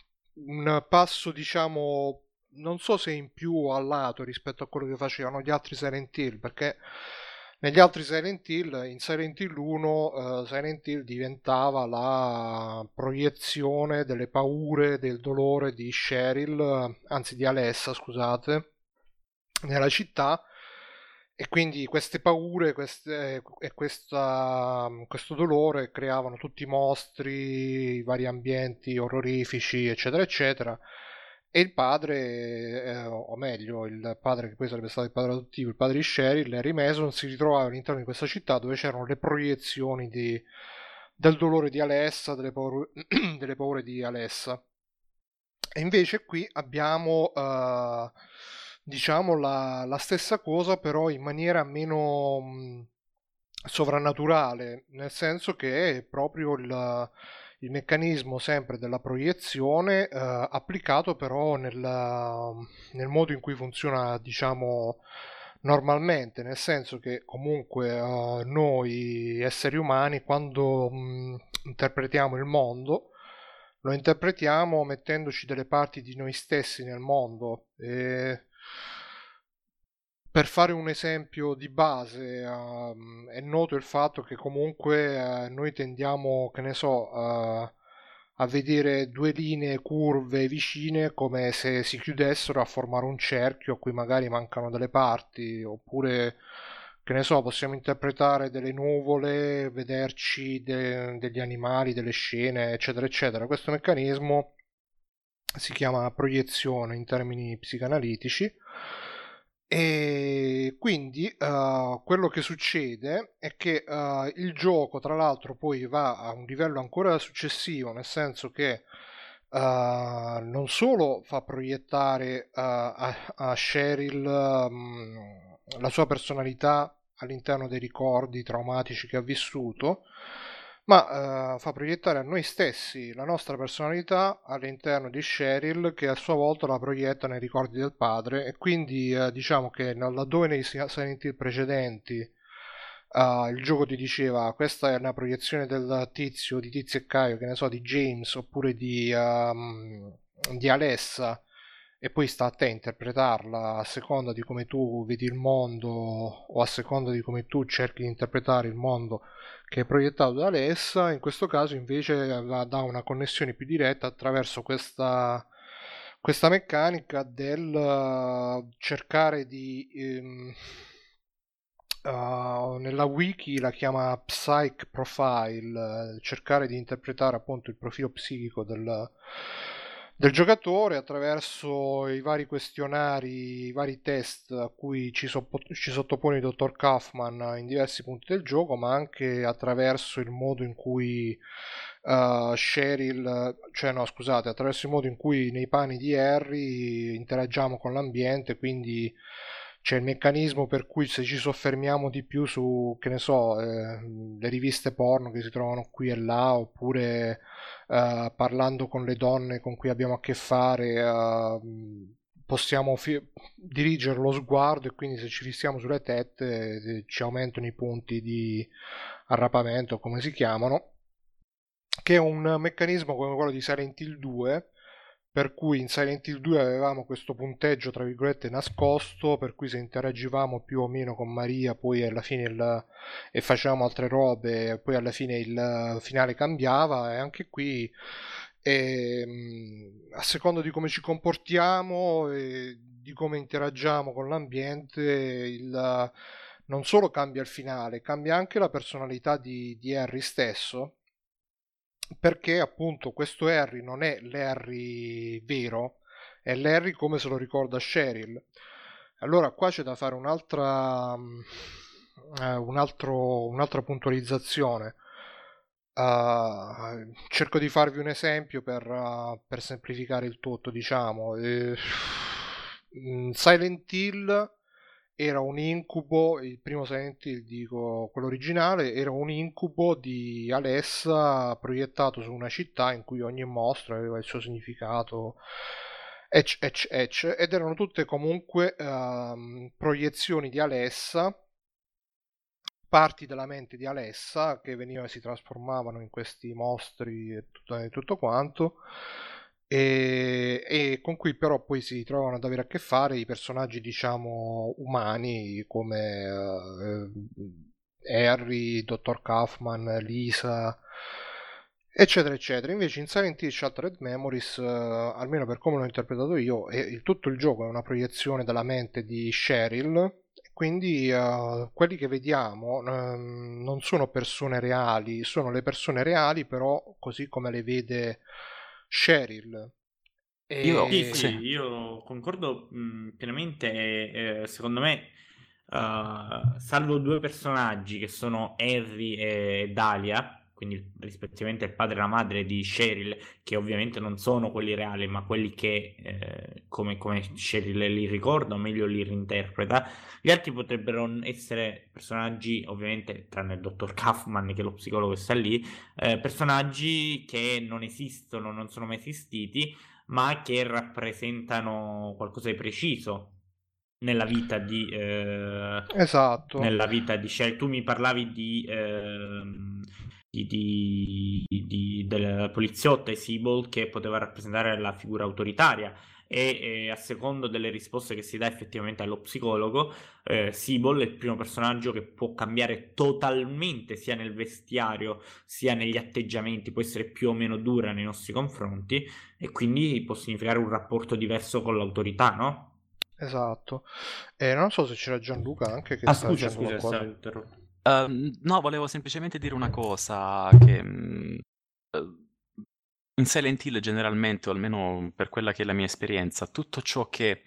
un passo, diciamo, non so se in più a lato rispetto a quello che facevano gli altri Silent Hill, perché negli altri Silent Hill, in Silent Hill uno, eh, Silent Hill diventava la proiezione delle paure, del dolore di Cheryl, eh, anzi di Alessa, scusate, nella città, e quindi queste paure queste, e questa, questo dolore creavano tutti i mostri, i vari ambienti orrorifici, eccetera, eccetera. E il padre, eh, o meglio, il padre che poi sarebbe stato il padre adottivo, il padre di Cheryl, Harry Mason, si ritrovava all'interno di questa città dove c'erano le proiezioni di, del dolore di Alessa, delle paure, delle paure di Alessa. E invece qui abbiamo, eh, diciamo, la, la stessa cosa, però in maniera meno mh, sovrannaturale, nel senso che è proprio il, il meccanismo sempre della proiezione, eh, applicato però nel, nel modo in cui funziona, diciamo, normalmente, nel senso che comunque eh, noi esseri umani, quando mh, interpretiamo il mondo, lo interpretiamo mettendoci delle parti di noi stessi nel mondo. E per fare un esempio di base, ehm, è noto il fatto che comunque eh, noi tendiamo, che ne so, eh, a vedere due linee curve vicine come se si chiudessero a formare un cerchio a cui magari mancano delle parti, oppure, che ne so, possiamo interpretare delle nuvole, vederci de- degli animali, delle scene, eccetera, eccetera. Questo meccanismo si chiama proiezione in termini psicanalitici. E quindi eh, quello che succede è che eh, il gioco, tra l'altro, poi va a un livello ancora successivo, nel senso che eh, non solo fa proiettare eh, a, a Cheryl mh, la sua personalità all'interno dei ricordi traumatici che ha vissuto, ma eh, fa proiettare a noi stessi la nostra personalità all'interno di Cheryl, che a sua volta la proietta nei ricordi del padre, e quindi eh, diciamo che nel- laddove nei Si- Silent Hill precedenti eh, il gioco ti diceva questa è una proiezione del tizio, di Tizio e Caio, che ne so, di James oppure di, ehm, di Alessa, e poi sta a te interpretarla a seconda di come tu vedi il mondo o a seconda di come tu cerchi di interpretare il mondo che è proiettato da Alessa. In questo caso invece la- dà una connessione più diretta attraverso questa, questa meccanica del eh, cercare di ehm, uh, nella wiki la chiama Psych Profile, eh, cercare di interpretare appunto il profilo psichico del, del giocatore attraverso i vari questionari, i vari test a cui ci, soppo- ci sottopone il dottor Kaufman in diversi punti del gioco, ma anche attraverso il modo in cui uh, Cheryl, cioè no scusate, attraverso il modo in cui nei panni di Harry interagiamo con l'ambiente, quindi c'è il meccanismo per cui se ci soffermiamo di più su, che ne so, eh, le riviste porno che si trovano qui e là, oppure eh, parlando con le donne con cui abbiamo a che fare, eh, possiamo fi- dirigere lo sguardo, e quindi se ci fissiamo sulle tette eh, ci aumentano i punti di arrapamento, come si chiamano, che è un meccanismo come quello di Silent Hill due, per cui in Silent Hill due avevamo questo punteggio tra virgolette nascosto, per cui se interagivamo più o meno con Maria poi alla fine il, e facevamo altre robe, poi alla fine il finale cambiava, e anche qui ehm, a seconda di come ci comportiamo e di come interagiamo con l'ambiente, il, non solo cambia il finale, cambia anche la personalità di, di Harry stesso, perché appunto questo Harry non è l'Harry vero, è l'Harry come se lo ricorda Cheryl. Allora qua c'è da fare un'altra, mm, eh, un altro- un'altra puntualizzazione. Uh, cerco di farvi un esempio per, uh, per semplificare il tutto, diciamo. Eh, mm, Silent Hill era un incubo, il primo Silent Hill, dico quello originale, era un incubo di Alessa proiettato su una città in cui ogni mostro aveva il suo significato, ecc, ecc, ecc, ed erano tutte comunque ehm, proiezioni di Alessa, parti della mente di Alessa che venivano, si trasformavano in questi mostri e tutto, e tutto quanto, e, e con cui però poi si trovano ad avere a che fare i personaggi diciamo umani come eh, Harry, dottor Kaufman, Lisa, eccetera eccetera. Invece in Silent Hill Shattered Memories, eh, almeno per come l'ho interpretato io, è, il, tutto il gioco è una proiezione della mente di Cheryl, quindi uh, quelli che vediamo um, non sono persone reali, sono le persone reali però così come le vede Cheryl. Io, Sì, E... sì, sì. io concordo mh, pienamente. e, eh, secondo me, uh, salvo due personaggi che sono Harry e Dahlia, quindi rispettivamente il padre e la madre di Cheryl, che ovviamente non sono quelli reali, ma quelli che, eh, come, come Cheryl li ricorda, o meglio li reinterpreta, gli altri potrebbero essere personaggi, ovviamente, tranne il dottor Kaufman, che è lo psicologo che sta lì, eh, personaggi che non esistono, non sono mai esistiti, ma che rappresentano qualcosa di preciso nella vita di eh, Esatto, nella vita di Shell. Tu mi parlavi di, ehm, di, di, di- del poliziotto e Sibyl, che poteva rappresentare la figura autoritaria, e eh, a secondo delle risposte che si dà effettivamente allo psicologo, eh, Sibyl è il primo personaggio che può cambiare totalmente sia nel vestiario sia negli atteggiamenti, può essere più o meno dura nei nostri confronti, e quindi può significare un rapporto diverso con l'autorità, no? esatto. E non so se c'era Gianluca anche che Ah, sta scusa, dicendo scusa, stavo qualcosa. interrotto. Ehm, no, volevo semplicemente dire una cosa che mh, eh, in Silent Hill generalmente, o almeno per quella che è la mia esperienza, tutto ciò che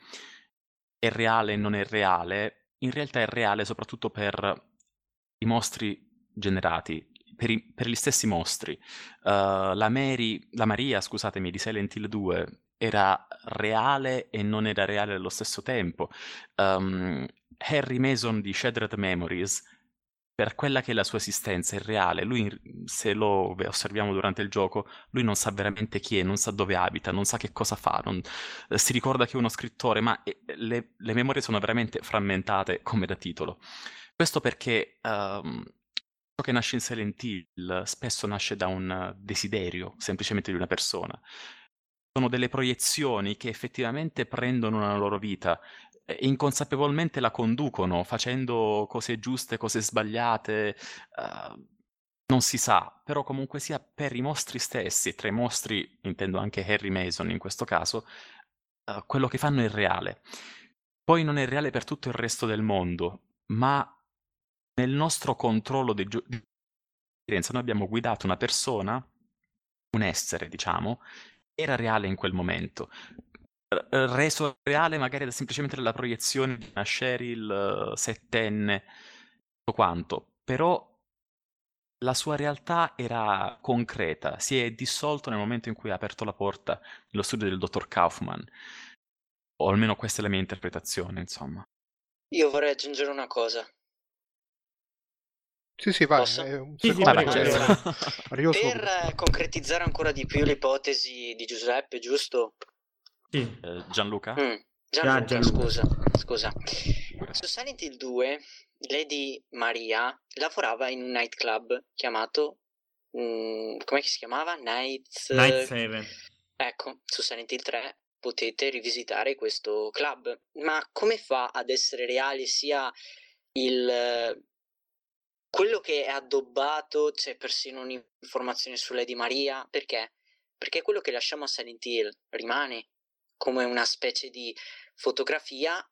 è reale e non è reale, in realtà è reale soprattutto per i mostri generati, per, i- per gli stessi mostri. Uh, la, Mary, la Maria, scusatemi, di Silent Hill due era reale e non era reale allo stesso tempo. Um, Harry Mason di Shattered Memories per quella che è la sua esistenza, è reale. Lui, se lo osserviamo durante il gioco, lui non sa veramente chi è, non sa dove abita, non sa che cosa fa, non- eh, si ricorda che è uno scrittore, ma eh, le, le memorie sono veramente frammentate come da titolo. Questo perché ehm, ciò che nasce in Silent Hill spesso nasce da un desiderio, semplicemente di una persona. Sono delle proiezioni che effettivamente prendono una loro vita e inconsapevolmente la conducono, facendo cose giuste, cose sbagliate, eh, non si sa, però comunque sia per i mostri stessi, tra i mostri intendo anche Harry Mason in questo caso, eh, quello che fanno è reale. Poi non è reale per tutto il resto del mondo, ma nel nostro controllo di gio- di esperienza noi abbiamo guidato una persona, un essere, diciamo, era reale in quel momento. R- reso reale magari da semplicemente dalla proiezione di una Cheryl eh, settenne, tutto quanto, però la sua realtà era concreta, si è dissolto nel momento in cui ha aperto la porta nello studio del dottor Kaufman, o almeno questa è la mia interpretazione, insomma. Io vorrei aggiungere una cosa. Sì, sì, vai, Posso? eh, un Sì, sì, secondo Vabbè, prego, che prego. certo. arrivo Per subito. eh, concretizzare ancora di più l'ipotesi di Giuseppe, giusto? Sì. Eh, Gianluca? Mm, Ah, Gianluca, Gianluca. scusa, scusa. Su Silent Hill due, Lady Maria lavorava in un nightclub chiamato... mm, com'è che si chiamava? Night... Night eh, Seven. Ecco, su Silent Hill tre potete rivisitare questo club. Ma come fa ad essere reale sia il... eh, quello che è addobbato, c'è persino un'informazione su Lady Maria, perché? Perché quello che lasciamo a Silent Hill rimane come una specie di fotografia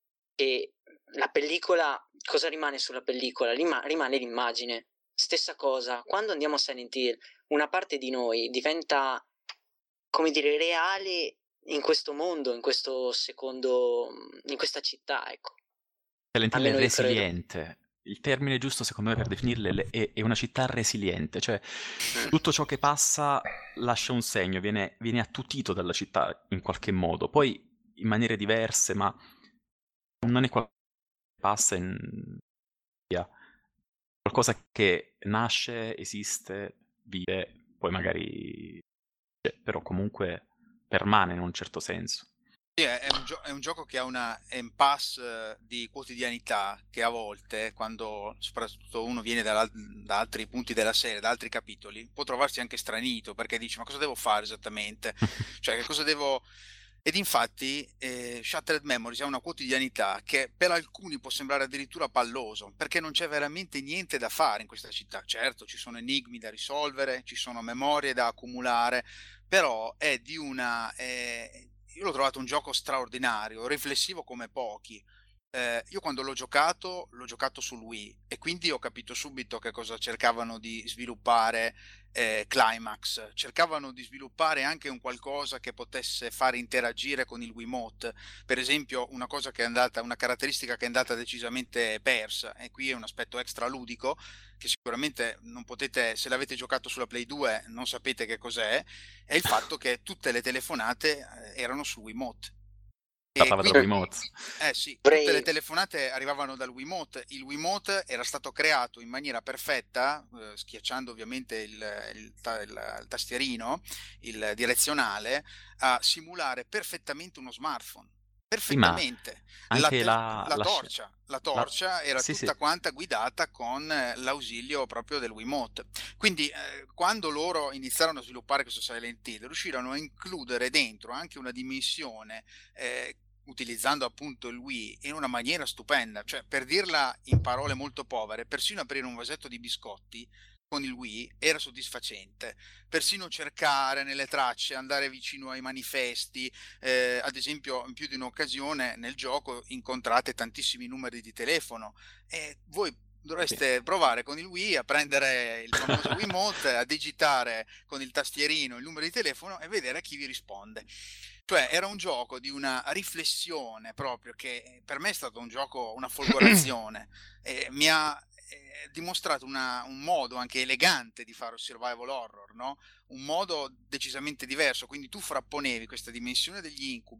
e la pellicola, cosa rimane sulla pellicola? Rima- rimane l'immagine. Stessa cosa, quando andiamo a Silent Hill, una parte di noi diventa, come dire, reale in questo mondo, in questo secondo, in questa città, ecco. Silent Hill è Almeno io credo. resiliente. Il termine giusto, secondo me, per definirle le- è, è una città resiliente, cioè Mm. tutto ciò che passa lascia un segno, viene, viene attutito dalla città in qualche modo, poi in maniere diverse, ma non è qualcosa che passa in via, qualcosa che nasce, esiste, vive, poi magari, cioè, però comunque permane in un certo senso. Sì, è, è un gio- è un gioco che ha una impasse eh, di quotidianità che a volte, quando soprattutto uno viene dalla- da altri punti della serie, da altri capitoli, può trovarsi anche stranito perché dice: ma cosa devo fare esattamente? Cioè, che cosa devo... Ed infatti eh, Shattered Memories ha una quotidianità che per alcuni può sembrare addirittura palloso, perché non c'è veramente niente da fare in questa città. Certo, ci sono enigmi da risolvere, ci sono memorie da accumulare, però è di una... eh, io l'ho trovato un gioco straordinario, riflessivo come pochi. Eh, io quando l'ho giocato, l'ho giocato sul Wii e quindi ho capito subito che cosa cercavano di sviluppare eh, Climax. Cercavano di sviluppare anche un qualcosa che potesse fare interagire con il Wiimote. Per esempio, una cosa che è andata, una caratteristica che è andata decisamente persa, e qui è un aspetto extra ludico che sicuramente non potete, se l'avete giocato sulla Play due, non sapete che cos'è, è il fatto che tutte le telefonate eh, erano su Wiimote. E Parlava da quindi, Wiimote. eh sì, tutte le Vorrei... telefonate arrivavano dal Wiimote. Il Wiimote era stato creato in maniera perfetta, eh, schiacciando ovviamente il, il ta- il- il tastierino, il direzionale, a simulare perfettamente uno smartphone. Sì, ma Perfettamente. La, anche tel- la, la la sc- torcia, la la- torcia era Sì, tutta sì. quanta guidata con eh, l'ausilio proprio del Wiimote. Quindi, eh, quando loro iniziarono a sviluppare questo Silent Hill, riuscirono a includere dentro anche una dimensione eh, utilizzando appunto il Wii in una maniera stupenda, cioè per dirla in parole molto povere, persino aprire un vasetto di biscotti con il Wii era soddisfacente, persino cercare nelle tracce, andare vicino ai manifesti, eh, ad esempio in più di un'occasione nel gioco incontrate tantissimi numeri di telefono e voi dovreste provare con il Wii a prendere il famoso Wiimote, a digitare con il tastierino il numero di telefono e vedere a chi vi risponde. Cioè era un gioco di una riflessione proprio che per me è stato un gioco, una folgorazione, e mi ha eh, dimostrato una- un modo anche elegante di fare un survival horror, no? Un modo decisamente diverso, quindi tu frapponevi questa dimensione degli incubi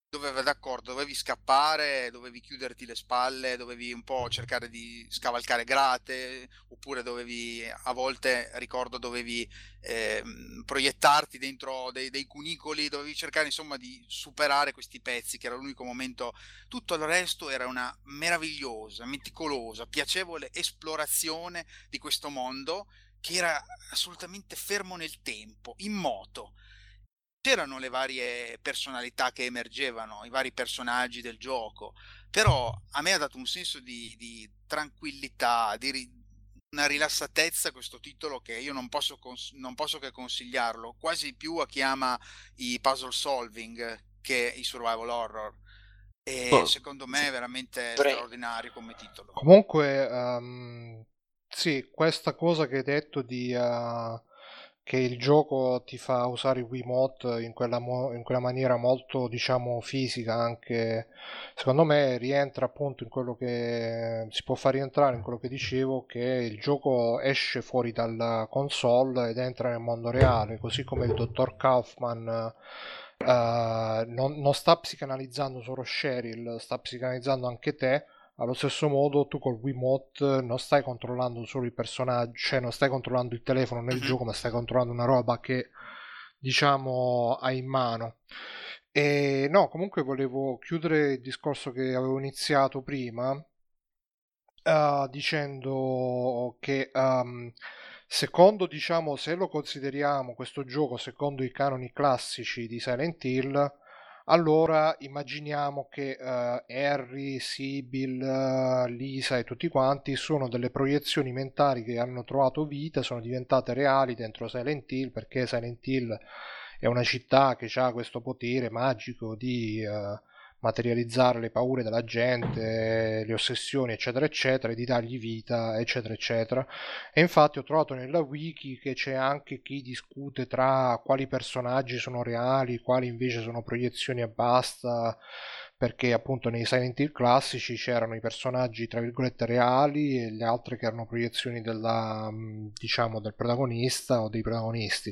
dove d'accordo, dovevi scappare, dovevi chiuderti le spalle, dovevi un po' cercare di scavalcare grate, oppure dovevi, a volte ricordo, dovevi ehm, proiettarti dentro dei, dei cunicoli, dovevi cercare insomma di superare questi pezzi, che era l'unico momento. Tutto il resto era una meravigliosa, meticolosa, piacevole esplorazione di questo mondo che era assolutamente fermo nel tempo, in moto. C'erano le varie personalità che emergevano, i vari personaggi del gioco, però a me ha dato un senso di, di tranquillità, di ri- una rilassatezza questo titolo, che io non posso, cons- non posso che consigliarlo, quasi più a chi ama i puzzle solving che i survival horror. E Oh, secondo me è veramente Pre- straordinario come titolo. Comunque, ehm, sì, questa cosa che hai detto di eh, che il gioco ti fa usare i Wiimote in quella, mo- in quella maniera molto, diciamo, fisica, anche secondo me rientra appunto in quello che si può far rientrare in quello che dicevo, che il gioco esce fuori dalla console ed entra nel mondo reale, così come il dottor Kaufman eh, non, non sta psicanalizzando solo Cheryl, sta psicanalizzando anche te. Allo stesso modo tu col Wiimote non stai controllando solo i personaggi, cioè non stai controllando il telefono nel Mhm. gioco, ma stai controllando una roba che diciamo hai in mano. E no, comunque volevo chiudere il discorso che avevo iniziato prima, eh, dicendo che ehm, secondo, diciamo, se lo consideriamo questo gioco secondo i canoni classici di Silent Hill, allora immaginiamo che eh, Harry, Sybil, eh, Lisa e tutti quanti sono delle proiezioni mentali che hanno trovato vita, sono diventate reali dentro Silent Hill, perché Silent Hill è una città che ha questo potere magico di eh, materializzare le paure della gente, le ossessioni, eccetera, eccetera, e di dargli vita, eccetera, eccetera. E infatti ho trovato nella wiki che c'è anche chi discute tra quali personaggi sono reali, quali invece sono proiezioni e basta, perché appunto nei Silent Hill classici c'erano i personaggi tra virgolette reali e le altre che erano proiezioni della, diciamo, del protagonista o dei protagonisti.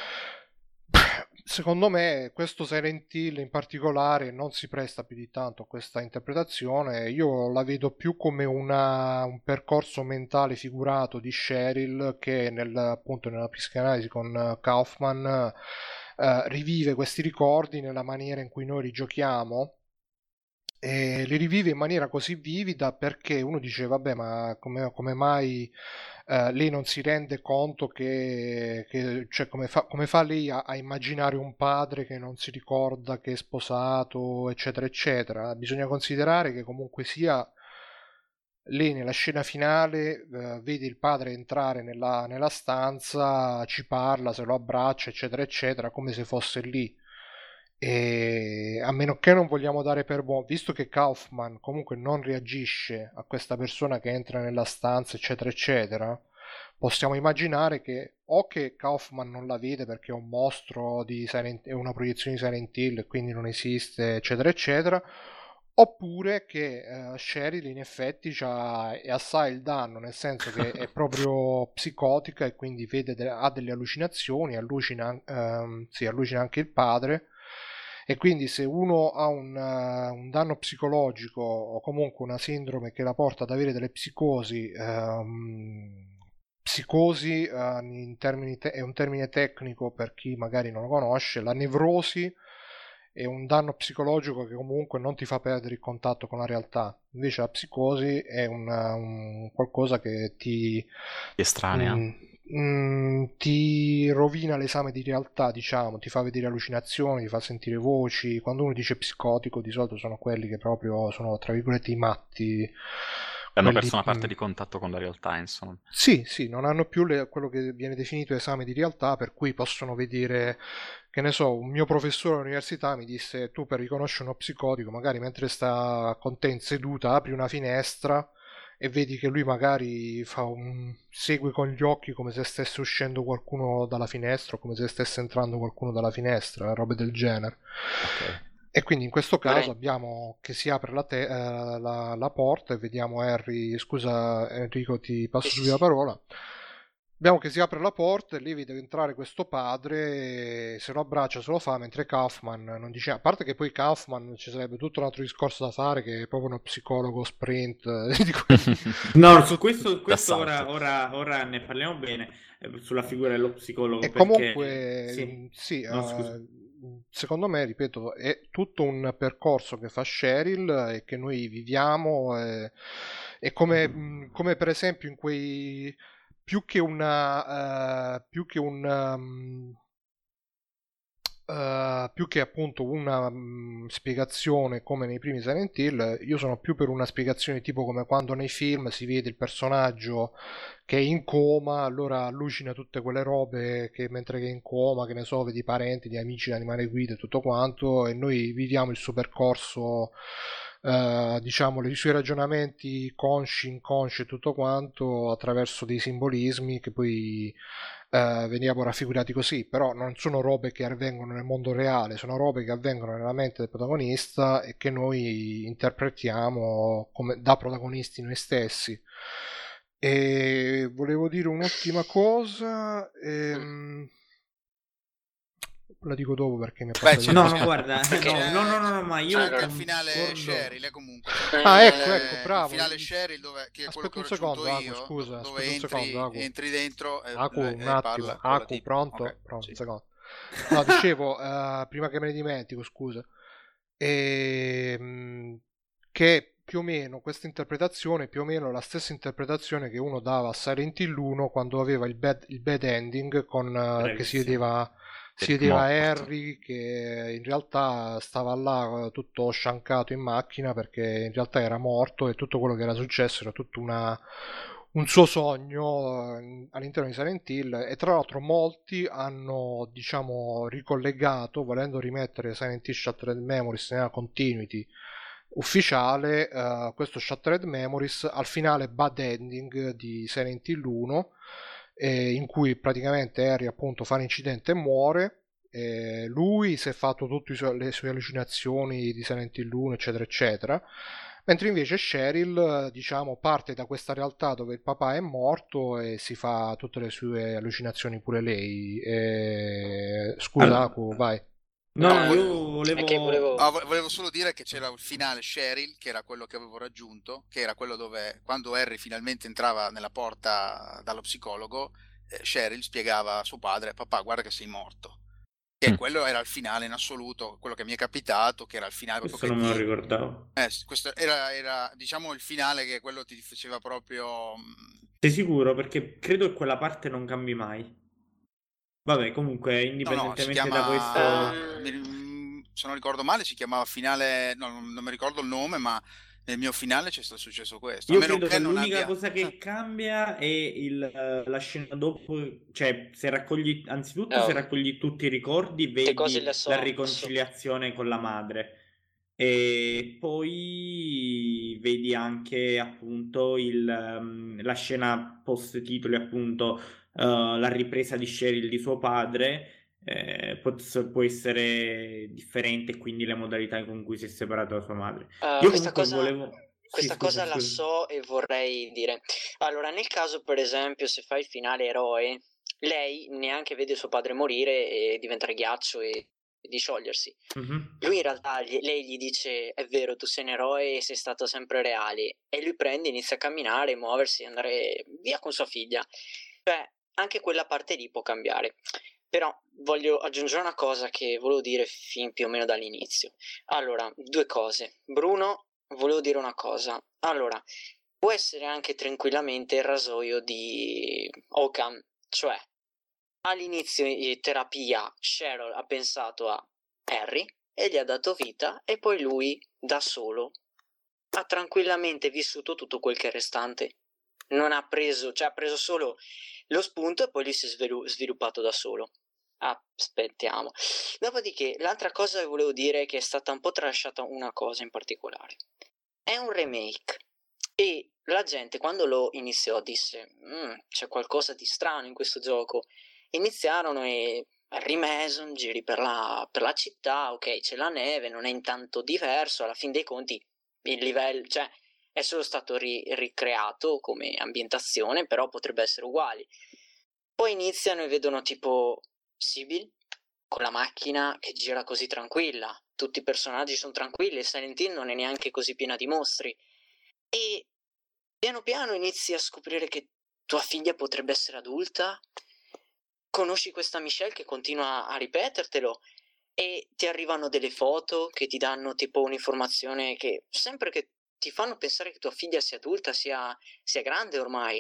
Secondo me questo Silent Hill in particolare non si presta più di tanto a questa interpretazione, io la vedo più come una, un percorso mentale figurato di Cheryl che nel, appunto nella psicanalisi con eh, Kaufman eh, rivive questi ricordi nella maniera in cui noi li giochiamo e li rivive in maniera così vivida perché uno dice vabbè ma come, come mai eh, lei non si rende conto che, che- cioè come fa, come fa lei a, a immaginare un padre che non si ricorda che è sposato eccetera eccetera. Bisogna considerare che comunque sia lei nella scena finale eh, vede il padre entrare nella, nella stanza, ci parla, se lo abbraccia eccetera eccetera come se fosse lì. E a meno che non vogliamo dare per buono, visto che Kaufman comunque non reagisce a questa persona che entra nella stanza, eccetera, eccetera, possiamo immaginare che o che Kaufman non la vede perché è un mostro di Silent, è una proiezione di Silent Hill e quindi non esiste, eccetera, eccetera, oppure che eh, Cheryl in effetti c'ha, è assai il danno, nel senso che è proprio psicotica e quindi vede de- ha delle allucinazioni, allucina, ehm, sì, allucina anche il padre e quindi se uno ha un, eh, un danno psicologico o comunque una sindrome che la porta ad avere delle psicosi, ehm, psicosi eh, in termini te- è un termine tecnico per chi magari non lo conosce, la nevrosi è un danno psicologico che comunque non ti fa perdere il contatto con la realtà, invece la psicosi è una- un qualcosa che ti estranea. Mm, mm, ti rovina l'esame di realtà, diciamo, ti fa vedere allucinazioni, ti fa sentire voci. Quando uno dice psicotico, di solito sono quelli che proprio sono, tra virgolette, i matti. Hanno Quelli, perso una parte mm, di contatto con la realtà, insomma. sì, sì, non hanno più le- quello che viene definito esame di realtà, per cui possono vedere, che ne so, un mio professore all'università mi disse, tu per riconoscere uno psicotico, magari mentre sta con te in seduta, apri una finestra e vedi che lui magari fa un... segue con gli occhi come se stesse uscendo qualcuno dalla finestra o come se stesse entrando qualcuno dalla finestra, robe del genere. Ok. E quindi in questo caso Vorrei- abbiamo che si apre la, te- eh, la- la porta e vediamo Harry, scusa Enrico ti passo Sì, sì, subito la sì. parola, Abbiamo che si apre la porta e lì vede entrare questo padre, e se lo abbraccia, se lo fa, mentre Kaufman non dice, a parte che poi Kaufman ci sarebbe tutto un altro discorso da fare, che è proprio uno psicologo sprint eh, di quelli- No, su questo, questo D'assalto. ora, ora, ora ne parliamo bene, eh, sulla figura dello psicologo, E perché... comunque, Sì, mh, sì, no, scusa. eh, secondo me, ripeto, è tutto un percorso che fa Cheryl e che noi viviamo, e, e come, mh, come per esempio in quei... più che una... eh, più che un... um, eh, più che appunto una mm, spiegazione come nei primi Silent Hill, io sono più per una spiegazione tipo come quando nei film si vede il personaggio che è in coma, allora allucina tutte quelle robe che mentre che è in coma, che ne so, vedi parenti, di amici, di animale guida e tutto quanto, e noi viviamo il suo percorso, eh, diciamo, i suoi ragionamenti consci, inconsci e tutto quanto attraverso dei simbolismi che poi eh, veniamo raffigurati così, però non sono robe che avvengono nel mondo reale, sono robe che avvengono nella mente del protagonista e che noi interpretiamo come da protagonisti noi stessi. E volevo dire un'ultima cosa, ehm, la dico dopo perché mi è Beh, passato c'è il No, anche, no, discorso. guarda, Perché- no, no, no, no, no, ma c'è io anche il finale concordo... Cheryl, eh, comunque. C'è Eh, anche il Ah, ecco, finale, ecco, bravo. il finale Cheryl, dove, che è quello Aspetta che un ho raggiunto secondo, Aku, io, scusa, do- dove aspetta un secondo, entri, Aku. entri dentro e, Aku, le- un e attimo, parla con la Aku, tipa. pronto? Ok, Pronto, sì. un secondo. No, dicevo, eh, prima che me ne dimentico, scusa, ehm, che più o meno questa interpretazione è più o meno la stessa interpretazione che uno dava a Silent Hill uno quando aveva il bad, il bad ending con, eh, che si Bravissimo. vedeva, si Eric vedeva Morto. Harry che in realtà stava là eh, tutto sciancato in macchina perché in realtà era morto e tutto quello che era successo era tutto una, un suo sogno eh, all'interno di Silent Hill, e tra l'altro molti hanno diciamo ricollegato volendo rimettere Silent Hill Shattered Memories nella continuity ufficiale, eh, questo Shattered Memories al finale bad ending di Silent Hill uno, eh, in cui praticamente Harry appunto fa un incidente e muore. Eh, lui si è fatto tutte le sue allucinazioni di Silent Hill uno eccetera eccetera, mentre invece Cheryl, diciamo, parte da questa realtà dove il papà è morto e si fa tutte le sue allucinazioni pure lei. Eh, scusa, Allora, Aku, vai. no, no, No, io è che volevo... volevo... Ah, vo- volevo solo dire che c'era il finale Cheryl, che era quello che avevo raggiunto, che era quello dove quando Harry finalmente entrava nella porta dallo psicologo, eh, Cheryl spiegava a suo padre: papà, guarda che sei morto. E Mm. quello era il finale in assoluto, quello che mi è capitato, che era il finale proprio Questo che non me lo ti... ricordavo. eh, s- questo era, era, diciamo, il finale che quello ti faceva proprio... mm, Sei sicuro? Perché credo che quella parte non cambi mai. Vabbè, comunque, No, no, si indipendentemente da questo... chiama, Ehm, mi- mm, se non ricordo male, si chiamava finale, no, non, non mi ricordo il nome, ma nel mio finale c'è stato successo questo. A Io meno credo che che non l'unica abbia... cosa che cambia è il, eh, la scena dopo, cioè se raccogli, anzitutto se ehm, raccogli tutti i ricordi, Te cose vedi le la so, so- riconciliazione con la madre e poi vedi anche appunto il, ehm, la scena post titoli, appunto eh, la ripresa di Cheryl di suo padre. Eh, può, può essere differente, quindi le modalità con cui si è separato da sua madre. eh, Io questa comunque cosa, volevo... Sì, questa scusa, cosa la scusa. so e vorrei dire. Allora, nel caso, per esempio, se fai il finale eroe, lei neanche vede suo padre morire e diventare ghiaccio e, e di sciogliersi. Mhm. Lui in realtà, gli- lei gli dice: è vero, tu sei un eroe e sei stato sempre reale. E lui prende, inizia a camminare, muoversi, andare via con sua figlia. Cioè, anche quella parte lì può cambiare. Però voglio aggiungere una cosa che volevo dire fin più o meno dall'inizio. Allora, due cose. Bruno, volevo dire una cosa. Allora, può essere anche tranquillamente il rasoio di Occam, cioè all'inizio di terapia Cheryl ha pensato a Harry e gli ha dato vita e poi lui da solo ha tranquillamente vissuto tutto quel che è restante. Non ha preso, cioè ha preso solo lo spunto e poi lui si è svelu- sviluppato da solo. Aspettiamo. Dopodiché, l'altra cosa che volevo dire è che è stata un po' trasciata una cosa in particolare. È un remake e la gente quando lo iniziò disse: "Mm, c'è qualcosa di strano in questo gioco". Iniziarono e Harry Mason, giri per la, per la città, ok, c'è la neve, non è intanto diverso, alla fin dei conti il livello, cioè è solo stato ri- ricreato come ambientazione, però potrebbe essere uguale. Poi iniziano e vedono tipo Sybil con la macchina che gira così tranquilla, tutti i personaggi sono tranquilli e Silent Hill non è neanche così piena di mostri, e piano piano inizi a scoprire che tua figlia potrebbe essere adulta, conosci questa Michelle che continua a ripetertelo e ti arrivano delle foto che ti danno tipo un'informazione che sempre che ti fanno pensare che tua figlia sia adulta, sia, sia grande ormai.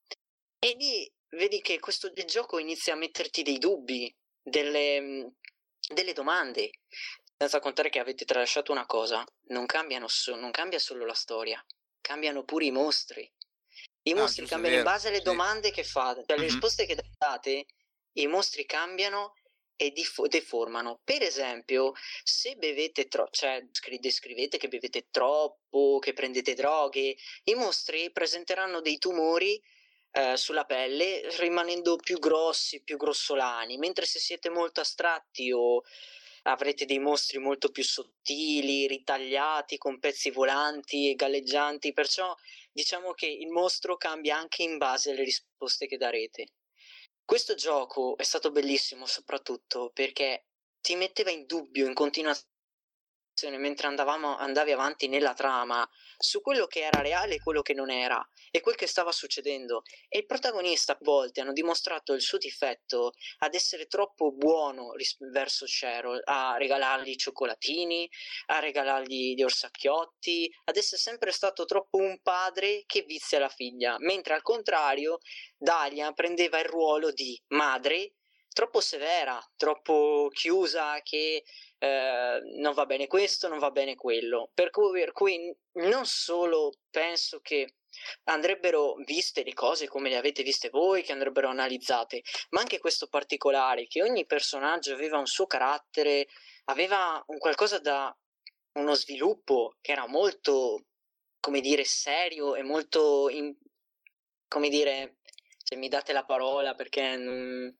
E lì vedi che questo il gioco inizia a metterti dei dubbi, delle, mh, delle domande, senza contare che avete tralasciato una cosa, non cambiano so- non cambia solo la storia, cambiano pure i mostri. I Ah, mostri giusto, è cambiano in vero. base alle Sì. domande che fate, cioè le Mhm. risposte che date, i mostri cambiano e dif- deformano. Per esempio, se bevete troppo, cioè scri- descrivete che bevete troppo, che prendete droghe, i mostri presenteranno dei tumori eh, sulla pelle, rimanendo più grossi, più grossolani, mentre se siete molto astratti o avrete dei mostri molto più sottili, ritagliati, con pezzi volanti e galleggianti, perciò diciamo che il mostro cambia anche in base alle risposte che darete. Questo gioco è stato bellissimo soprattutto perché ti metteva in dubbio in continuazione mentre andavamo, andavi avanti nella trama su quello che era reale e quello che non era e quel che stava succedendo, e il protagonista a volte hanno dimostrato il suo difetto ad essere troppo buono ris- verso Cheryl, a regalargli i cioccolatini, a regalargli gli orsacchiotti, ad essere sempre stato troppo un padre che vizia la figlia, mentre al contrario Dahlia prendeva il ruolo di madre troppo severa, troppo chiusa, che eh, non va bene questo, non va bene quello. Per cui, per cui non solo penso che andrebbero viste le cose come le avete viste voi, che andrebbero analizzate, ma anche questo particolare, che ogni personaggio aveva un suo carattere, aveva un qualcosa da uno sviluppo che era molto, come dire, serio e molto, in- come dire, se mi date la parola perché... non-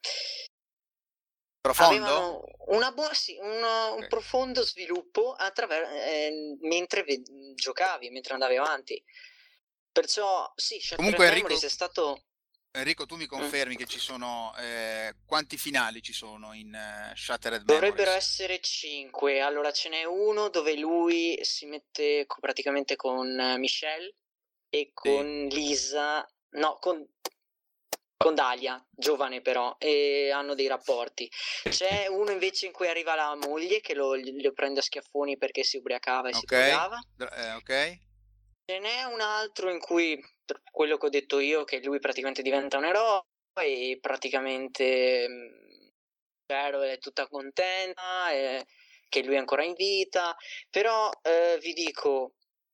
Profondo? avevano una buona, sì, uno- un Ok. profondo sviluppo attraver- eh, mentre ve- giocavi, mentre andavi avanti. Perciò sì, Shattered Comunque Enrico, Memories è stato... Enrico, tu mi Mm. confermi che ci sono eh, quanti finali ci sono in eh, Shattered Dovrebbero Memories? essere cinque. Allora ce n'è uno dove lui si mette co- praticamente con eh, Michelle e con Lisa, no, con, con Dahlia, giovane però, e hanno dei rapporti. C'è uno invece in cui arriva la moglie che lo, lo prende a schiaffoni perché si ubriacava e si Ok, drogava. Dr- eh, ok. Ce n'è un altro in cui per quello che ho detto io, che lui praticamente diventa un eroe e praticamente mh, Cheryl è tutta contenta e che lui è ancora in vita, però eh, vi dico,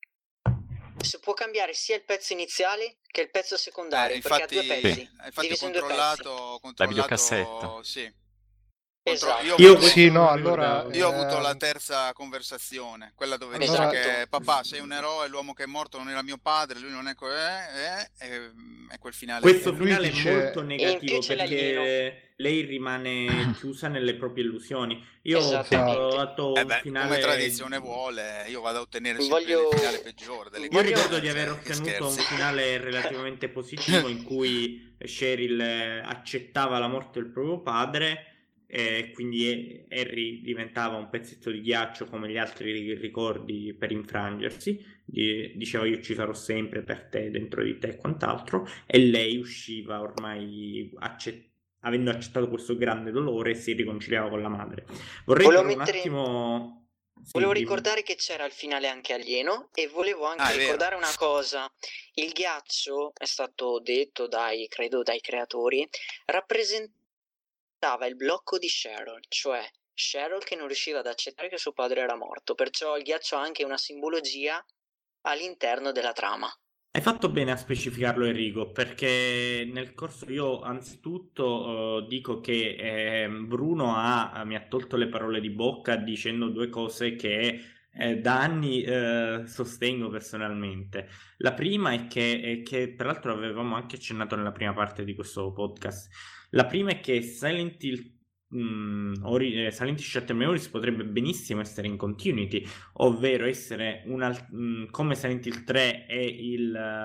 si può cambiare sia il pezzo iniziale che il pezzo secondario, Eh, perché ha due infatti, pezzi, Sì. infatti ho diviso in due pezzi. controllato, ho La controllato, videocassetta. sì. Contro- Esatto. io ho Io avuto, questo Sì, non no, lo allora, ricordavo. io ho avuto la ehm, terza conversazione, quella dove allora, dice Esatto. che papà sei un eroe, l'uomo che è morto non era mio padre, lui non è que- eh, eh, e, e quel finale Questo e lì. lui finale è dice, molto E in più negativo c'è l'alieno. perché lei rimane chiusa nelle proprie illusioni. Io ho Esattamente. trovato Eh un beh, come finale. tradizione vuole, io vado a ottenere sempre Voglio... il finale peggiore delle Io voglio... cose, ricordo di aver cioè, che ottenuto un scherzi. finale relativamente positivo in cui Cheryl eh, accettava la morte del proprio padre e quindi Harry diventava un pezzetto di ghiaccio come gli altri ricordi per infrangersi. Di- diceva io ci sarò sempre per te, dentro di te e quant'altro, e lei usciva ormai accett- avendo accettato questo grande dolore e si riconciliava con la madre. Vorrei Volevo però un mettere... attimo... Sì, Volevo dimmi. ricordare che c'era il finale anche alieno e volevo anche Ah, è vero. ricordare una cosa. Il ghiaccio, è stato detto dai, credo, dai creatori, rappresentava il blocco di Cheryl, cioè Cheryl che non riusciva ad accettare che suo padre era morto, perciò il ghiaccio ha anche una simbologia all'interno della trama. Hai fatto bene a specificarlo, Enrico, perché nel corso io anzitutto eh, dico che eh, Bruno ha, mi ha tolto le parole di bocca dicendo due cose che eh, da anni eh, sostengo personalmente. La prima è che, è che, tra l'altro avevamo anche accennato nella prima parte di questo podcast. La prima è che Silent Hill, mh, ori- eh, Silent Hill Shattered Memories potrebbe benissimo essere in continuity, ovvero essere un al- mh, come Silent Hill tre e il,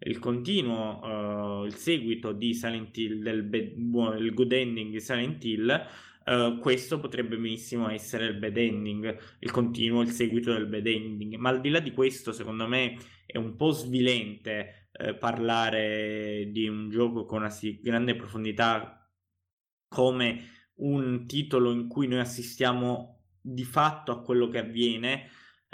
il continuo, uh, il seguito di Silent Hill, del be- buono- il good ending di Silent Hill, uh, questo potrebbe benissimo essere il bad ending, il continuo, il seguito del bad ending. Ma al di là di questo, secondo me è un po' svilente eh, parlare di un gioco con una sì grande profondità come un titolo in cui noi assistiamo di fatto a quello che avviene,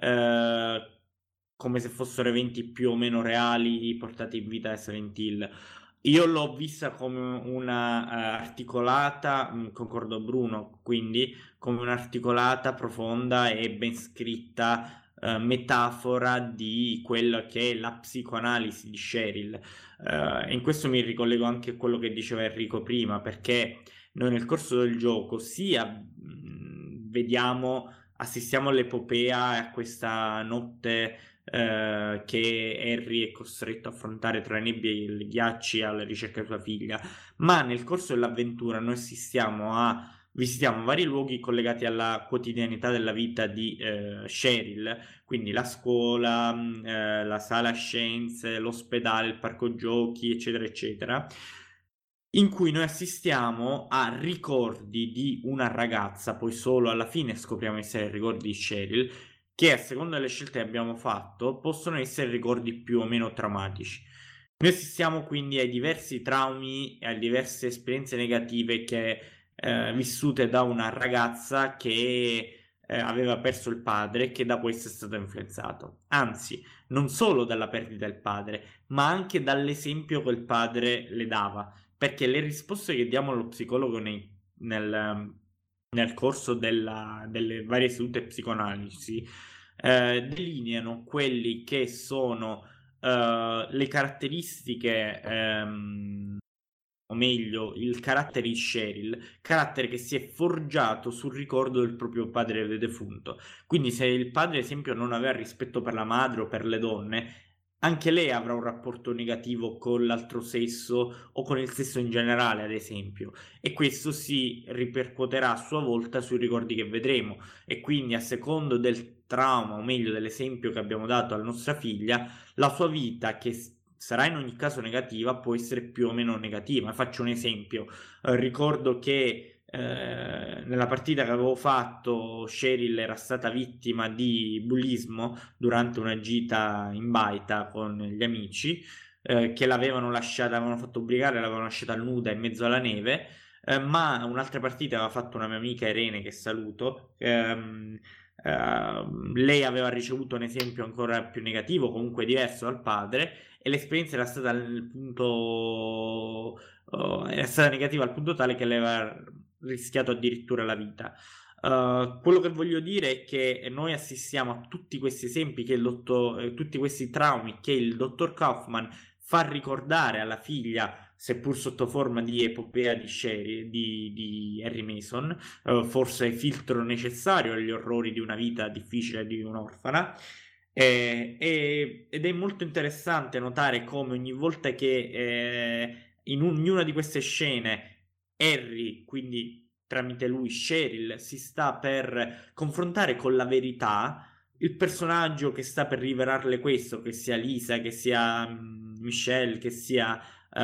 eh, come se fossero eventi più o meno reali portati in vita da Silent Hill. Io l'ho vista come una uh, articolata, mh, concordo Bruno, quindi come un'articolata, profonda e ben scritta uh, metafora di quella che è la psicoanalisi di Cheryl. Uh, in questo mi ricollego anche a quello che diceva Enrico prima, perché noi nel corso del gioco sia mh, vediamo, assistiamo all'epopea e a questa notte eh, che Harry è costretto a affrontare tra le nebbie e i ghiacci alla ricerca di sua figlia, ma nel corso dell'avventura noi assistiamo a visitiamo vari luoghi collegati alla quotidianità della vita di eh, Cheryl, quindi la scuola, eh, la sala scienze, l'ospedale, il parco giochi, eccetera, eccetera, in cui noi assistiamo a ricordi di una ragazza, poi solo alla fine scopriamo essere ricordi di Cheryl, che a seconda delle scelte che abbiamo fatto possono essere ricordi più o meno traumatici. Noi assistiamo quindi ai diversi traumi e alle diverse esperienze negative che eh, vissute da una ragazza che eh, aveva perso il padre e che da questo è stato influenzato. Anzi, non solo dalla perdita del padre, ma anche dall'esempio che il padre le dava, perché le risposte che diamo allo psicologo nei, nel, nel corso della, delle varie sedute psicoanalisi eh, delineano quelli che sono eh, le caratteristiche, ehm, o meglio, il carattere di Cheryl, carattere che si è forgiato sul ricordo del proprio padre defunto. Quindi se il padre, ad esempio, non aveva rispetto per la madre o per le donne, anche lei avrà un rapporto negativo con l'altro sesso o con il sesso in generale, ad esempio, e questo si ripercuoterà a sua volta sui ricordi che vedremo, e quindi a secondo del trauma, o meglio dell'esempio che abbiamo dato alla nostra figlia, la sua vita, che sarà in ogni caso negativa, può essere più o meno negativa. Faccio un esempio, eh, ricordo che eh, nella partita che avevo fatto Cheryl era stata vittima di bullismo durante una gita in baita con gli amici, eh, che l'avevano lasciata, l'avevano fatto obbligare, l'avevano lasciata nuda in mezzo alla neve, eh, ma un'altra partita aveva fatto una mia amica Irene, che saluto, ehm, Uh, lei aveva ricevuto un esempio ancora più negativo, comunque diverso dal padre, e l'esperienza era stata al punto uh, era stata negativa al punto tale che le aveva rischiato addirittura la vita. Uh, quello che voglio dire è che noi assistiamo a tutti questi esempi che il dottor, eh, tutti questi traumi che il dottor Kaufman fa ricordare alla figlia, seppur sotto forma di epopea di, Sherry, di, di Harry Mason, uh, forse filtro necessario agli orrori di una vita difficile di un'orfana. Eh, e, ed è molto interessante notare come ogni volta che eh, in ognuna di queste scene Harry, quindi tramite lui Cheryl, si sta per confrontare con la verità, il personaggio che sta per rivelarle questo, che sia Lisa, che sia um, Michelle, che sia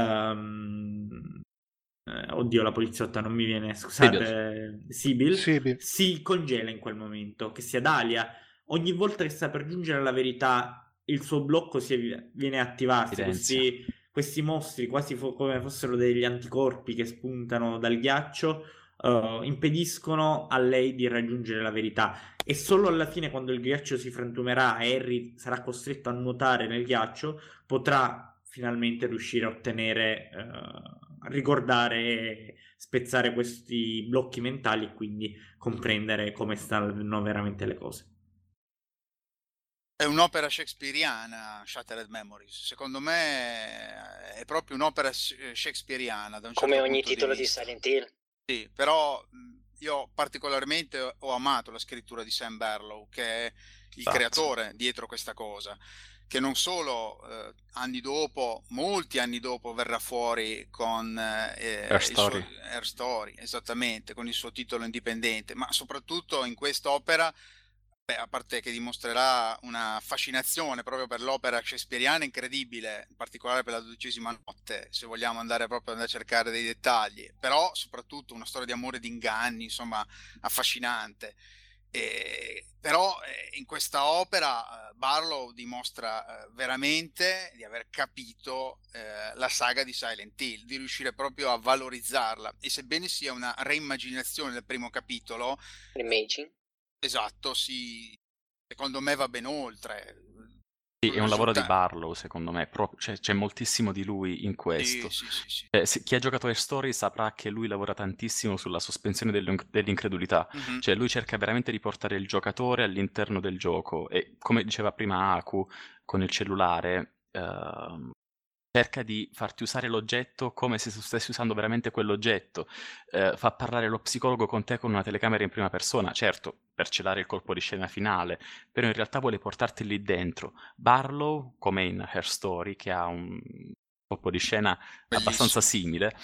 um, eh, oddio, la poliziotta non mi viene, scusate, Sibyl, Sibyl. si congela in quel momento, che sia Dahlia. Ogni volta che sta per giungere alla verità, il suo blocco si è, viene a attivarsi. Questi, questi mostri, quasi fo- come fossero degli anticorpi che spuntano dal ghiaccio, uh, impediscono a lei di raggiungere la verità. E solo alla fine, quando il ghiaccio si frantumerà e Harry sarà costretto a nuotare nel ghiaccio, potrà finalmente riuscire a ottenere, uh, a ricordare e spezzare questi blocchi mentali e quindi comprendere come stanno veramente le cose. È un'opera shakespeariana, Shattered Memories. Secondo me è proprio un'opera shakespeariana. Da un certo come ogni punto titolo di, di Silent Hill. Sì, però io particolarmente ho amato la scrittura di Sam Barlow, che è il Esatto. creatore dietro questa cosa, che non solo eh, anni dopo, molti anni dopo, verrà fuori con eh, Her il Story. suo Her Story, esattamente, con il suo titolo indipendente, ma soprattutto in quest'opera Beh, a parte che dimostrerà una fascinazione proprio per l'opera shakespeariana incredibile, in particolare per la dodicesima notte, se vogliamo andare proprio a cercare dei dettagli, però soprattutto una storia di amore e di inganni, insomma, affascinante. E, però eh, in questa opera eh, Barlow dimostra eh, veramente di aver capito eh, la saga di Silent Hill, di riuscire proprio a valorizzarla. E sebbene sia una reimmaginazione del primo capitolo, Imaging. esatto, si, secondo me va ben oltre. Sì, è un lavoro di Risulta- Barlow, secondo me, proprio- c'è, c'è moltissimo di lui in Sì, questo. sì, sì, sì. Eh, se- chi ha giocato a Story saprà che lui lavora tantissimo sulla sospensione dell'in- dell'incredulità, Mhm. cioè lui cerca veramente di portare il giocatore all'interno del gioco e come diceva prima Aku con il cellulare, ehm, cerca di farti usare l'oggetto come se tu stessi usando veramente quell'oggetto, eh, fa parlare lo psicologo con te con una telecamera in prima persona, certo, per celare il colpo di scena finale, però in realtà vuole portarti lì dentro. Barlow, come in Her Story, che ha un colpo di scena abbastanza Bellissimo. simile,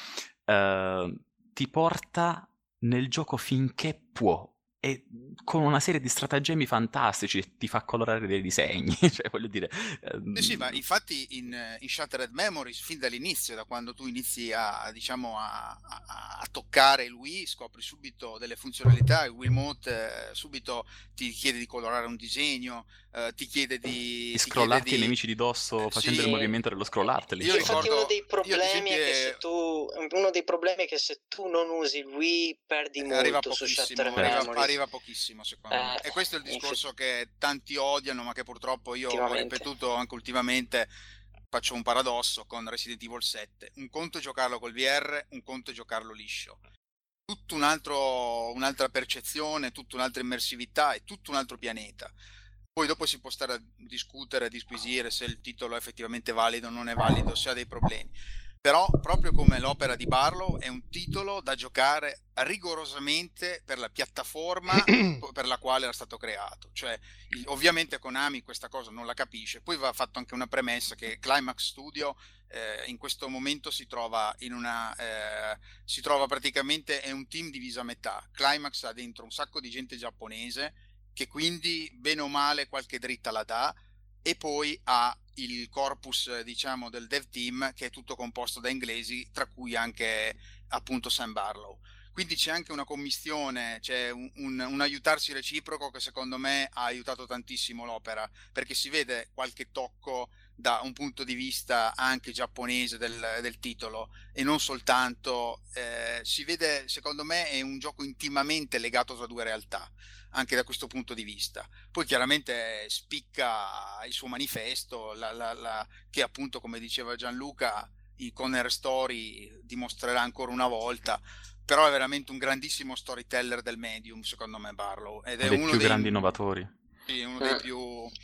eh, ti porta nel gioco finché può e con una serie di stratagemmi fantastici ti fa colorare dei disegni, cioè voglio dire... Sì, sì, ma ehm, infatti in, in Shattered Memories, fin dall'inizio, da quando tu inizi a, a, diciamo, a, a- a toccare il Wii, scopri subito delle funzionalità, il Wiimote eh, subito ti chiede di colorare un disegno, eh, ti chiede di di... Ti chiede scrollarti i di nemici di dosso eh, facendo il sì, movimento dello scrollarteli. io Infatti uno ricordo, dei io ad problemi esempio è che se eh, tu uno dei problemi è che se tu non usi il Wii perdi arriva molto su pochissimo, Shattered arriva, Memories. arriva pochissimo secondo me. Eh, E questo è il inf- discorso che tanti odiano, ma che purtroppo io ho effettivamente. ripetuto anche ultimamente. Faccio un paradosso con Resident Evil sette. Un conto è giocarlo col V R, un conto è giocarlo liscio. Tutto un altro, un'altra percezione, tutta un'altra immersività e tutto un altro pianeta. Poi dopo si può stare a discutere, a disquisire se il titolo è effettivamente valido o non è valido, se ha dei problemi. Però, proprio come l'opera di Barlow, è un titolo da giocare rigorosamente per la piattaforma per la quale era stato creato. Cioè, il- ovviamente Konami questa cosa non la capisce. Poi va fatto anche una premessa che Climax Studio eh, in questo momento si trova in una eh, si trova praticamente è un team diviso a metà. Climax ha dentro un sacco di gente giapponese che quindi bene o male qualche dritta la dà, e poi ha il corpus eh, diciamo del dev team che è tutto composto da inglesi, tra cui anche appunto Sam Barlow. Quindi c'è anche una commistione, c'è un, un, un aiutarsi reciproco che secondo me ha aiutato tantissimo l'opera, perché si vede qualche tocco da un punto di vista anche giapponese del, del titolo e non soltanto, eh, si vede, secondo me è un gioco intimamente legato tra due realtà, anche da questo punto di vista. Poi chiaramente spicca il suo manifesto, la, la, la, che appunto come diceva Gianluca, il Conner Story dimostrerà ancora una volta, però è veramente un grandissimo storyteller del medium, secondo me Barlow, ed è Dei uno più grandi dei, innovatori. sì, uno dei più...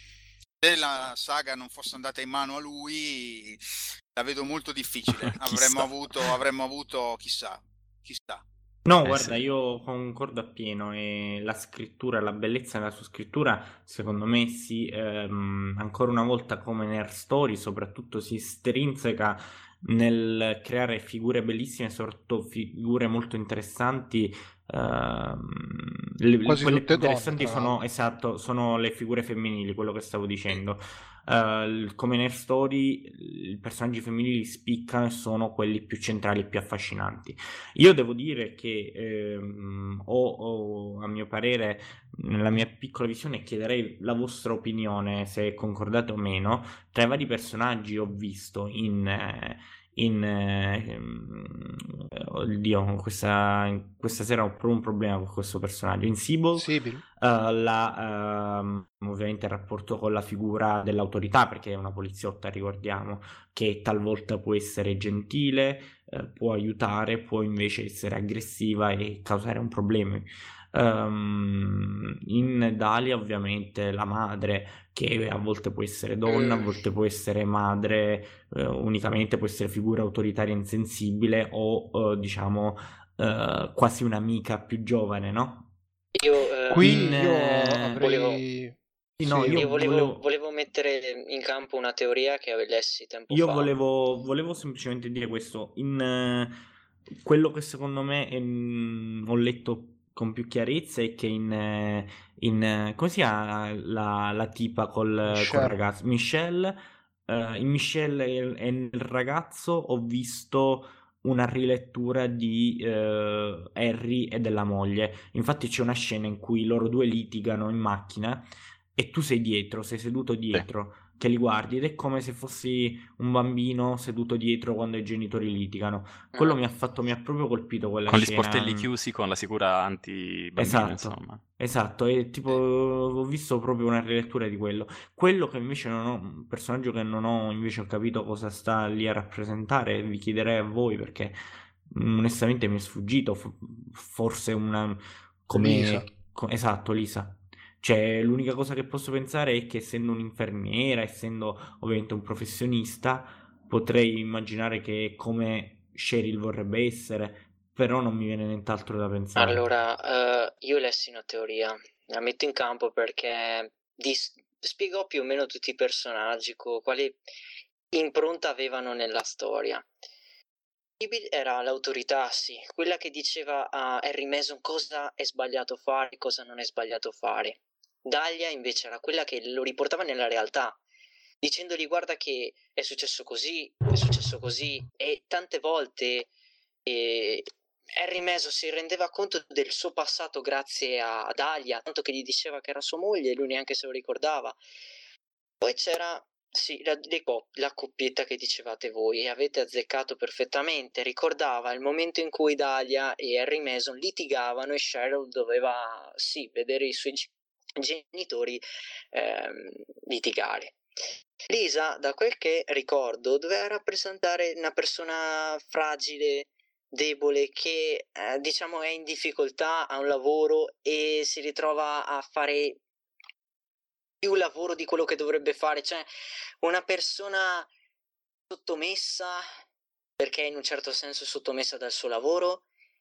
Se la saga non fosse andata in mano a lui, la vedo molto difficile. Avremmo Chissà. avuto, avremmo avuto, chissà, chissà. No, Eh guarda, sì. io concordo appieno e la scrittura, la bellezza della sua scrittura, secondo me si, ehm, ancora una volta come nel Story, soprattutto si estrinseca nel creare figure bellissime, soprattutto figure molto interessanti. ehm, le- Quasi quelle più tutte donne, interessanti tra sono, l'altro. esatto, sono le figure femminili, quello che stavo Sì. dicendo. Eh, il- come nel Story, i personaggi femminili spiccano e sono quelli più centrali e più affascinanti. Io devo dire che ehm, ho, ho, a mio parere, nella mia piccola visione, chiederei la vostra opinione, se concordate o meno, tra i vari personaggi ho visto in... eh, in eh, ehm, oddio, questa, questa sera ho proprio un problema con questo personaggio. In Sibyl, Sibyl? eh, la, ehm, ovviamente il rapporto con la figura dell'autorità, perché è una poliziotta, ricordiamo, che talvolta può essere gentile, eh, può aiutare, può invece essere aggressiva e causare un problema. Ehm, in Dalia ovviamente la madre, che a volte può essere donna, a Mm. volte può essere madre, eh, unicamente può essere figura autoritaria insensibile o eh, diciamo eh, quasi un'amica più giovane, no? Io, eh, Qui In, io eh, volevo, avrei... sì, no, Sì, io io volevo, volevo, volevo mettere in campo una teoria che lessi tempo io fa. volevo, volevo semplicemente dire questo. In eh, quello che secondo me è, mm, ho letto con più chiarezza è che in, eh, in eh, come si chiama la, la tipa col, col Michelle. ragazzo? Michelle, eh, in Michelle e, e nel ragazzo ho visto una rilettura di eh, Harry e della moglie. Infatti c'è una scena in cui loro due litigano in macchina e tu sei dietro, sei seduto Sì. dietro, che li guardi ed è come se fossi un bambino seduto dietro quando i genitori litigano. Quello Mm. mi ha fatto, mi ha proprio colpito quella Con gli scena. sportelli chiusi, con la sicura anti-bambino, Esatto, insomma. esatto, e tipo ho visto proprio una rilettura di quello. Quello che invece non ho, un personaggio che non ho invece capito cosa sta lì a rappresentare, vi chiederei a voi perché mm, onestamente mi è sfuggito, f- forse una Lisa. come co- esatto, Lisa. Cioè, l'unica cosa che posso pensare è che essendo un'infermiera, essendo ovviamente un professionista, potrei immaginare che è come Cheryl vorrebbe essere, però non mi viene nient'altro da pensare. Allora, eh, io lessi una teoria, la metto in campo perché dis- spiegò più o meno tutti i personaggi, co- quale impronta avevano nella storia. Sibyl era l'autorità, sì, quella che diceva a Harry Mason cosa è sbagliato fare e cosa non è sbagliato fare. Dahlia invece era quella che lo riportava nella realtà, dicendogli guarda che è successo così, è successo così, e tante volte eh, Harry Mason si rendeva conto del suo passato grazie a Dahlia, tanto che gli diceva che era sua moglie e lui neanche se lo ricordava. Poi c'era sì, la, le cop- la coppietta che dicevate voi e avete azzeccato perfettamente. Ricordava il momento in cui Dahlia e Harry Mason litigavano e Cheryl doveva sì, vedere i suoi gi- genitori ehm, litigare. Lisa, da quel che ricordo, doveva rappresentare una persona fragile, debole, che eh, diciamo è in difficoltà, ha un lavoro e si ritrova a fare più lavoro di quello che dovrebbe fare, cioè una persona sottomessa perché in un certo senso è sottomessa dal suo lavoro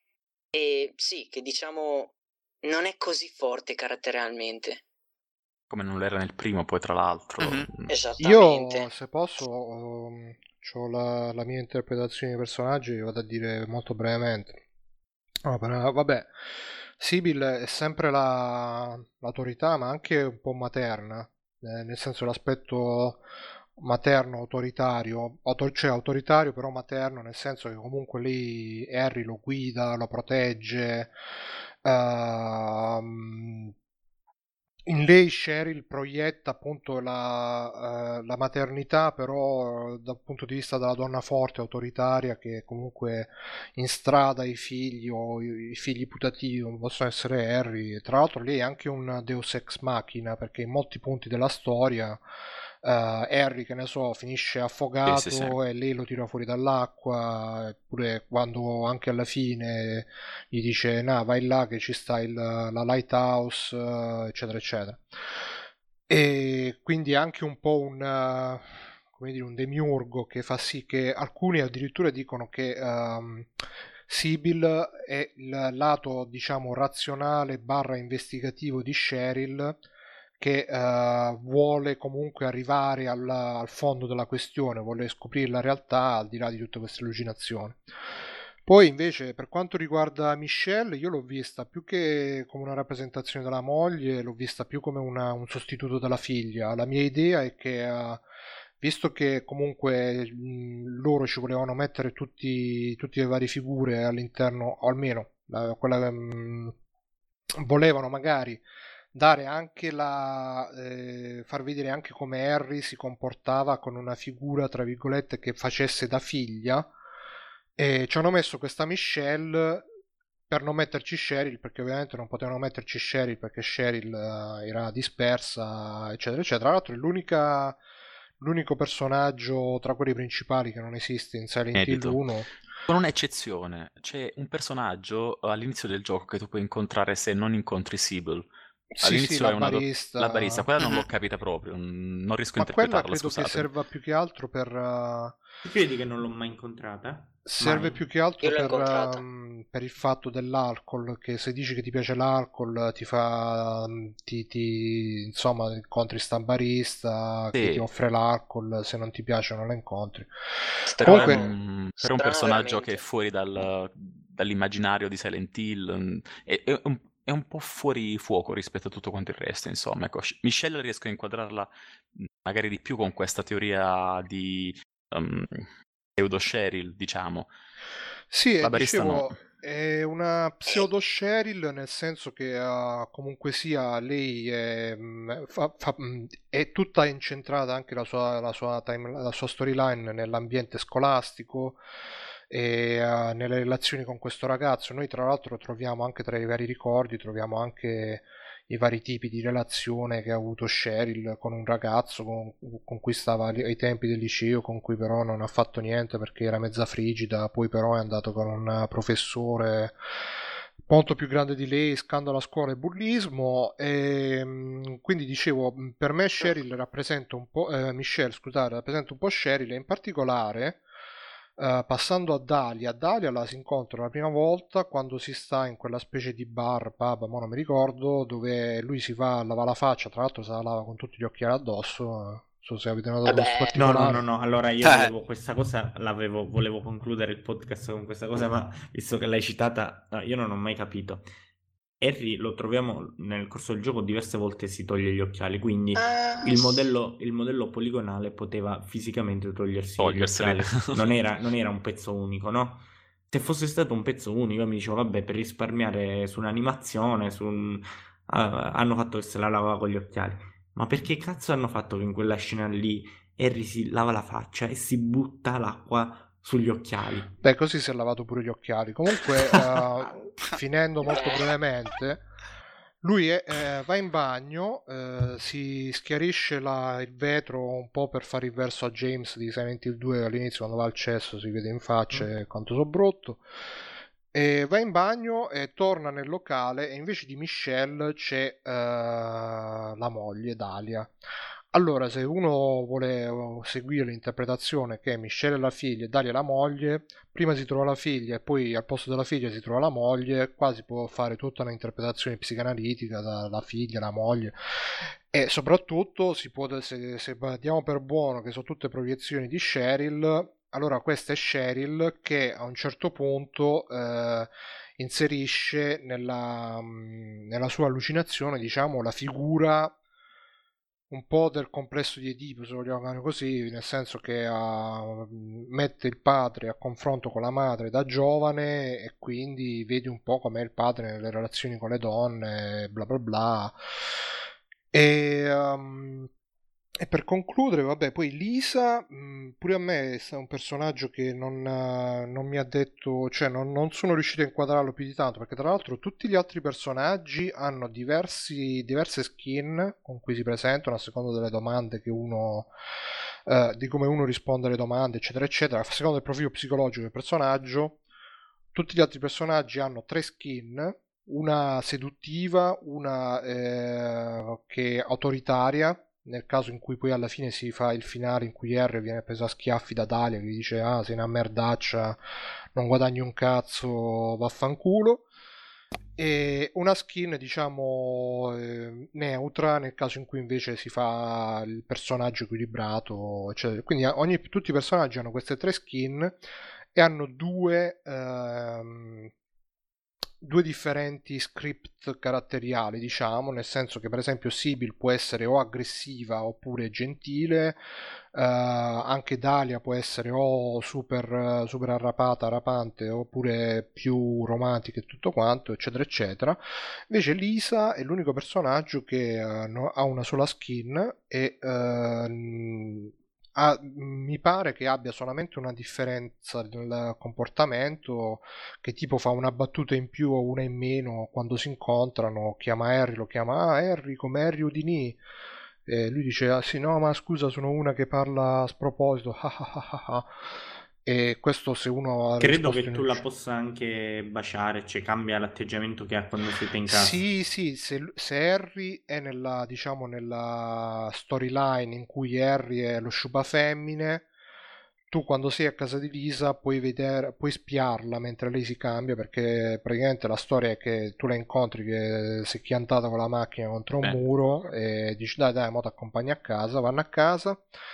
e sì, che diciamo non è così forte caratterialmente. Come non lo era nel primo, poi tra l'altro. Mhm. mm, Esattamente. Io, se posso, ho la, la mia interpretazione dei personaggi, vado a dire molto brevemente. No, però, vabbè, Sibyl è sempre la- l'autorità, ma anche un po' materna, eh, nel senso l'aspetto materno autoritario, auto- cioè autoritario però materno, nel senso che comunque lì Harry lo guida, lo protegge. ehm, In lei Cheryl proietta appunto la, eh, la maternità, però eh, dal punto di vista della donna forte, autoritaria, che comunque instrada i figli o i, i figli putativi, come possono essere Harry. Tra l'altro lei è anche un Deus ex machina, perché in molti punti della storia eh, Harry, che ne so, finisce affogato Sì, sì, sì. e lei lo tira fuori dall'acqua, eppure quando anche alla fine gli dice no, vai là che ci sta il, la lighthouse, eh, eccetera eccetera, e quindi è anche un po' un, eh, come dire, un demiurgo che fa sì che alcuni addirittura dicono che ehm, Sibyl è il lato diciamo razionale barra investigativo di Cheryl, che eh, vuole comunque arrivare al, al fondo della questione, vuole scoprire la realtà al di là di tutte queste allucinazioni. Poi invece per quanto riguarda Michelle, io l'ho vista più che come una rappresentazione della moglie, l'ho vista più come una- un sostituto della figlia. La mia idea è che, eh, visto che comunque mh, loro ci volevano mettere tutti, tutte le varie figure all'interno, o almeno la- quella che mh, volevano magari dare anche la eh, far vedere anche come Harry si comportava con una figura tra virgolette che facesse da figlia, e ci hanno messo questa Michelle per non metterci Cheryl, perché ovviamente non potevano metterci Cheryl perché Cheryl eh, era dispersa eccetera eccetera. Tra l'altro è l'unica l'unico personaggio tra quelli principali che non esiste in Silent Hill Inedito. uno. Con un'eccezione, c'è un personaggio eh, all'inizio del gioco che tu puoi incontrare se non incontri Sibyl. Sì, sì, All'inizio la è una do- barista. la barista, quella non l'ho Mhm. capita proprio, mm, non riesco a Ma quella interpretarla, credo che scusatemi. serva più che altro per eh, Tu credi che non l'ho mai incontrata? serve Mai? più che altro Io l'ho per, incontrata. ehm, per il fatto dell'alcol, che se dici che ti piace l'alcol ti fa ti, ti- insomma incontri sta barista che ti Sì, offre l'alcol, se non ti piace non la incontri. però è Comunque un, però è un strano personaggio che è veramente. fuori dal, dall'immaginario di Silent Hill, mm, è, è un, è un po' fuori fuoco rispetto a tutto quanto il resto, insomma. Ecco, Sh- Michelle riesco a inquadrarla mm, magari di più con questa teoria di um, pseudo Cheryl, diciamo. Sì, La e barista no. dicevo, è una pseudo Cheryl nel senso che ah, comunque sia lei è, mm, fa- fa- mm, è tutta incentrata anche la sua, la sua, time- la sua storyline nell'ambiente scolastico e ah, nelle relazioni con questo ragazzo. Noi tra l'altro troviamo anche tra i vari ricordi, troviamo anche i vari tipi di relazione che ha avuto Cheryl con un ragazzo con, con cui stava li- ai tempi del liceo, con cui però non ha fatto niente perché era mezza frigida, poi però è andato con un professore molto più grande di lei, scandalo a scuola e bullismo, e mm, quindi dicevo, mm, per me Cheryl rappresenta un po', eh, Michelle, scusate, rappresenta un po' Cheryl e in particolare eh, passando a Dalia. Dalia la si incontra la prima volta quando si sta in quella specie di bar, pub, ma non mi ricordo, dove lui si va a lavare la faccia, tra l'altro se la lava con tutti gli occhiali addosso. eh, Non so se avete notato questo Vabbè, No, no, particolare. no, no, allora io volevo questa cosa, l'avevo, volevo concludere il podcast con questa cosa, ma visto che l'hai citata, no, io non ho mai capito. Harry lo troviamo nel corso del gioco diverse volte si toglie gli occhiali, quindi ah, il s- modello, il modello poligonale poteva fisicamente togliersi gli Toglierseli. occhiali, non era, non era un pezzo unico, no? Se fosse stato un pezzo unico, io mi dicevo, vabbè, per risparmiare su un'animazione, su un... ah, hanno fatto che se la lava con gli occhiali. Ma perché cazzo hanno fatto che in quella scena lì Harry si lava la faccia e si butta l'acqua sugli occhiali? Beh, così si è lavato pure gli occhiali. Comunque, eh, finendo molto beh, brevemente, lui è- eh, va in bagno, eh, si schiarisce la- il vetro un po' per fare il verso a James di Silent Hill due all'inizio, quando va al cesso si vede in faccia Mm. e quanto so brutto. E va in bagno e torna nel locale e invece di Michelle c'è eh, la moglie, Dalia. Allora, se uno vuole eh, seguire l'interpretazione che Michelle è la figlia e Dalia è la moglie, prima si trova la figlia e poi al posto della figlia si trova la moglie, qua si può fare tutta un'interpretazione psicanalitica dalla figlia, la moglie, e soprattutto si può, se, se diamo per buono che sono tutte proiezioni di Cheryl, allora questa è Cheryl che a un certo punto eh, inserisce nella, mh, nella sua allucinazione, diciamo, la figura un po' del complesso di Edipo, se vogliamo chiamare così, nel senso che ah, mette il padre a confronto con la madre da giovane e quindi vedi un po' com'è il padre nelle relazioni con le donne, bla bla bla. E, um, e per concludere, vabbè, poi Lisa, mh, pure a me è stato un personaggio che non, eh, non mi ha detto, cioè non, non sono riuscito a inquadrarlo più di tanto, perché tra l'altro tutti gli altri personaggi hanno diversi, diverse skin con cui si presentano a seconda delle domande che uno, eh, di come uno risponde alle domande, eccetera, eccetera, a seconda del profilo psicologico del personaggio. Tutti gli altri personaggi hanno tre skin, una seduttiva, una eh, che è autoritaria, nel caso in cui poi alla fine si fa il finale in cui Harry viene preso a schiaffi da Dalia che gli dice ah sei una merdaccia, non guadagni un cazzo, vaffanculo, e una skin diciamo eh, neutra nel caso in cui invece si fa il personaggio equilibrato, eccetera. Quindi ogni, tutti i personaggi hanno queste tre skin e hanno due ehm, due differenti script caratteriali, diciamo, nel senso che per esempio Sibyl può essere o aggressiva oppure gentile, eh, anche Dalia può essere o super, super arrapata, rapante, oppure più romantica e tutto quanto, eccetera, eccetera. Invece Lisa è l'unico personaggio che eh, no- ha una sola skin e ehm, ha- mi pare che abbia solamente una differenza nel comportamento, che tipo fa una battuta in più o una in meno quando si incontrano, chiama Harry, lo chiama ah Harry come Harry Houdini, e lui dice ah sì no ma scusa sono una che parla a sproposito ah, ah, ah, ah, ah. E questo se uno ha Credo risposto che in tu la possa anche baciare, cioè cambia l'atteggiamento che ha quando siete in casa. sì, sì, se, se Harry è nella, diciamo, nella storyline in cui Harry è lo sciupa femmine, tu quando sei a casa di Lisa puoi vedere, puoi spiarla mentre lei si cambia, perché praticamente la storia è che tu la incontri che si è chiantata con la macchina contro un Beh, muro e dici dai dai, mo ti accompagni a casa, vanno a casa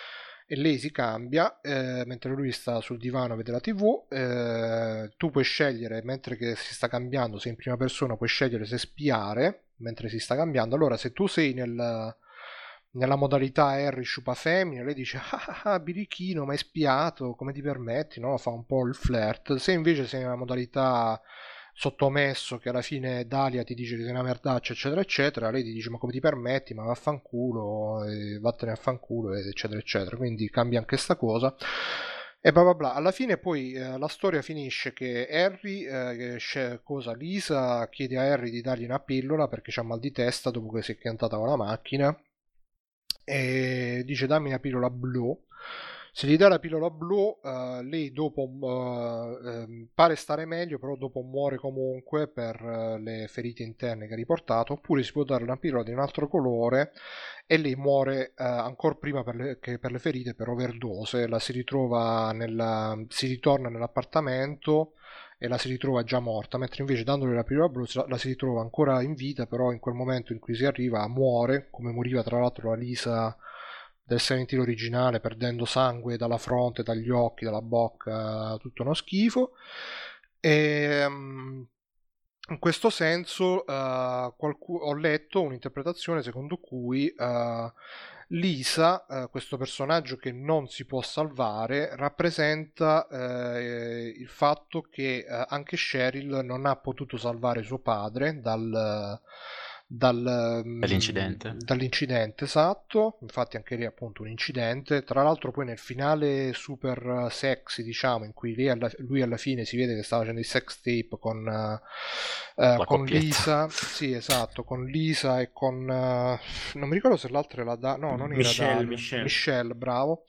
e lei si cambia, eh, mentre lui sta sul divano a vedere la tivù. Eh, tu puoi scegliere, mentre che si sta cambiando, se in prima persona puoi scegliere se spiare mentre si sta cambiando. Allora se tu sei nel, nella modalità Harry sciupa femmina, lei dice ah ah ah birichino, ma hai spiato, come ti permetti, no? Fa un po' il flirt. Se invece sei nella modalità sottomesso, che alla fine Dalia ti dice che sei una merdaccia eccetera eccetera, lei ti dice ma come ti permetti, ma vaffanculo, e vattene a fanculo eccetera eccetera, quindi cambia anche sta cosa e bla bla bla. Alla fine poi eh, la storia finisce che Harry eh, che sce- cosa Lisa chiede a Harry di dargli una pillola perché c'ha mal di testa dopo che si è chiantata con la macchina, e dice dammi una pillola blu. Se gli dà la pillola blu, eh, lei dopo eh, ehm, pare stare meglio, però dopo muore comunque per eh, le ferite interne che ha riportato. Oppure si può dare una pillola di un altro colore e lei muore eh, ancora prima per le, che per le ferite per overdose. La si ritrova nella, si ritorna nell'appartamento e la si ritrova già morta, mentre invece dandole la pillola blu la si ritrova ancora in vita, però in quel momento in cui si arriva muore, come moriva tra l'altro la Lisa del Silent Hill originale, perdendo sangue dalla fronte, dagli occhi, dalla bocca, tutto uno schifo. E, um, in questo senso uh, qualcu- ho letto un'interpretazione secondo cui uh, Lisa, uh, questo personaggio che non si può salvare, rappresenta uh, il fatto che uh, anche Cheryl non ha potuto salvare suo padre dal... Dal, Dall'incidente. dall'incidente, esatto. Infatti anche lì appunto un incidente, tra l'altro poi nel finale super sexy, diciamo, in cui lei alla, lui alla fine si vede che stava facendo il sex tape con, uh, uh, con Lisa, sì esatto, con Lisa e con uh, non mi ricordo se l'altra era da no non era Michelle, Dalia, Michelle. Michelle, bravo.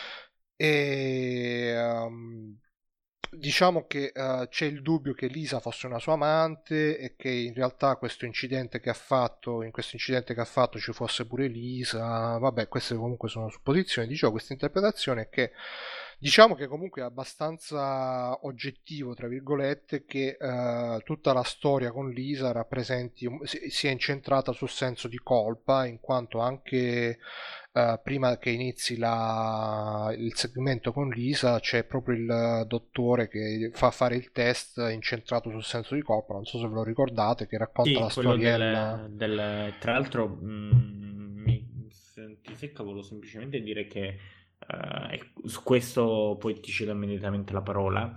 E um, diciamo che uh, c'è il dubbio che Lisa fosse una sua amante e che in realtà questo incidente che ha fatto in questo incidente che ha fatto ci fosse pure Lisa. Vabbè, queste comunque sono supposizioni. Dicevo, questa interpretazione che diciamo che comunque è abbastanza oggettivo tra virgolette, che uh, tutta la storia con Lisa rappresenti un, si, si è incentrata sul senso di colpa, in quanto anche Uh, prima che inizi la, il segmento con Lisa c'è proprio il dottore che fa fare il test incentrato sul senso di colpa, non so se ve lo ricordate, che racconta Sì, la quello storiella. del, del- tra l'altro, mh, mi senti secca, volevo semplicemente dire che eh, e su questo poi ti cedo immediatamente la parola.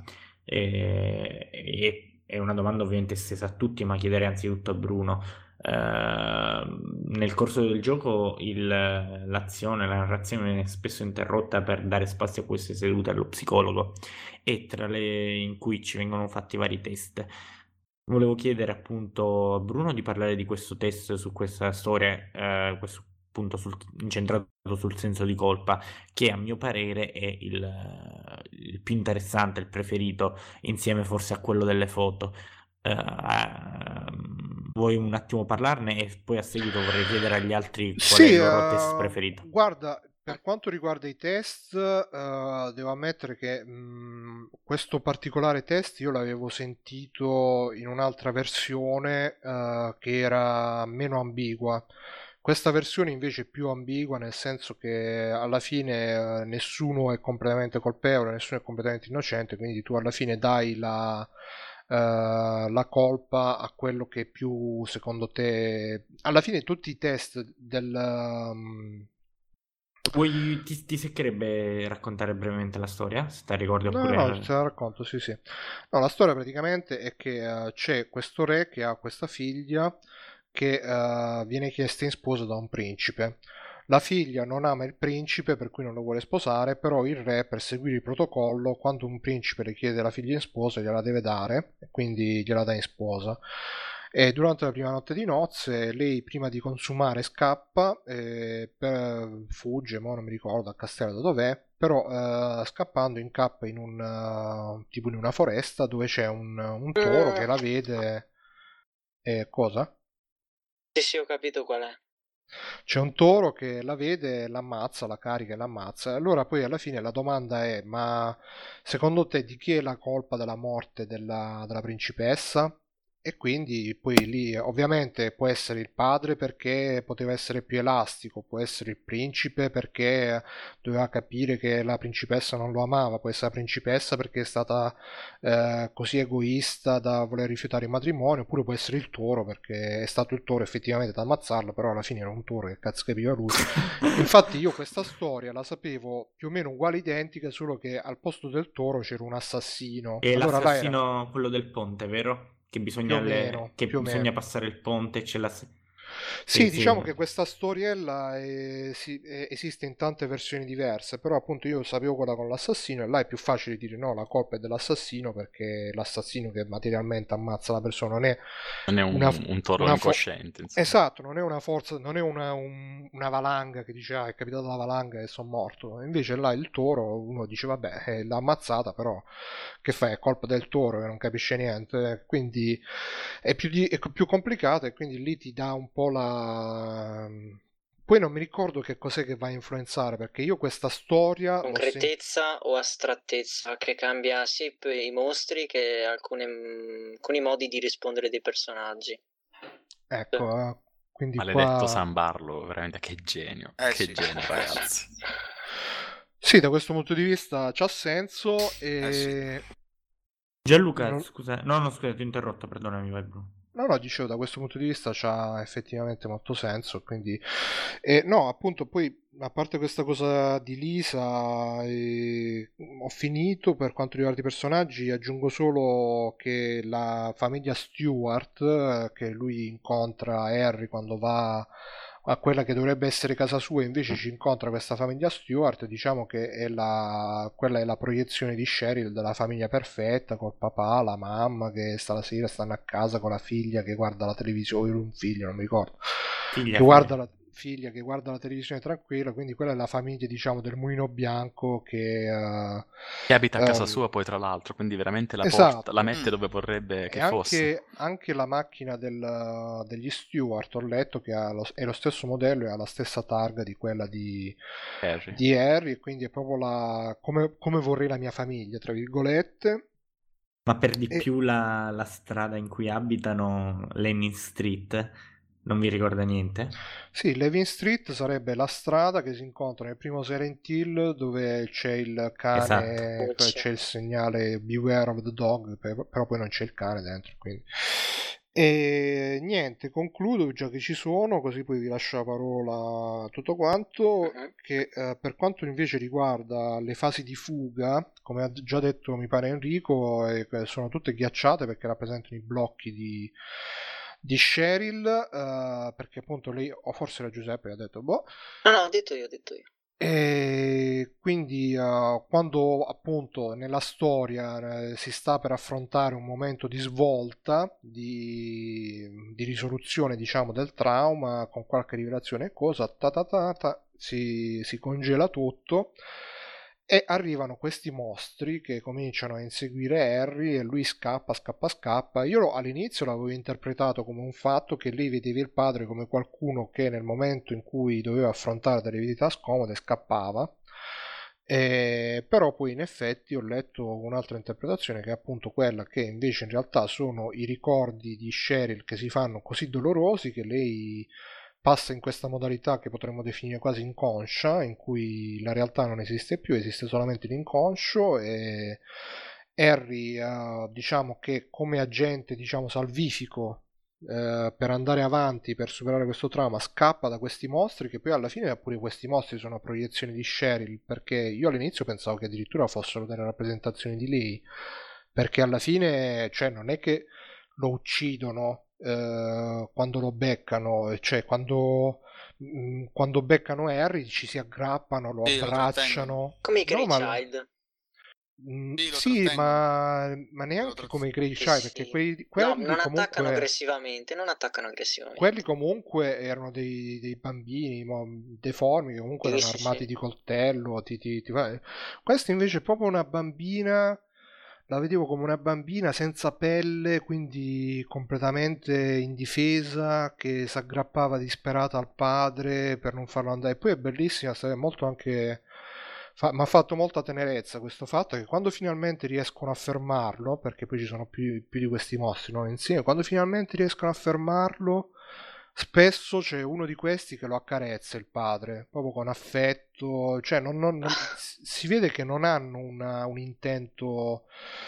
E, e- è una domanda ovviamente estesa a tutti, ma chiederei anzitutto a Bruno. Eh, nel corso del gioco il- l'azione, la narrazione viene spesso interrotta per dare spazio a queste sedute allo psicologo e tra le in cui ci vengono fatti vari test. Volevo chiedere appunto a Bruno di parlare di questo test su questa storia, eh, questo punto sul- incentrato sul senso di colpa, che a mio parere è il, il più interessante, il preferito, insieme forse a quello delle foto. Eh, ehm, vuoi un attimo parlarne e poi a seguito vorrei chiedere agli altri qual è Sì, il loro test eh, preferito. guarda, per quanto riguarda i test, eh, devo ammettere che mh, questo particolare test io l'avevo sentito in un'altra versione eh, che era meno ambigua. Questa versione invece è più ambigua, nel senso che alla fine eh, nessuno è completamente colpevole, nessuno è completamente innocente, quindi tu alla fine dai la, eh, la colpa a quello che più secondo te. Alla fine tutti i test del um, Vuoi, ti, ti seccherebbe raccontare brevemente la storia, se te la ricordi no no oppure... te la racconto, sì sì. No, la storia praticamente è che eh, c'è questo re che ha questa figlia che eh, viene chiesta in sposa da un principe. La figlia non ama il principe, per cui non lo vuole sposare, però il re, per seguire il protocollo, quando un principe le chiede la figlia in sposa, gliela deve dare, e quindi gliela dà in sposa. E durante la prima notte di nozze, lei prima di consumare scappa, eh, per- fugge, ma non mi ricordo a castello da dov'è, però eh, scappando incappa in un eh, tipo in una foresta dove c'è un, un toro che la vede. E cosa? Sì, sì, ho capito qual è. C'è un toro che la vede, l'ammazza, la carica e l'ammazza. E allora poi alla fine la domanda è: ma secondo te di chi è la colpa della morte della, della principessa? e quindi poi lì ovviamente può essere il padre perché poteva essere più elastico, può essere il principe perché doveva capire che la principessa non lo amava, può essere la principessa perché è stata eh, così egoista da voler rifiutare il matrimonio, oppure può essere il toro perché è stato il toro effettivamente ad ammazzarla, però alla fine era un toro, che cazzo capiva lui. Infatti io questa storia la sapevo più o meno uguale, identica, solo che al posto del toro c'era un assassino. E Allora là era l'assassino, quello del ponte, vero? Che più bisogna, o le- meno, che più o bisogna meno. passare il ponte e c'è la... Sì, Sì, sì. diciamo che questa storiella è- si- è- esiste in tante versioni diverse, però appunto io sapevo quella con l'assassino e là è più facile dire no, la colpa è dell'assassino perché l'assassino che materialmente ammazza la persona non è Non è un, una, un toro una fo- incosciente, insomma. esatto, non è una forza, non è una, un- una valanga che dice ah è capitata la valanga e sono morto. Invece là il toro, uno dice vabbè eh, l'ha ammazzata, però che fai, è colpa del toro che non capisce niente, quindi è più, di- è più complicato e quindi lì ti dà un po' la... Poi non mi ricordo che cos'è che va a influenzare, perché io questa storia l'ho sentita... Concretezza o astrattezza, che cambia sia i, i mostri che alcune, mm, alcuni modi di rispondere dei personaggi. Ecco, eh, quindi Maledetto qua... San Barlo, veramente che genio, Eh che sì, genio, eh ragazzi. Sì, da questo punto di vista c'ha senso Eh sì. e... Gianluca, Non- scusa, no, no, scusa, ti ho interrotto, perdonami, vai Bruno. No, no, dicevo, da questo punto di vista c'ha effettivamente molto senso, quindi... E no, appunto, poi, a parte questa cosa di Lisa, eh, ho finito per quanto riguarda i personaggi, aggiungo solo che la famiglia Stewart, eh, che lui incontra Harry quando va a quella che dovrebbe essere casa sua, invece ci incontra questa famiglia Stewart, diciamo che è la, quella è la proiezione di Cheryl della famiglia perfetta, col papà, la mamma che sta la sera, stanno a casa con la figlia che guarda la televisione, o un figlio, non mi ricordo, Figlia, che guarda figlia. la figlia che guarda la televisione tranquilla, quindi quella è la famiglia, diciamo, del Mulino Bianco che... eh, Che abita a casa ehm, sua poi tra l'altro, quindi veramente la porta, esatto. la mette Mm. dove vorrebbe E che fosse. anche, anche la macchina del- degli Stewart, ho letto che ha lo- è lo stesso modello e ha la stessa targa di quella di, Harry. di Harry, e quindi è proprio la, come, come vorrei la mia famiglia, tra virgolette. Ma per di E, più la, la strada in cui abitano, Lenin Street, non vi ricorda niente? sì, Levin Street sarebbe la strada che si incontra nel primo Silent Hill dove c'è il cane, Esatto. Voce. c'è il segnale Beware of the Dog, per- però poi non c'è il cane dentro, quindi. E niente, concludo già che ci sono, così poi vi lascio la parola a tutto quanto, Mhm. che eh, per quanto invece riguarda le fasi di fuga, come ha già detto mi pare Enrico, eh, sono tutte ghiacciate perché rappresentano i blocchi di, di Cheryl, eh, perché appunto lei, o forse era Giuseppe che ha detto, boh, No, no, ho detto io, ho detto io. e quindi eh, quando appunto nella storia eh, si sta per affrontare un momento di svolta, di, di risoluzione diciamo del trauma con qualche rivelazione e cosa, ta ta ta ta, si, si congela tutto e arrivano questi mostri che cominciano a inseguire Harry e lui scappa, scappa, scappa. Io lo- all'inizio l'avevo interpretato come un fatto che lei vedeva il padre come qualcuno che nel momento in cui doveva affrontare delle verità scomode scappava. Eh, però poi in effetti ho letto un'altra interpretazione che è appunto quella che invece in realtà sono i ricordi di Cheryl che si fanno così dolorosi che lei passa in questa modalità che potremmo definire quasi inconscia, in cui la realtà non esiste più, esiste solamente l'inconscio e Harry, eh, diciamo che come agente, diciamo, salvifico eh, per andare avanti, per superare questo trauma, scappa da questi mostri che poi alla fine pure questi mostri sono proiezioni di Cheryl, perché io all'inizio pensavo che addirittura fossero delle rappresentazioni di lei, perché alla fine, cioè, non è che lo uccidono eh, quando lo beccano, cioè quando, mh, quando beccano Harry ci si aggrappano, lo Sì, lo trattengono. abbracciano. Come i No, Grey ma Child. mm, Sì, lo sì, trattengono. ma, ma Lo neanche trat- come i Grey Sì, Child, perché sì. quei, No, quelli non attaccano comunque, aggressivamente, non attaccano aggressivamente. quelli comunque erano dei, dei bambini mo, deformi che comunque Sì, erano sì, armati sì. di coltello. Ti, ti, ti fa- Questa invece è proprio una bambina, la vedevo come una bambina senza pelle, quindi completamente indifesa, che si aggrappava disperata al padre per non farlo andare. Poi è bellissima, è molto anche Fa- mi ha fatto molta tenerezza questo fatto che quando finalmente riescono a fermarlo, perché poi ci sono più, più di questi mostri, no? Insieme, quando finalmente riescono a fermarlo, spesso c'è uno di questi che lo accarezza il padre, proprio con affetto, cioè non- non- non- si vede che non hanno una- un intento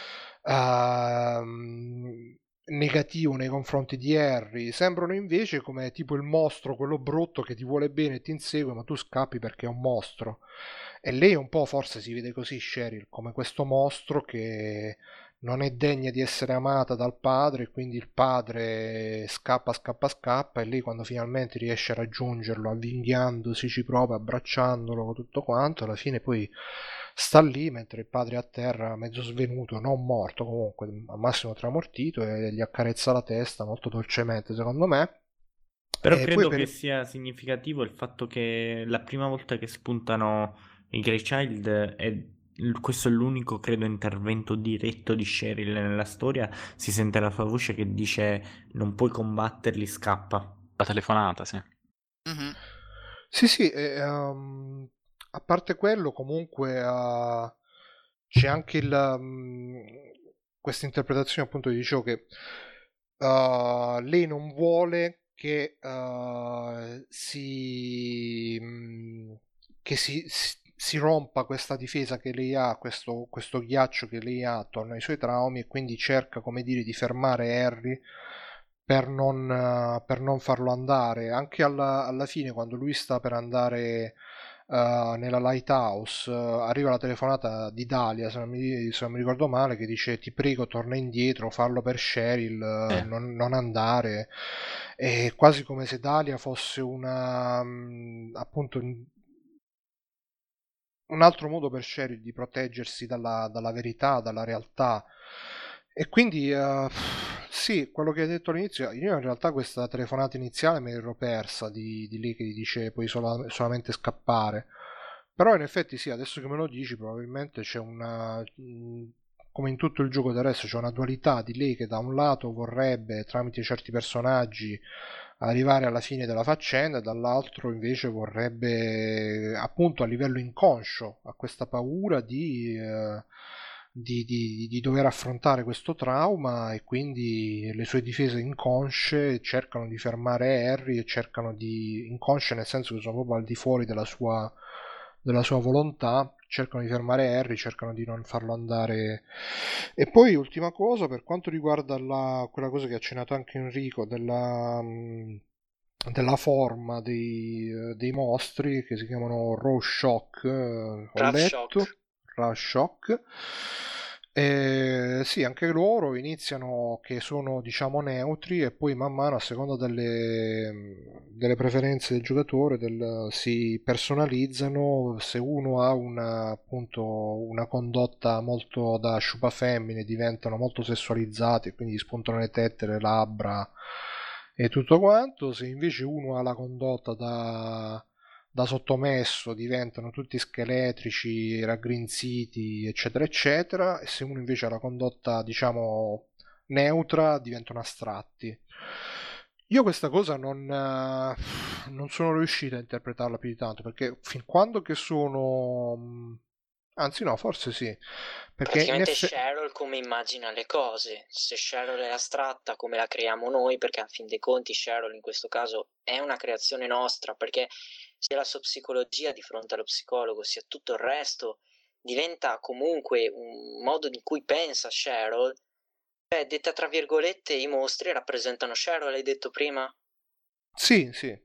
ehm, negativo nei confronti di Harry, sembrano invece come tipo il mostro, quello brutto che ti vuole bene e ti insegue, ma tu scappi perché è un mostro. E lei un po' forse si vede così, Cheryl, come questo mostro che non è degna di essere amata dal padre, e quindi il padre scappa, scappa, scappa, e lei quando finalmente riesce a raggiungerlo, avvinghiandosi, ci prova, abbracciandolo, tutto quanto, alla fine poi sta lì mentre il padre è a terra, mezzo svenuto, non morto comunque, al massimo tramortito, e gli accarezza la testa molto dolcemente, secondo me. Però E poi credo per che il... sia significativo il fatto che la prima volta che spuntano i Grey Child è il- questo è l'unico, credo, intervento diretto di Cheryl nella storia. Si sente la sua voce che dice non puoi combatterli, scappa. La telefonata, sì. Mhm. Sì, sì, e, ehm, a parte quello, comunque eh, c'è anche il, mm, questa interpretazione, appunto, che dicevo che eh, lei non vuole che eh, si, mm, che si, si- si rompa questa difesa che lei ha, questo, questo ghiaccio che lei ha attorno ai suoi traumi, e quindi cerca, come dire, di fermare Harry per non, eh, per non farlo andare. Anche alla, alla fine, quando lui sta per andare eh, nella lighthouse, eh, arriva la telefonata di Dahlia, se non, mi, se non mi ricordo male, che dice ti prego torna indietro, farlo per Cheryl, eh, Eh. non, non andare. È quasi come se Dahlia fosse una mm, appunto un un altro modo per Cheryl di proteggersi dalla, dalla verità, dalla realtà. E quindi, eh, sì, quello che hai detto all'inizio, io in realtà questa telefonata iniziale me l'ero persa di, di lì che gli dice puoi sola- solamente scappare. Però in effetti sì, adesso che me lo dici, probabilmente c'è una... mh, come in tutto il gioco del resto, c'è una dualità di lei che da un lato vorrebbe, tramite certi personaggi, arrivare alla fine della faccenda, e dall'altro invece vorrebbe, appunto a livello inconscio, ha questa paura di, eh, di, di- di dover affrontare questo trauma, e quindi le sue difese inconsce cercano di fermare Harry, e cercano di, inconsce nel senso che sono proprio al di fuori della sua, della sua volontà, cercano di fermare Harry, cercano di non farlo andare. E poi ultima cosa, per quanto riguarda la, quella cosa che ha accennato anche Enrico della, mh, della forma dei, eh, dei mostri che si chiamano Raw Shock, eh, ho Wrath letto, Shock. Raw Shock. Eh, sì, anche loro iniziano che sono, diciamo, neutri, e poi man mano, a seconda delle, delle preferenze del giocatore, del- si personalizzano. Se uno ha una, appunto, una condotta molto da sciupa femmine, diventano molto sessualizzati, e quindi spuntano le tette, le labbra e tutto quanto. Se invece uno ha la condotta da da sottomesso, diventano tutti scheletrici, raggrinziti, eccetera, eccetera, e se uno invece ha la condotta, diciamo, neutra, diventano astratti. Io questa cosa non, eh, non sono riuscito a interpretarla più di tanto, perché fin quando che sono... mh, Anzi no, forse sì, perché in Praticamente effetti... Cheryl come immagina le cose. Se Cheryl è astratta come la creiamo noi, perché a fin dei conti Cheryl in questo caso è una creazione nostra, perché sia la sua psicologia di fronte allo psicologo, sia tutto il resto, diventa comunque un modo in cui pensa Cheryl. Cioè, detta tra virgolette, i mostri rappresentano Cheryl, hai detto prima? Sì, sì,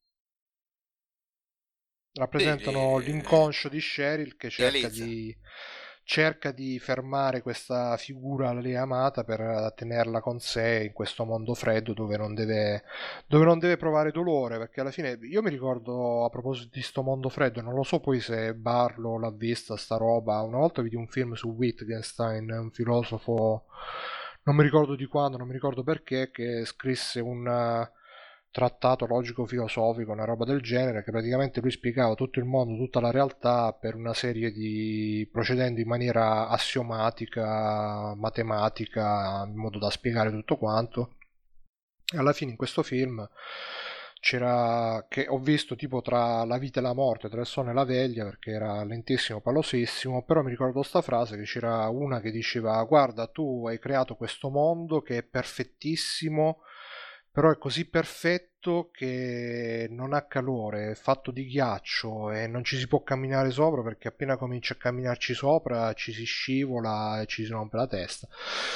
Sì, rappresentano le- l'inconscio di Cheryl che cerca realizza. di, cerca di fermare questa figura lei amata per tenerla con sé in questo mondo freddo dove non deve, dove non deve provare dolore, perché alla fine io mi ricordo, a proposito di sto mondo freddo, non lo so poi se Barlow l'ha vista sta roba, una volta vidi un film su Wittgenstein, un filosofo, non mi ricordo di quando, non mi ricordo perché, che scrisse un trattato logico-filosofico, una roba del genere, che praticamente lui spiegava tutto il mondo, tutta la realtà per una serie di... procedendo in maniera assiomatica, matematica, in modo da spiegare tutto quanto. E alla fine in questo film c'era, che ho visto tipo tra la vita e la morte, tra il sonno e la veglia, perché era lentissimo, palosissimo, però mi ricordo sta frase che c'era una che diceva: guarda, tu hai creato questo mondo che è perfettissimo, però è così perfetto che non ha calore, è fatto di ghiaccio e non ci si può camminare sopra, perché appena cominci a camminarci sopra ci si scivola e ci si rompe la testa.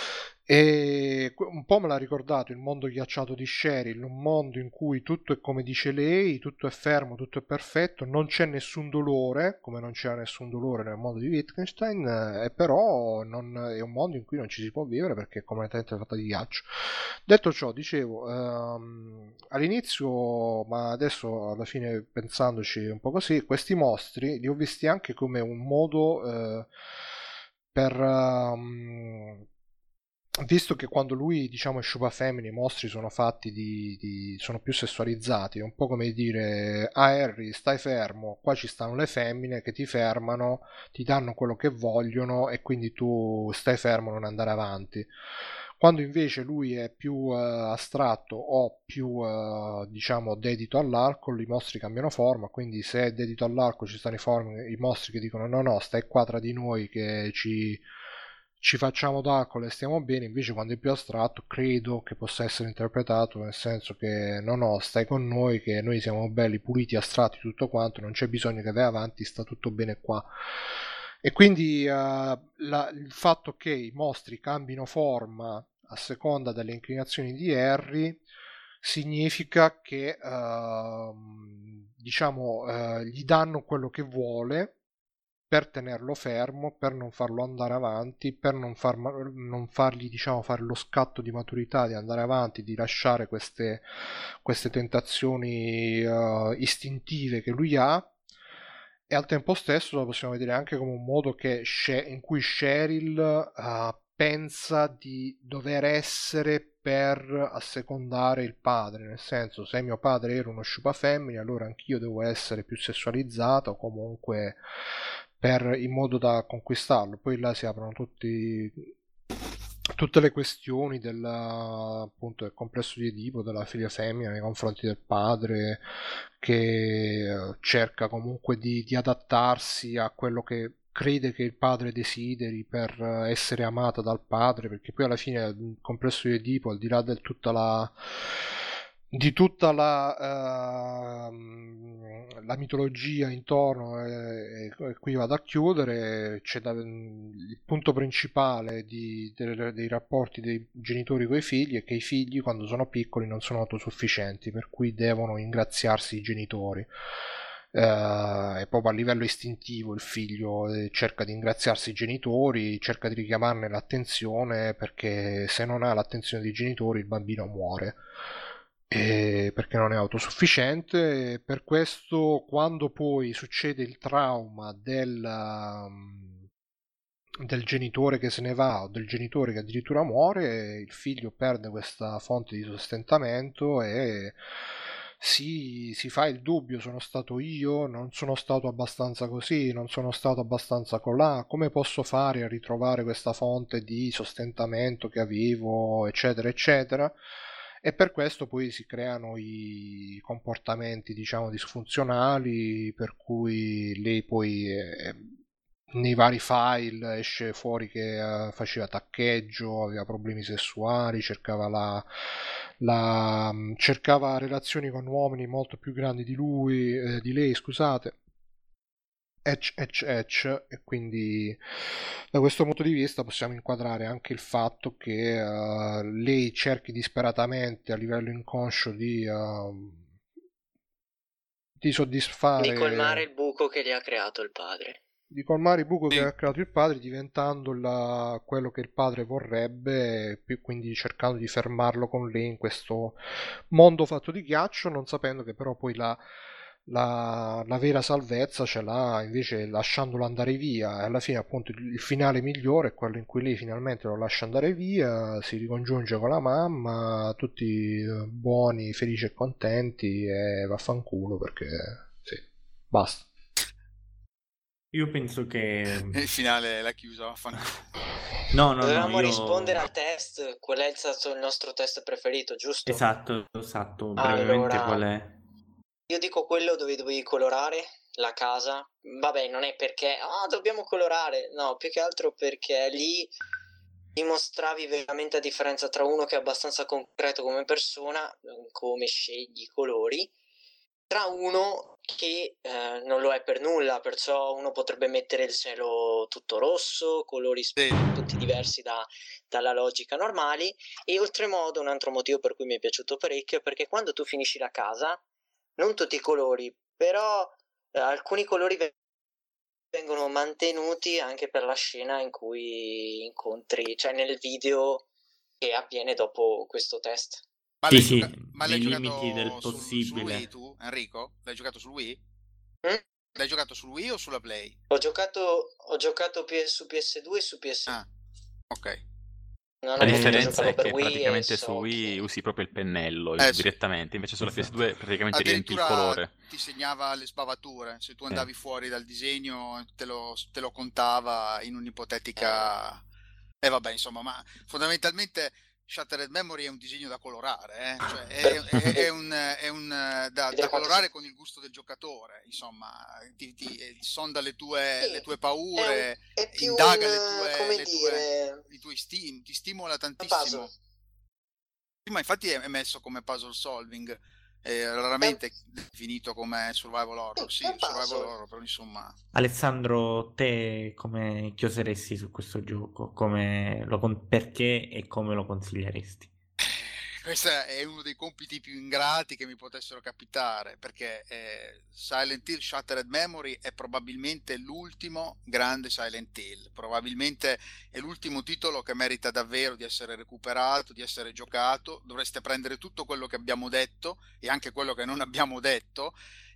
E que- un po' me l'ha ricordato il mondo ghiacciato di Cheryl, un mondo in cui tutto è come dice lei, tutto è fermo, tutto è perfetto, non c'è nessun dolore, come non c'era nessun dolore nel mondo di Wittgenstein, eh, e però non- è un mondo in cui non ci si può vivere perché è completamente fatta di ghiaccio. Detto ciò, dicevo, ehm, all'inizio, ma adesso alla fine pensandoci un po' così, questi mostri li ho visti anche come un modo eh, per... ehm, visto che quando lui, diciamo, è sciupa femmine, i mostri sono fatti di, di- sono più sessualizzati, è un po' come dire: ah, Harry, stai fermo, qua ci stanno le femmine che ti fermano, ti danno quello che vogliono e quindi tu stai fermo, non andare avanti. Quando invece lui è più eh, astratto o più eh, diciamo dedito all'alcol, i mostri cambiano forma, quindi se è dedito all'alcol ci stanno i, form- i mostri che dicono: no no, stai qua tra di noi che ci ci facciamo d'alcol e stiamo bene. Invece quando è più astratto credo che possa essere interpretato nel senso che no no, stai con noi che noi siamo belli, puliti, astratti, tutto quanto, non c'è bisogno che vai avanti, sta tutto bene qua. E quindi eh, la- il fatto che i mostri cambino forma a seconda delle inclinazioni di Harry significa che ehm, diciamo eh, gli danno quello che vuole per tenerlo fermo, per non farlo andare avanti, per non, far, non fargli diciamo fare lo scatto di maturità, di andare avanti, di lasciare queste, queste tentazioni uh, istintive che lui ha. E al tempo stesso lo possiamo vedere anche come un modo che, in cui Cheryl uh, pensa di dover essere per assecondare il padre, nel senso: se mio padre era uno sciupafemmine, allora anch'io devo essere più sessualizzata o comunque per, in modo da conquistarlo. Poi là si aprono tutti tutte le questioni del, appunto, del complesso di Edipo, della figlia femmina nei confronti del padre, che eh, cerca comunque di, di adattarsi a quello che crede che il padre desideri per eh, essere amata dal padre, perché poi alla fine il complesso di Edipo, al di là di tutta la di tutta la, ehm, la mitologia intorno, e, e qui vado a chiudere, c'è da, il punto principale di, dei, dei rapporti dei genitori con i figli è che i figli quando sono piccoli non sono autosufficienti, per cui devono ingraziarsi i genitori. Uh, è proprio a livello istintivo il figlio eh, cerca di ingraziarsi i genitori, cerca di richiamarne l'attenzione, perché se non ha l'attenzione dei genitori il bambino muore, e perché non è autosufficiente. Per questo quando poi succede il trauma del, um, del genitore che se ne va o del genitore che addirittura muore, il figlio perde questa fonte di sostentamento e si, si fa il dubbio: sono stato io, non sono stato abbastanza così, non sono stato abbastanza colà, come posso fare a ritrovare questa fonte di sostentamento che avevo, eccetera eccetera. E per questo poi si creano i comportamenti diciamo disfunzionali, per cui lei poi eh, nei vari file esce fuori che eh, faceva taccheggio, aveva problemi sessuali, cercava la, la cercava relazioni con uomini molto più grandi di lui, eh, di lei, scusate, Etch, etch, etch, e quindi da questo punto di vista possiamo inquadrare anche il fatto che uh, lei cerchi disperatamente a livello inconscio di, uh, di soddisfare, di colmare il buco che gli ha creato il padre. Di colmare il buco sì. che ha creato il padre, diventando la, quello che il padre vorrebbe, quindi cercando di fermarlo con lei in questo mondo fatto di ghiaccio, non sapendo che però poi la La, la vera salvezza ce l'ha invece lasciandolo andare via, e alla fine appunto il, il finale migliore è quello in cui lei finalmente lo lascia andare via, si ricongiunge con la mamma, tutti buoni, felici e contenti, e vaffanculo, perché sì, basta. Io penso che... Il finale l'ha chiusa, vaffanculo. No, no, Dovevamo no, io... rispondere al test, qual è stato il nostro test preferito, giusto? Esatto, esatto, brevemente Allora, qual è? io dico quello dove dovevi colorare la casa. Vabbè, non è perché ah, dobbiamo colorare, no, più che altro perché lì dimostravi veramente la differenza tra uno che è abbastanza concreto come persona, come scegli i colori, tra uno che eh, non lo è per nulla, perciò uno potrebbe mettere il cielo tutto rosso, colori Sì. tutti diversi da- dalla logica normali. E oltremodo un altro motivo per cui mi è piaciuto parecchio è perché quando tu finisci la casa, non tutti i colori, però eh, alcuni colori ve- vengono mantenuti anche per la scena in cui incontri, cioè nel video che avviene dopo questo test. Ma Sì, l'hai, sì, gioca- ma l'hai nei giocato limiti del sul, sul possibile. Wii tu, Enrico? L'hai giocato sul Wii? Mm? L'hai giocato sul Wii o sulla Play? Ho giocato, ho giocato P- su P S due e su P S. Ah, ok. Non La ho potuto differenza giocarlo è per che Wii e praticamente su so Wii che... usi proprio il pennello Eh sì. direttamente, invece sulla Esatto. P S due praticamente riempi il Addirittura colore. ti segnava le sbavature, se tu Sì. andavi fuori dal disegno te lo, te lo contava in un'ipotetica... E vabbè, insomma, ma fondamentalmente Shattered Memory è un disegno da colorare, eh? Cioè è, è- è un, è un, eh, da, Vedere da quanto colorare si- con il gusto del giocatore, insomma, ti, ti, eh, sonda le tue, Sì, le tue è, un- paure, è più indaga un, le eh, tue, come le tue, dire, i tuoi stimoli, ti stimola un tantissimo. puzzle. Sì, ma infatti è è messo come puzzle solving, è È un, raramente definito come survival sì, horror. Sì, è un survival puzzle. horror, però insomma... Alessandro, te come chioseresti su questo gioco? Come lo con- perché e come lo consiglieresti? Questo è uno dei compiti più ingrati che mi potessero capitare, perché eh, Silent Hill Shattered Memory è probabilmente l'ultimo grande Silent Hill, probabilmente è l'ultimo titolo che merita davvero di essere recuperato, di essere giocato. Dovreste prendere tutto quello che abbiamo detto e anche quello che non abbiamo detto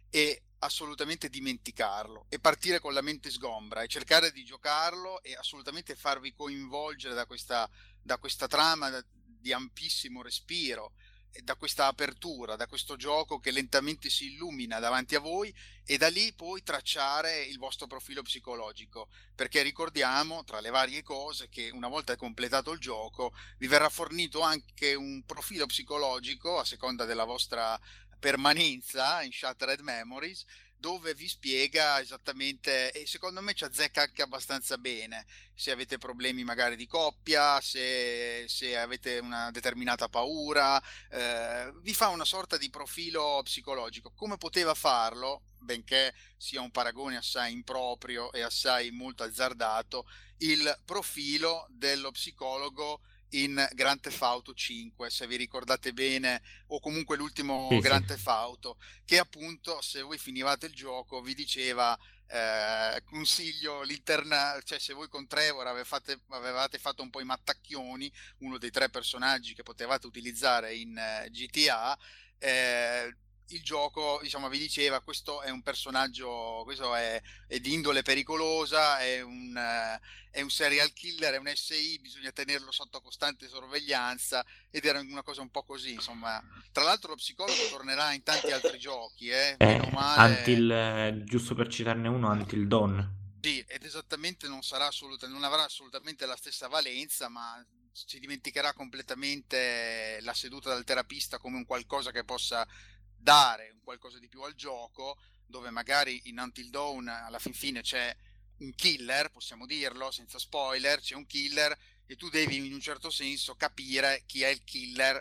e assolutamente dimenticarlo e partire con la mente sgombra e cercare di giocarlo e assolutamente farvi coinvolgere da questa, da questa trama da- di ampissimo respiro, e da questa apertura, da questo gioco che lentamente si illumina davanti a voi e da lì poi tracciare il vostro profilo psicologico, perché ricordiamo tra le varie cose che una volta completato il gioco vi verrà fornito anche un profilo psicologico a seconda della vostra permanenza in Shattered Memories, dove vi spiega esattamente, e secondo me ci azzecca anche abbastanza bene, se avete problemi magari di coppia, se, se avete una determinata paura, eh, vi fa una sorta di profilo psicologico. Come poteva farlo, benché sia un paragone assai improprio e assai molto azzardato, il profilo dello psicologo in Grand Theft Auto cinque, se vi ricordate bene, o comunque l'ultimo Sì, Grand sì. Theft Auto, che appunto se voi finivate il gioco vi diceva eh, consiglio l'interna, cioè se voi con Trevor avevate, avevate fatto un po' i mattacchioni, uno dei tre personaggi che potevate utilizzare in eh, G T A, eh, il gioco diciamo vi diceva questo è un personaggio, questo è, è di indole pericolosa, è un, eh, è un serial killer, è un S I, bisogna tenerlo sotto costante sorveglianza, ed era una cosa un po' così, insomma. Tra l'altro lo psicologo tornerà in tanti altri giochi, eh, Eh, meno male. Until, eh, giusto per citarne uno, Until Dawn. Sì, ed esattamente non sarà assoluta, non avrà assolutamente la stessa valenza, ma si dimenticherà completamente la seduta dal terapista come un qualcosa che possa dare un qualcosa di più al gioco, dove magari in Until Dawn alla fin fine c'è un killer, possiamo dirlo senza spoiler, c'è un killer e tu devi in un certo senso capire chi è il killer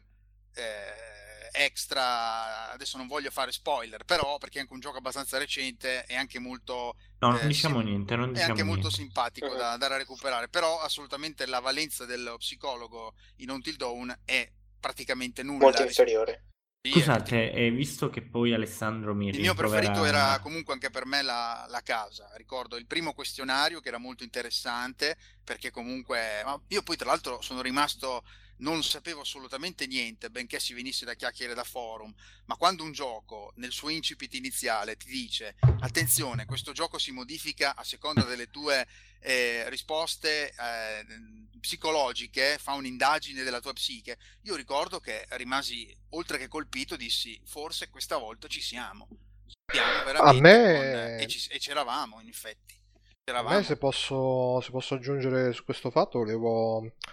eh, extra. Adesso non voglio fare spoiler, però perché è anche un gioco abbastanza recente e anche molto No, non eh, diciamo sim- niente, non è anche diciamo molto niente. simpatico Mhm. da andare a recuperare, però assolutamente la valenza dello psicologo in Until Dawn è praticamente Molto nulla. ris- inferiore. sì, è praticamente Scusate, eh, visto che poi Alessandro mi il mio preferito era rimprovera... comunque anche per me la, la casa. Ricordo il primo questionario che era molto interessante perché comunque ma io poi tra l'altro sono rimasto, non sapevo assolutamente niente, benché si venisse da chiacchiere da forum, ma quando un gioco nel suo incipit iniziale ti dice attenzione, questo gioco si modifica a seconda delle tue eh, risposte eh, psicologiche, fa un'indagine della tua psiche, io ricordo che rimasi oltre che colpito, dissi forse questa volta ci siamo, siamo A veramente con... e, me, ci, e c'eravamo in effetti, a me se c'eravamo. posso, se posso aggiungere su questo fatto, volevo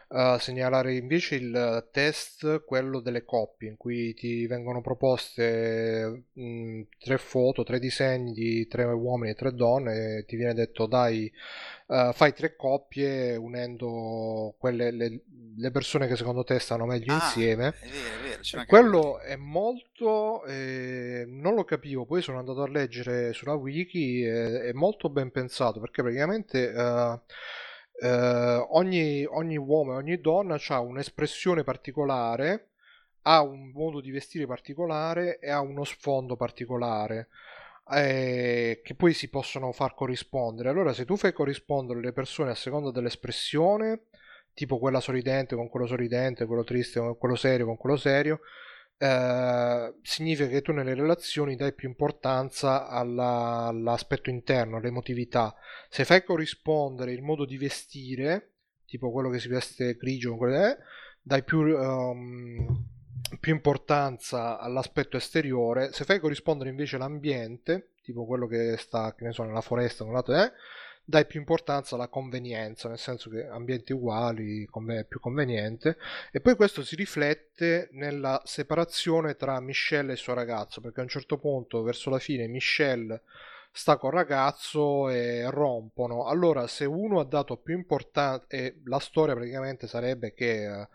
uh, segnalare invece il test, quello delle coppie, in cui ti vengono proposte mh, tre foto, tre disegni di tre uomini e tre donne, e ti viene detto dai, uh, fai tre coppie unendo quelle, le, le persone che secondo te stanno meglio Ah, insieme. è vero, è vero, c'è E una cosa quello così. è molto, eh, non lo capivo, poi sono andato a leggere sulla wiki, eh, è molto ben pensato, perché praticamente eh, eh, ogni, ogni uomo e ogni donna ha un'espressione particolare, ha un modo di vestire particolare e ha uno sfondo particolare, eh, che poi si possono far corrispondere. Allora, se tu fai corrispondere le persone a seconda dell'espressione, tipo quella sorridente con quello sorridente, quello triste con quello serio con quello serio, eh, significa che tu nelle relazioni dai più importanza alla- all'aspetto interno, all'emotività. Se fai corrispondere il modo di vestire, tipo quello che si veste grigio con quello eh, dai più, ehm, più importanza all'aspetto esteriore. Se fai corrispondere invece l'ambiente, tipo quello che sta, che ne so, nella foresta, con lato, eh, dai più importanza alla convenienza, nel senso che ambienti uguali conve- è più conveniente. E poi questo si riflette nella separazione tra Michelle e il suo ragazzo, perché a un certo punto, verso la fine, Michelle sta col ragazzo e rompono. Allora, se uno ha dato più importanza, e la storia praticamente sarebbe che eh,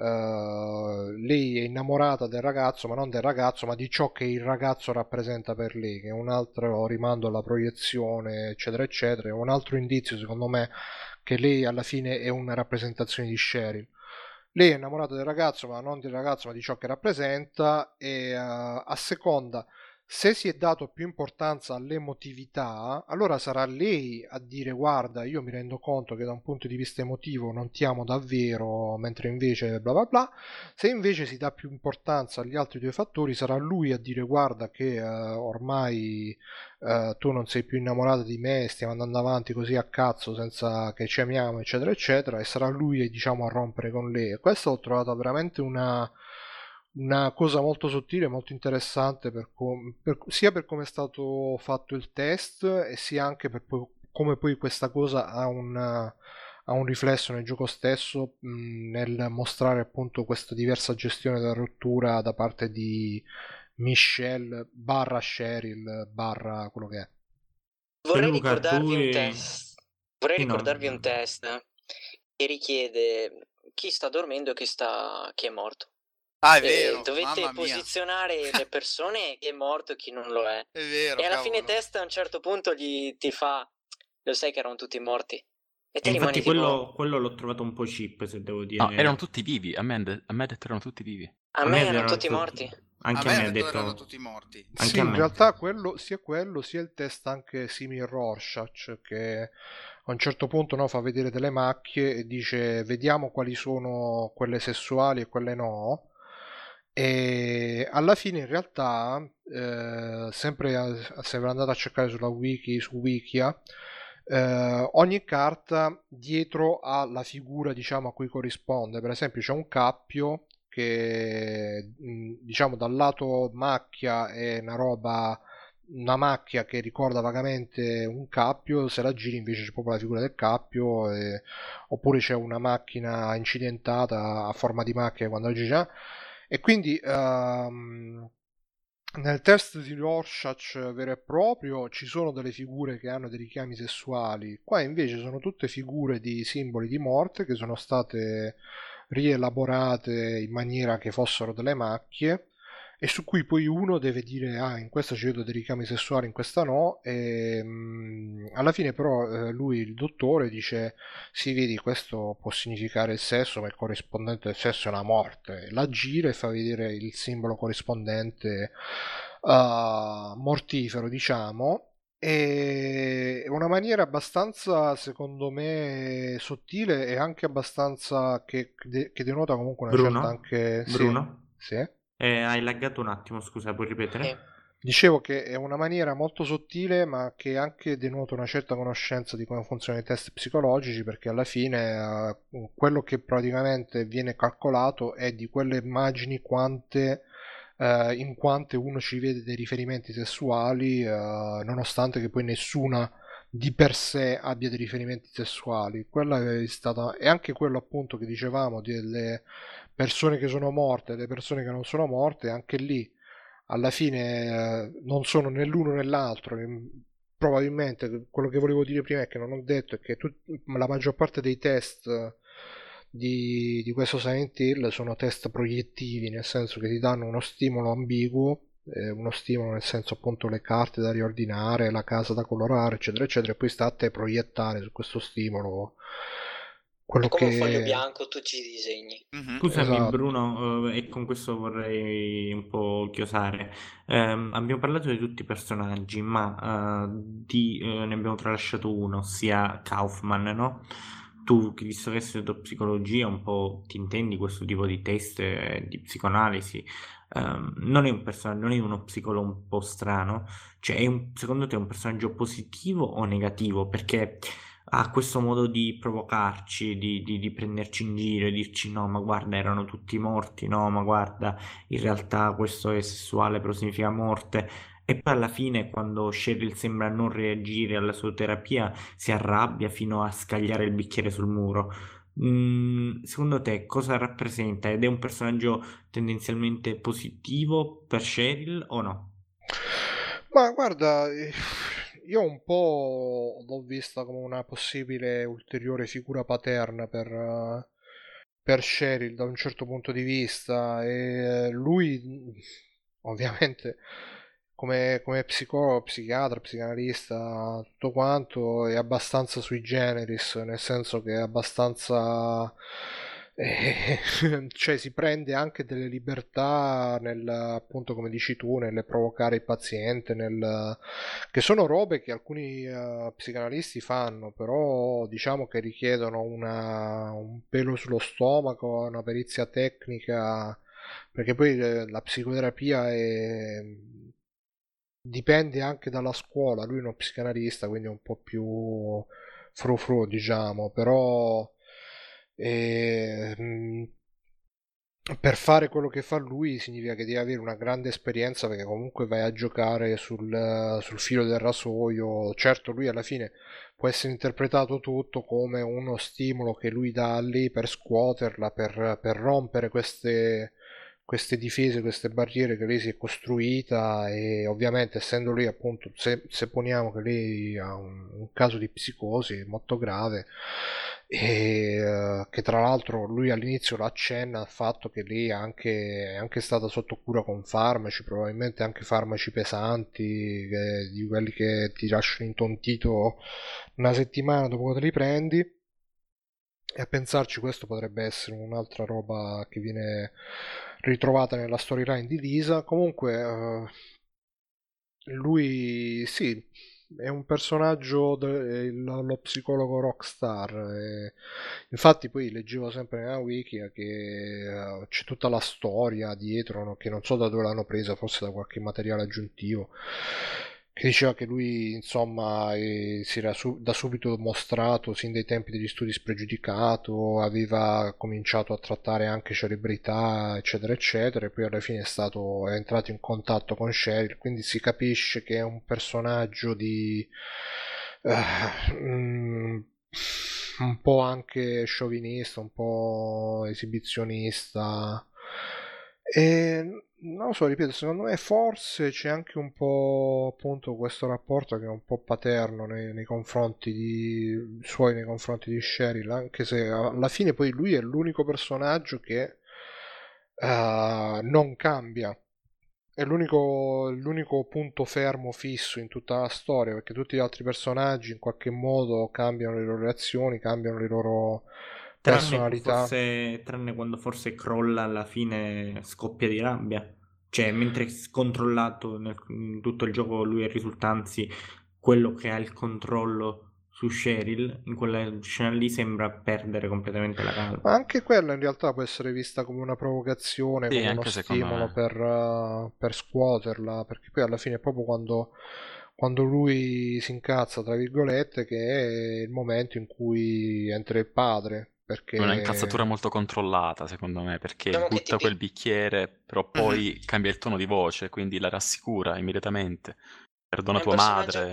eh, lei è innamorata del ragazzo, ma non del ragazzo, ma di ciò che il ragazzo rappresenta per lei, che è un altro rimando alla proiezione, eccetera, eccetera. È un altro indizio, secondo me, che lei alla fine è una rappresentazione di Cheryl. Lei è innamorata del ragazzo, ma non del ragazzo, ma di ciò che rappresenta, e uh, a seconda, se si è dato più importanza all'emotività, allora sarà lei a dire guarda, io mi rendo conto che da un punto di vista emotivo non ti amo davvero, mentre invece bla bla bla. Se invece si dà più importanza agli altri due fattori, sarà lui a dire guarda che uh, ormai uh, tu non sei più innamorata di me, stiamo andando avanti così a cazzo senza che ci amiamo, eccetera, eccetera, e sarà lui, diciamo, a rompere con lei. E questo l'ho trovato veramente una, una cosa molto sottile, molto interessante, per com- per- sia per come è stato fatto il test, e sia anche per po- come poi questa cosa ha un, ha un riflesso nel gioco stesso, mh, nel mostrare appunto questa diversa gestione della rottura da parte di Michelle barra Cheryl barra quello che è. Vorrei Luca, ricordarvi tu un e- test. Vorrei Sì, no. ricordarvi un test che richiede chi sta dormendo e chi sta chi è morto. Ah, è Eh, vero, dovete mamma mia. posizionare le persone, chi è morto e chi non lo è. È vero, E alla fine cavolo. test a un certo punto gli ti fa, lo sai che erano tutti morti. E E te rimani infatti tipo, quello, quello l'ho trovato un po' cheap, se devo dire. No, erano tutti vivi. A me, a me ha detto erano tutti vivi. a A me me erano erano tutti tutti- morti. Anche A a me me ha ha detto erano detto... tutti morti. Anche Sì, a in me. realtà quello, sia quello sia il test anche simile Rorschach, che a un certo punto, no, fa vedere delle macchie e dice vediamo quali sono quelle sessuali e quelle no, e alla fine in realtà eh, sempre, a- sempre andate a cercare sulla wiki, su Wikia, eh, ogni carta dietro ha la figura, diciamo, a cui corrisponde. Per esempio c'è un cappio che, mh, diciamo, dal lato macchia è una roba, una macchia che ricorda vagamente un cappio, se la giri invece c'è proprio la figura del cappio, e- oppure c'è una macchina incidentata a forma di macchia quando la giri, eh. E quindi ehm, nel test di Rorschach vero e proprio ci sono delle figure che hanno dei richiami sessuali, qua invece sono tutte figure di simboli di morte che sono state rielaborate in maniera che fossero delle macchie, e su cui poi uno deve dire ah, in questa ci vedo dei richiami sessuali, in questa no, e mh, alla fine però eh, lui, il dottore, dice sì, vedi, questo può significare il sesso, ma il corrispondente del sesso è una morte. La gira e fa vedere il simbolo corrispondente uh, mortifero, diciamo. E è una maniera abbastanza, secondo me, sottile, e anche abbastanza che, che denota comunque una Bruno? certa anche... sì, Bruno? sì. Eh, hai laggato un attimo, scusa, puoi ripetere? Sì. Dicevo che è una maniera molto sottile, ma che anche denota una certa conoscenza di come funzionano i test psicologici, perché alla fine eh, quello che praticamente viene calcolato è di quelle immagini quante, eh, in quante uno ci vede dei riferimenti sessuali, eh, nonostante che poi nessuna di per sé abbia dei riferimenti sessuali. Quella è stata, e anche quello appunto che dicevamo delle persone che sono morte, delle persone che non sono morte, anche lì alla fine eh, non sono né l'uno né l'altro. Ehm, probabilmente quello che volevo dire prima è che non ho detto è che tut- la maggior parte dei test di, di questo Silent Hill sono test proiettivi, nel senso che ti danno uno stimolo ambiguo, eh, uno stimolo nel senso appunto le carte da riordinare, la casa da colorare, eccetera, eccetera, e poi sta a te proiettare su questo stimolo quello È come un foglio che... bianco, tutti i disegni. Mhm. Scusami Esatto. Bruno, eh, e con questo vorrei un po' chiosare. Ehm, abbiamo parlato di tutti i personaggi, ma eh, di, eh, ne abbiamo tralasciato uno, ossia Kaufman, no? Tu, che visto che hai studiato psicologia, un po' ti intendi questo tipo di test eh, di psicoanalisi. Ehm, non è un personaggio, non è uno psicologo un po' strano? Cioè, è un- secondo te è un personaggio positivo o negativo? Perché ha questo modo di provocarci, di, di- di prenderci in giro e dirci no, ma guarda, erano tutti morti, no, ma guarda, in realtà questo è sessuale, però significa morte. E poi alla fine, quando Cheryl sembra non reagire alla sua terapia, si arrabbia fino a scagliare il bicchiere sul muro. Mm, secondo te cosa rappresenta? Ed è un personaggio tendenzialmente positivo per Cheryl o no? Ma guarda, eh, io un po' l'ho vista come una possibile ulteriore figura paterna per, eh, per Cheryl da un certo punto di vista, e lui mh, ovviamente come, come psicologo, psichiatra, psicanalista, tutto quanto è abbastanza sui generis, nel senso che è abbastanza... eh, cioè si prende anche delle libertà nel, appunto come dici tu, nel provocare il paziente, nel, che sono robe che alcuni eh, psicanalisti fanno, però diciamo che richiedono una, un pelo sullo stomaco, una perizia tecnica, perché poi eh, la psicoterapia è... dipende anche dalla scuola. Lui è uno psicanalista, quindi è un po' più frufru, diciamo, però eh, mh, per fare quello che fa lui significa che devi avere una grande esperienza, perché comunque vai a giocare sul, sul filo del rasoio. Certo, lui alla fine può essere interpretato tutto come uno stimolo che lui dà lì per scuoterla, per, per rompere queste, queste difese, queste barriere che lei si è costruita, e ovviamente essendo lei appunto, se, se poniamo che lei ha un, un caso di psicosi molto grave, e eh, che tra l'altro lui all'inizio lo accenna al fatto che lei è anche, è anche stata sotto cura con farmaci, probabilmente anche farmaci pesanti, che- di quelli che ti lasciano intontito una settimana dopo che te li prendi. E a pensarci, questo potrebbe essere un'altra roba che viene ritrovata nella storyline di Lisa. Comunque, eh, lui sì, è un personaggio, de- il- lo psicologo rockstar. E infatti poi leggevo sempre nella wiki che eh, c'è tutta la storia dietro, no? Che non so da dove l'hanno presa, forse da qualche materiale aggiuntivo, che diceva che lui insomma eh, si era su- da subito mostrato sin dai tempi degli studi spregiudicato, aveva cominciato a trattare anche celebrità, eccetera eccetera, e poi alla fine è stato è entrato in contatto con Cheryl, quindi si capisce che è un personaggio di eh, mm, un po' anche sciovinista, un po' esibizionista. E non lo so, ripeto, secondo me forse c'è anche un po' appunto questo rapporto che è un po' paterno nei, nei confronti di suoi, nei confronti di Cheryl, anche se alla fine poi lui è l'unico personaggio che eh, non cambia. È l'unico, l'unico punto fermo fisso in tutta la storia, perché tutti gli altri personaggi in qualche modo cambiano le loro reazioni, cambiano le loro Tranne personalità. forse, tranne quando forse crolla alla fine scoppia di rabbia. Cioè, mentre è scontrollato nel, in tutto il gioco lui risulta anzi quello che ha il controllo su Cheryl, in quella scena lì sembra perdere completamente la calma. Ma anche quella in realtà può essere vista come una provocazione, Sì, come uno anche secondo stimolo me. per, eh, per scuoterla, perché poi alla fine è proprio quando, quando lui si incazza, tra virgolette, che è il momento in cui entra il padre, È una incazzatura perché... molto controllata, secondo me, perché Diciamo che butta tipi- quel bicchiere, però Mhm. poi cambia il tono di voce, quindi la rassicura immediatamente. è Perdona un tua personaggio madre.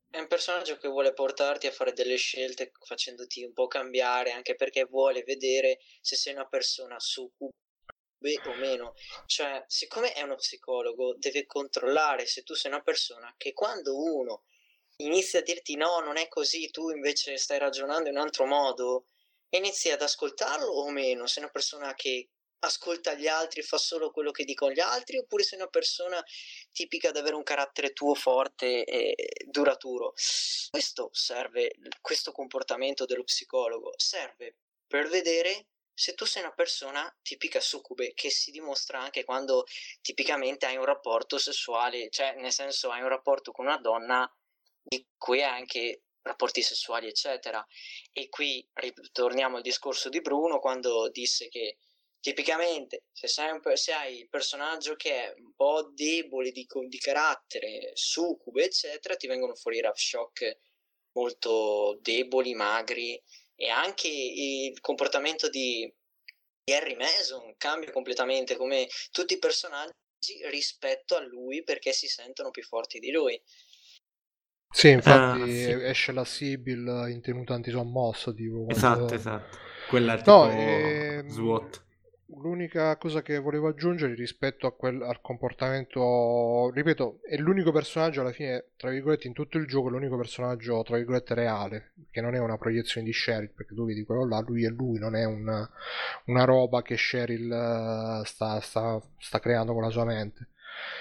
è un personaggio che vuole portarti a fare delle scelte facendoti un po' cambiare, anche perché vuole vedere se sei una persona succube o meno. Cioè, siccome è uno psicologo, deve controllare se tu sei una persona che quando uno inizia a dirti no, non è così, tu invece stai ragionando in un altro modo, e inizi ad ascoltarlo o meno. Sei una persona che ascolta gli altri, fa solo quello che dicono gli altri, oppure sei una persona tipica ad avere un carattere tuo forte e duraturo. Questo serve, questo comportamento dello psicologo serve per vedere se tu sei una persona tipica succube, che si dimostra anche quando tipicamente hai un rapporto sessuale, cioè nel senso hai un rapporto con una donna di cui hai anche rapporti sessuali eccetera. E qui ritorniamo al discorso di Bruno quando disse che tipicamente se sei, un, se hai il personaggio che è un po' debole di, di carattere, succube eccetera, ti vengono fuori Rav Shock molto deboli, magri, e anche il comportamento di, di Harry Mason cambia completamente, come tutti i personaggi rispetto a lui, perché si sentono più forti di lui. Sì, infatti Ah, sì. esce la Sibyl in tenuta antisommossa, tipo quando... Esatto, esatto. Quella No, tipo ehm, SWAT. l'unica cosa che volevo aggiungere rispetto a quel, al comportamento, ripeto, è l'unico personaggio alla fine, tra virgolette, in tutto il gioco, è l'unico personaggio, tra virgolette, reale, che non è una proiezione di Cheryl, perché tu vedi quello là, lui è lui, non è una, una roba che Cheryl eh, sta, sta, sta creando con la sua mente.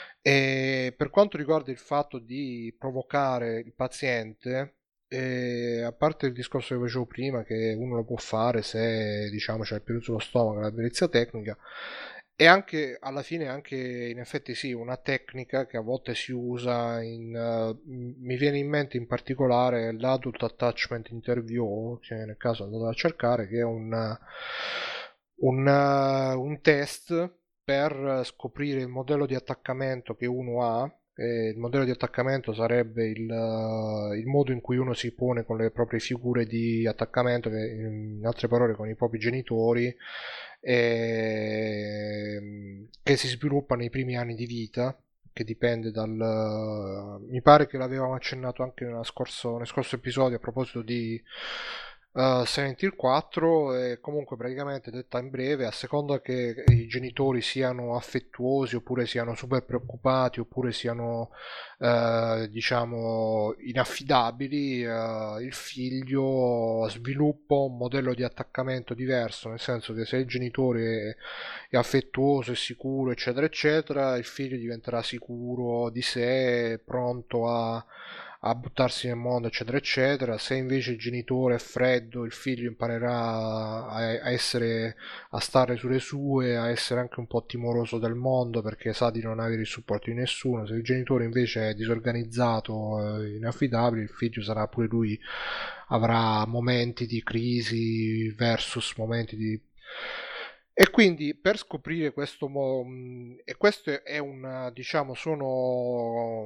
E per quanto riguarda il fatto di provocare il paziente, e a parte il discorso che facevo prima, che uno lo può fare se diciamo c'è il peluso sullo stomaco, la perizia tecnica, e anche alla fine, anche in effetti sì, una tecnica che a volte si usa in, uh, mi viene in mente in particolare l'Adult Attachment Interview, che nel caso andate a cercare, che è un, un, uh, un test per scoprire il modello di attaccamento che uno ha. E il modello di attaccamento sarebbe il, uh, il modo in cui uno si pone con le proprie figure di attaccamento, che in altre parole con i propri genitori, e, che si sviluppa nei primi anni di vita, che dipende dal... Uh, mi pare che l'avevamo accennato anche nella scorso, nel scorso episodio a proposito di Uh, Silent Hill quattro. E comunque praticamente, detta in breve, a seconda che i genitori siano affettuosi oppure siano super preoccupati oppure siano uh, diciamo inaffidabili, uh, il figlio sviluppa un modello di attaccamento diverso, nel senso che se il genitore è, è affettuoso, è sicuro eccetera eccetera, il figlio diventerà sicuro di sé, pronto a a buttarsi nel mondo eccetera eccetera. Se invece il genitore è freddo, il figlio imparerà a, a essere, a stare sulle sue, a essere anche un po' timoroso del mondo perché sa di non avere il supporto di nessuno. Se il genitore invece è disorganizzato, eh, inaffidabile, il figlio sarà pure lui, avrà momenti di crisi versus momenti di... E quindi per scoprire questo mo- e questo è un, diciamo, sono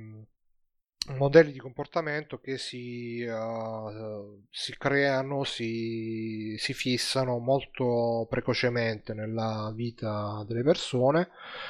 modelli di comportamento che si, uh, si creano, si, si fissano molto precocemente nella vita delle persone.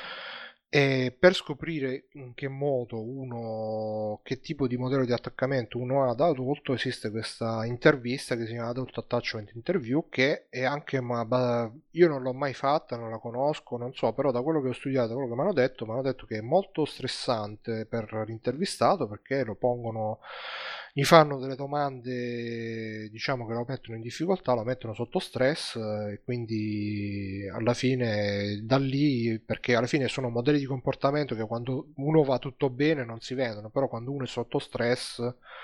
E per scoprire in che modo uno, che tipo di modello di attaccamento uno ha da adulto, esiste questa intervista che si chiama Adult Attachment Interview, che è anche, ma io non l'ho mai fatta, non la conosco, non so, però da quello che ho studiato, da quello che mi hanno detto, mi hanno detto che è molto stressante per l'intervistato, perché lo pongono, gli fanno delle domande, diciamo, che lo mettono in difficoltà, lo mettono sotto stress, e quindi alla fine da lì, perché alla fine sono modelli di comportamento che quando uno va tutto bene non si vedono, però quando uno è sotto stress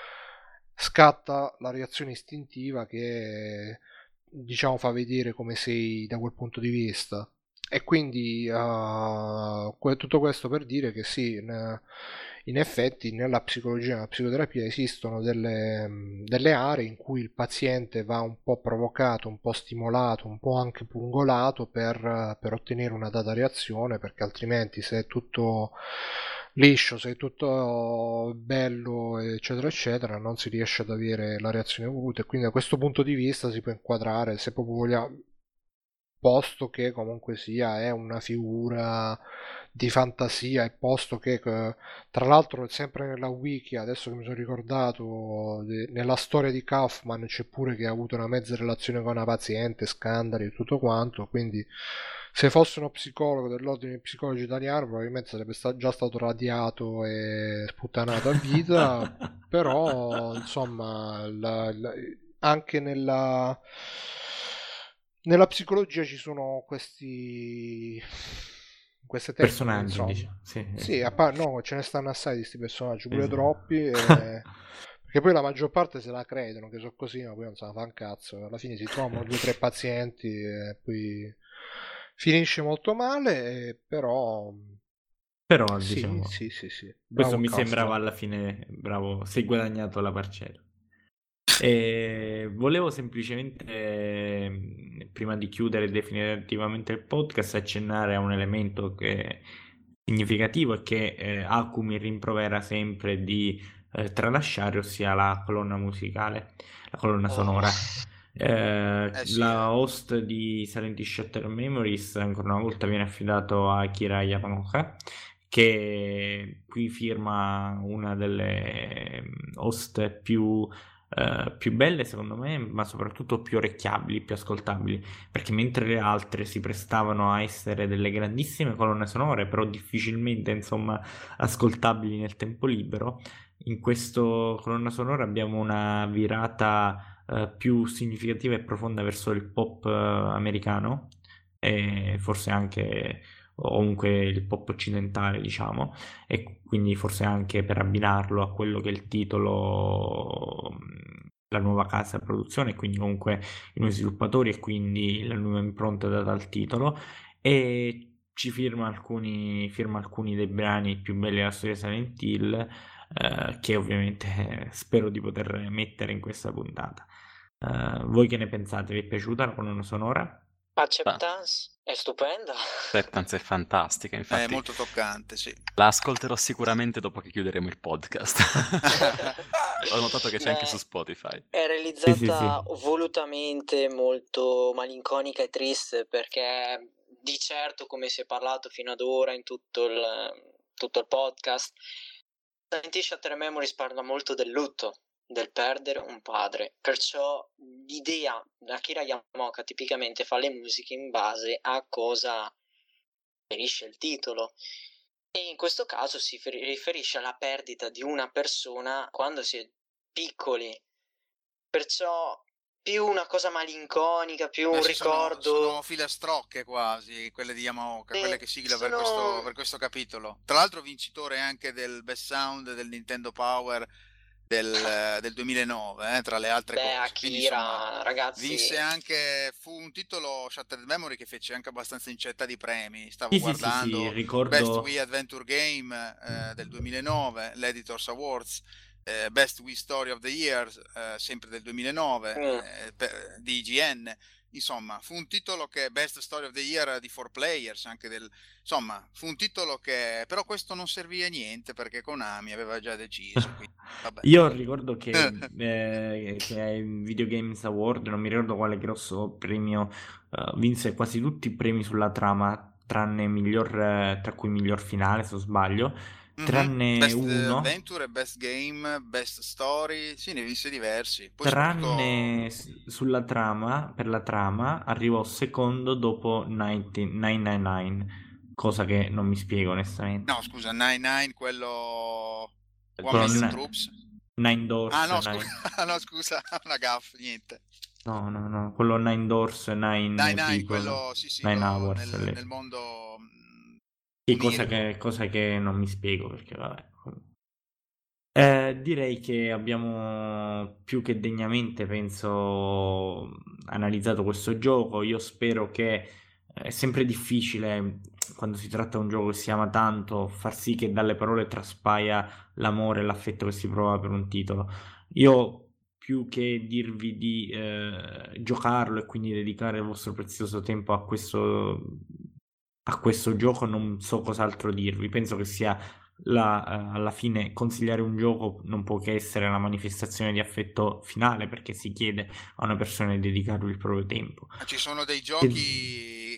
scatta la reazione istintiva che, diciamo, fa vedere come sei da quel punto di vista. E quindi uh, tutto questo per dire che sì, in, in effetti nella psicologia, nella psicoterapia esistono delle, delle aree in cui il paziente va un po' provocato, un po' stimolato, un po' anche pungolato per, per ottenere una data reazione, perché altrimenti se è tutto liscio, se è tutto bello eccetera eccetera, non si riesce ad avere la reazione voluta. E quindi da questo punto di vista si può inquadrare, se proprio vogliamo, posto che comunque sia è una figura di fantasia, e posto che eh, tra l'altro sempre nella wiki, adesso che mi sono ricordato, de- nella storia di Kaufman c'è pure che ha avuto una mezza relazione con una paziente, scandali e tutto quanto, quindi se fosse uno psicologo dell'ordine dei psicologi italiano probabilmente sarebbe sta- già stato radiato e sputtanato a vita, però insomma la- la- anche nella nella psicologia ci sono questi queste tecniche, Personaggi, insomma. diciamo. Sì, Sì, sì. a pa- no, ce ne stanno assai di questi personaggi, pure Sì, sì. troppi, e- perché poi la maggior parte se la credono che sono così, ma poi non se la fa un cazzo. Alla fine si trovano due o tre pazienti e poi finisce molto male, e- però Però, sì, diciamo, sì, sì, sì. questo Bravo mi Kaufman. sembrava alla fine, bravo, sei guadagnato la parcella. E volevo semplicemente, ehm, prima di chiudere definitivamente il podcast, accennare a un elemento che è significativo e che eh, Aku mi rimprovera sempre di eh, tralasciare, ossia la colonna musicale, la colonna Oh. sonora. Eh, Eh sì, la eh. host di Silent Hill Shattered Memories ancora una volta viene affidato a Akira Yamaoka, che qui firma una delle host più, eh, più belle secondo me, ma soprattutto più orecchiabili, più ascoltabili, perché mentre le altre si prestavano a essere delle grandissime colonne sonore, però difficilmente insomma ascoltabili nel tempo libero, in questo colonna sonora abbiamo una virata eh, più significativa e profonda verso il pop eh, americano, e forse anche o comunque il pop occidentale, diciamo, e quindi forse anche per abbinarlo a quello che è il titolo, mh, la nuova casa di produzione, e quindi comunque i nuovi sviluppatori e quindi la nuova impronta data al titolo, e ci firma alcuni, firma alcuni dei brani più belli della storia di Silent Hill, eh, che ovviamente eh, spero di poter mettere in questa puntata. Eh, voi che ne pensate? Vi è piaciuta la colonna sonora? Acceptance è stupenda. Acceptance è fantastica, È infatti molto toccante, sì. la ascolterò sicuramente dopo che chiuderemo il podcast. Ho notato che c'è anche Beh, su Spotify. È Sì, sì, realizzata sì. volutamente molto malinconica e triste, perché di certo, come si è parlato fino ad ora in tutto il, tutto il podcast, Silent Hill Shattered Memories parla molto del lutto, del perdere un padre. Perciò l'idea, Akira Yamaoka tipicamente fa le musiche in base a cosa riferisce il titolo. E in questo caso si fer- riferisce alla perdita di una persona quando si è piccoli. Perciò più una cosa malinconica, più Beh, un sì, sono, ricordo. sono filastrocche quasi, quelle di Yamaoka, Sì, quelle che sigla per sono- questo, per questo capitolo. Tra l'altro vincitore anche del Best Sound del Nintendo Power del, del duemilanove, eh, tra le altre Beh, cose. Quindi insomma, Akira, ragazzi, vinse anche, fu un titolo Shattered Memory che fece anche abbastanza incetta di premi. Stavo Sì, sì, sì, sì, guardando Best ricordo. Wii Adventure Game eh, del duemilanove, l'Editors Awards, eh, Best Wii Story of the Year, eh, sempre del duemilanove, Mm. eh, per- di I G N. Insomma, fu un titolo che Best Story of the Year di four Players, anche del... Insomma, fu un titolo che... Però questo non servì a niente perché Konami aveva già deciso, quindi vabbè. Io ricordo che, eh, che ai Video Games Award, non mi ricordo quale grosso premio, eh, vinse quasi tutti i premi sulla trama, tranne miglior, eh, tra cui miglior finale, se non sbaglio, Mhm. tranne Best uno, Adventure, Best Game, Best Story, sì, ne vinse diversi. Poi tranne soprattutto... s- sulla trama, per la trama, arrivò secondo dopo novecentonovantanove, cosa che non mi spiego onestamente. No, scusa, novantanove, quello... One Quello Million n- Troops. Nine Doors, Ah no, Nine... scusa, no, scusa, una gaff, niente. No, no, no, quello Nine Doors, Nine novantanove, People, quello, sì, sì, Nine lo- Hours, nel, lì. nel mondo mh, Sì, cosa onirico. che, cosa che non mi spiego perché vabbè. Eh, direi che abbiamo più che degnamente, penso, analizzato questo gioco. Io spero che eh, è sempre difficile quando si tratta di un gioco che si ama tanto far sì che dalle parole traspaia l'amore e l'affetto che si prova per un titolo. Io più che dirvi di eh, giocarlo e quindi dedicare il vostro prezioso tempo a questo, a questo gioco, non so cos'altro dirvi. Penso che sia la, eh, alla fine consigliare un gioco non può che essere la manifestazione di affetto finale, perché si chiede a una persona di dedicarvi il proprio tempo. Ma ci sono dei E- giochi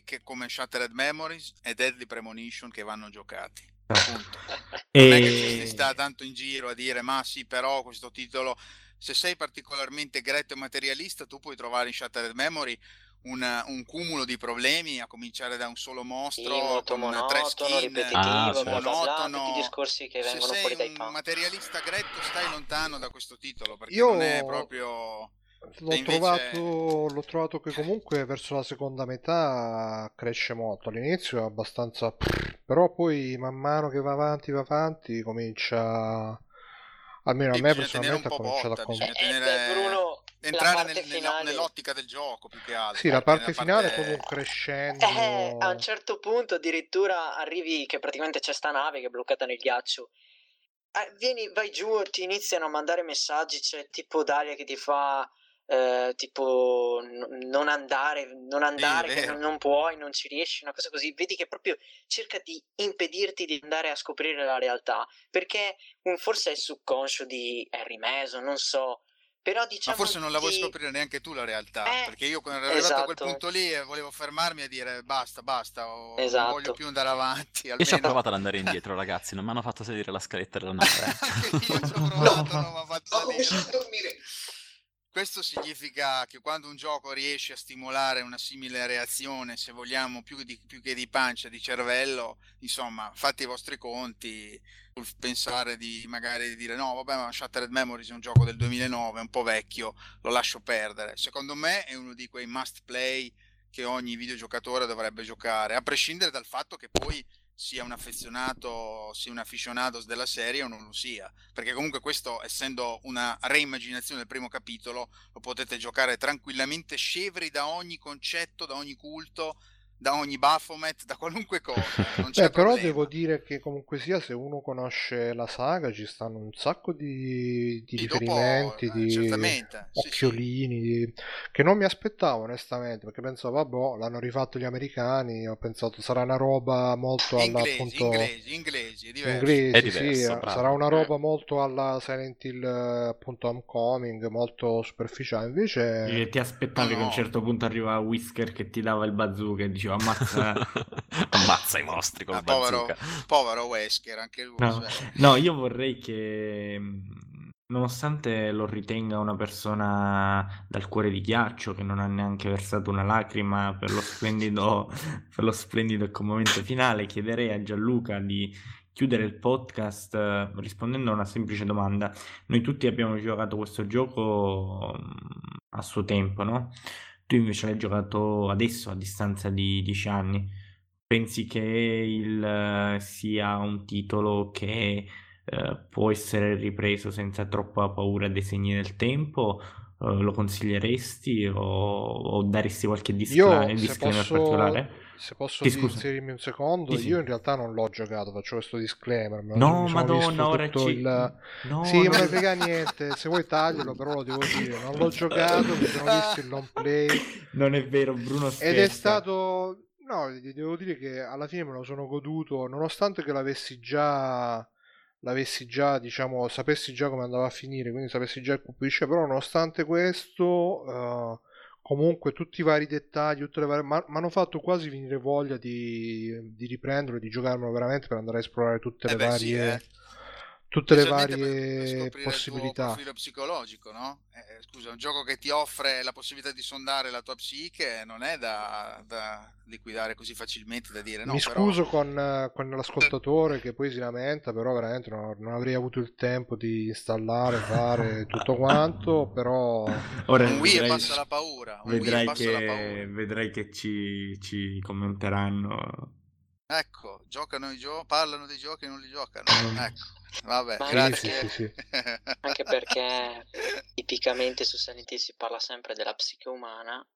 che come Shattered Memories e Deadly Premonition che vanno giocati. Esatto. Punto. Non è che ci si E sta tanto in giro a dire ma sì, però questo titolo, se sei particolarmente gretto e materialista, tu puoi trovare in Shattered Memory un, un cumulo di problemi, a cominciare da un solo Sì, mostro molto con tre monotono, skin, ripetitivo, Ah, bla bla bla, tutti i monotono. discorsi che Se vengono sei fuori dai un fan. materialista gretto, stai lontano da questo titolo, perché non è Io proprio... l'ho Se invece... trovato, l'ho trovato che comunque verso la seconda metà cresce molto. All'inizio è abbastanza, però poi man mano che va avanti, va avanti, comincia, almeno a Sì, me bisogna tenere un personalmente, ha po' cominciato a botta, con... bisogna Eh, beh, tenere... Bruno, la entrare parte nel- nella- finale... nell'ottica del gioco più che Sì, altro, la perché parte nella finale parte... proprio Eh, a un crescendo. certo punto addirittura arrivi che praticamente c'è sta nave che è bloccata nel ghiaccio. Eh, vieni, vai giù, ti iniziano a mandare messaggi, c'è tipo Dalia che ti fa eh, tipo n- non andare, non Sì, è andare, che non, vero. non puoi, non ci riesci, una cosa così. Vedi che proprio cerca di impedirti di andare a scoprire la realtà, perché un, forse è il subconscio di Harry Mason, non so, però Ma diciamo forse non la vuoi ti... scoprire neanche tu la realtà, Eh, perché io quando ero arrivato a quel esatto, punto lì eh, volevo fermarmi a dire basta, basta, o non voglio esatto. più andare avanti, Io ci ho almeno... provato ad andare indietro, ragazzi, non mi hanno fatto sedere la scaletta della nave. Anche io ci ho No, provato, non mi ha fatto Ho cominciato salire. a dormire. Questo significa che quando un gioco riesce a stimolare una simile reazione, se vogliamo, più, di, più che di pancia, di cervello, insomma, fate i vostri conti, sul pensare di magari di dire no, vabbè, ma Shattered Memories è un gioco del duemilanove, è un po' vecchio, lo lascio perdere. Secondo me è uno di quei must play che ogni videogiocatore dovrebbe giocare, a prescindere dal fatto che poi sia un affezionato, sia un aficionados della serie o non lo sia, perché comunque questo, essendo una reimmaginazione del primo capitolo, lo potete giocare tranquillamente scevri da ogni concetto, da ogni culto, da ogni Baphomet, da qualunque cosa, non c'è Beh, però problema. devo dire che comunque sia, se uno conosce la saga, ci stanno un sacco di, di Sì, dopo, riferimenti, eh, di certamente, sì, sì. occhiolini, di- che non mi aspettavo onestamente, perché pensavo, vabbè, l'hanno rifatto gli americani, ho pensato sarà una roba molto alla, Inglesi, appunto, inglesi, inglesi, è diverso. inglesi, È sì, diverso, eh, bravo. sarà una roba molto alla Silent Hill, eh, appunto, Homecoming, molto superficiale, invece... Dice, ti aspettavi No, che a un no. certo punto arriva Whisker che ti dava il bazooka e diceva ammazza. Ammazza i mostri col Ah, povero, bazooka. povero Wesker, anche lui, No, cioè. no, io vorrei che, mh, nonostante lo ritenga una persona dal cuore di ghiaccio, che non ha neanche versato una lacrima per lo splendido, per lo splendido e commovente finale, chiederei a Gianluca di chiudere il podcast eh, rispondendo a una semplice domanda. Noi tutti abbiamo giocato questo gioco mh, a suo tempo, no? Tu invece l'hai giocato adesso, a distanza di dieci anni. Pensi che il, eh, sia un titolo che eh, può essere ripreso senza troppa paura dei segni del tempo? Eh, lo consiglieresti o, o daresti qualche discla- Io, se disclaimer posso, particolare? se posso Sì, di- scusa. inserirmi un secondo, Sì, sì. io in realtà non l'ho giocato, faccio questo disclaimer, me lo- No, mi sono Madonna, visto ora tutto ci... il... No, Sì, non... me ne frega niente, se vuoi taglialo, però lo devo dire, non l'ho giocato, mi sono visto il long play non è vero, Bruno ed è scherza. stato... No, ti devo dire che alla fine me lo sono goduto, nonostante che l'avessi già... l'avessi già, diciamo, sapessi già come andava a finire, quindi sapessi già il colpisce, però nonostante questo... eh, comunque tutti i vari dettagli, tutte le varie... ma mi hanno fatto quasi venire voglia di, di riprenderlo, di giocarmelo veramente per andare a esplorare tutte Eh le beh, varie, sì, eh. tutte le Specialmente per, per varie scoprire il tuo possibilità. profilo psicologico, no? Eh, scusa, un gioco che ti offre la possibilità di sondare la tua psiche non è da, da liquidare così facilmente, da dire no, Mi però... scuso con, eh, con l'ascoltatore che poi si lamenta, però veramente non, non avrei avuto il tempo di installare, fare tutto quanto, però... Ora Un Wii e vedrai, passa la paura, un Wii e vedrai passa la che, paura. vedrai che ci, ci commenteranno. Ecco, giocano i giochi, parlano dei giochi e non li giocano. Mm. Ecco, vabbè, Ma Sì, grazie. sì, sì, sì. Anche perché tipicamente su Silent Hill si parla sempre della psiche umana.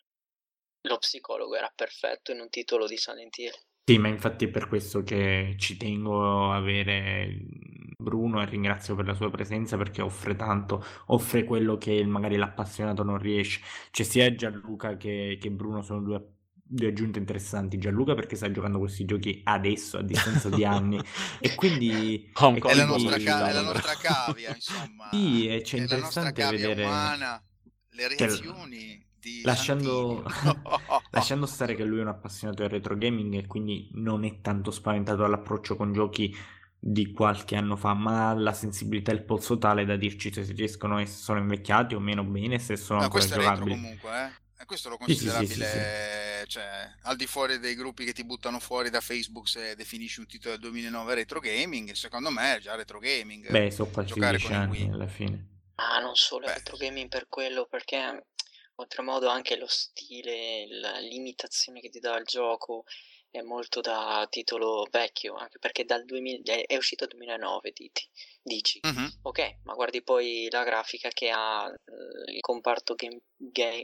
Lo psicologo era perfetto in un titolo di Silent Hill. Sì, ma infatti è per questo che ci tengo a avere Bruno e ringrazio per la sua presenza perché offre tanto, offre quello che magari l'appassionato non riesce. Cioè sia Gianluca che, che Bruno sono due, due aggiunte interessanti. Gianluca perché sta giocando questi giochi adesso, a distanza di anni, e quindi... e Homecoming È la quindi- nostra, ca- è la però. nostra cavia, insomma. Sì, e c'è È la nostra interessante cavia vedere... umana, le che- reazioni. di Lasciando... Santini. lasciando stare che lui è un appassionato del retro gaming e quindi non è tanto spaventato dall'approccio con giochi di qualche anno fa, ma ha la sensibilità e il polso tale da dirci se si riescono e se sono invecchiati o meno bene, se sono No, ancora questo è retro giocabili. comunque, eh. E questo lo Sì, sì, sì, sì, sì. considerabile, cioè, al di fuori dei gruppi che ti buttano fuori da Facebook se definisci un titolo del duemilanove retro gaming, secondo me è già retro gaming. Beh, sono quasi giocare dieci con i anni Wii. alla fine. Ah, non solo il Beh, retro gaming per quello, perché oltremodo anche lo stile, la limitazione che ti dà il gioco è molto da titolo vecchio, anche perché dal duemila, è, è uscito nel duemilanove, diti, dici. mhm. Ok, ma guardi poi la grafica che ha eh, il comparto game, game.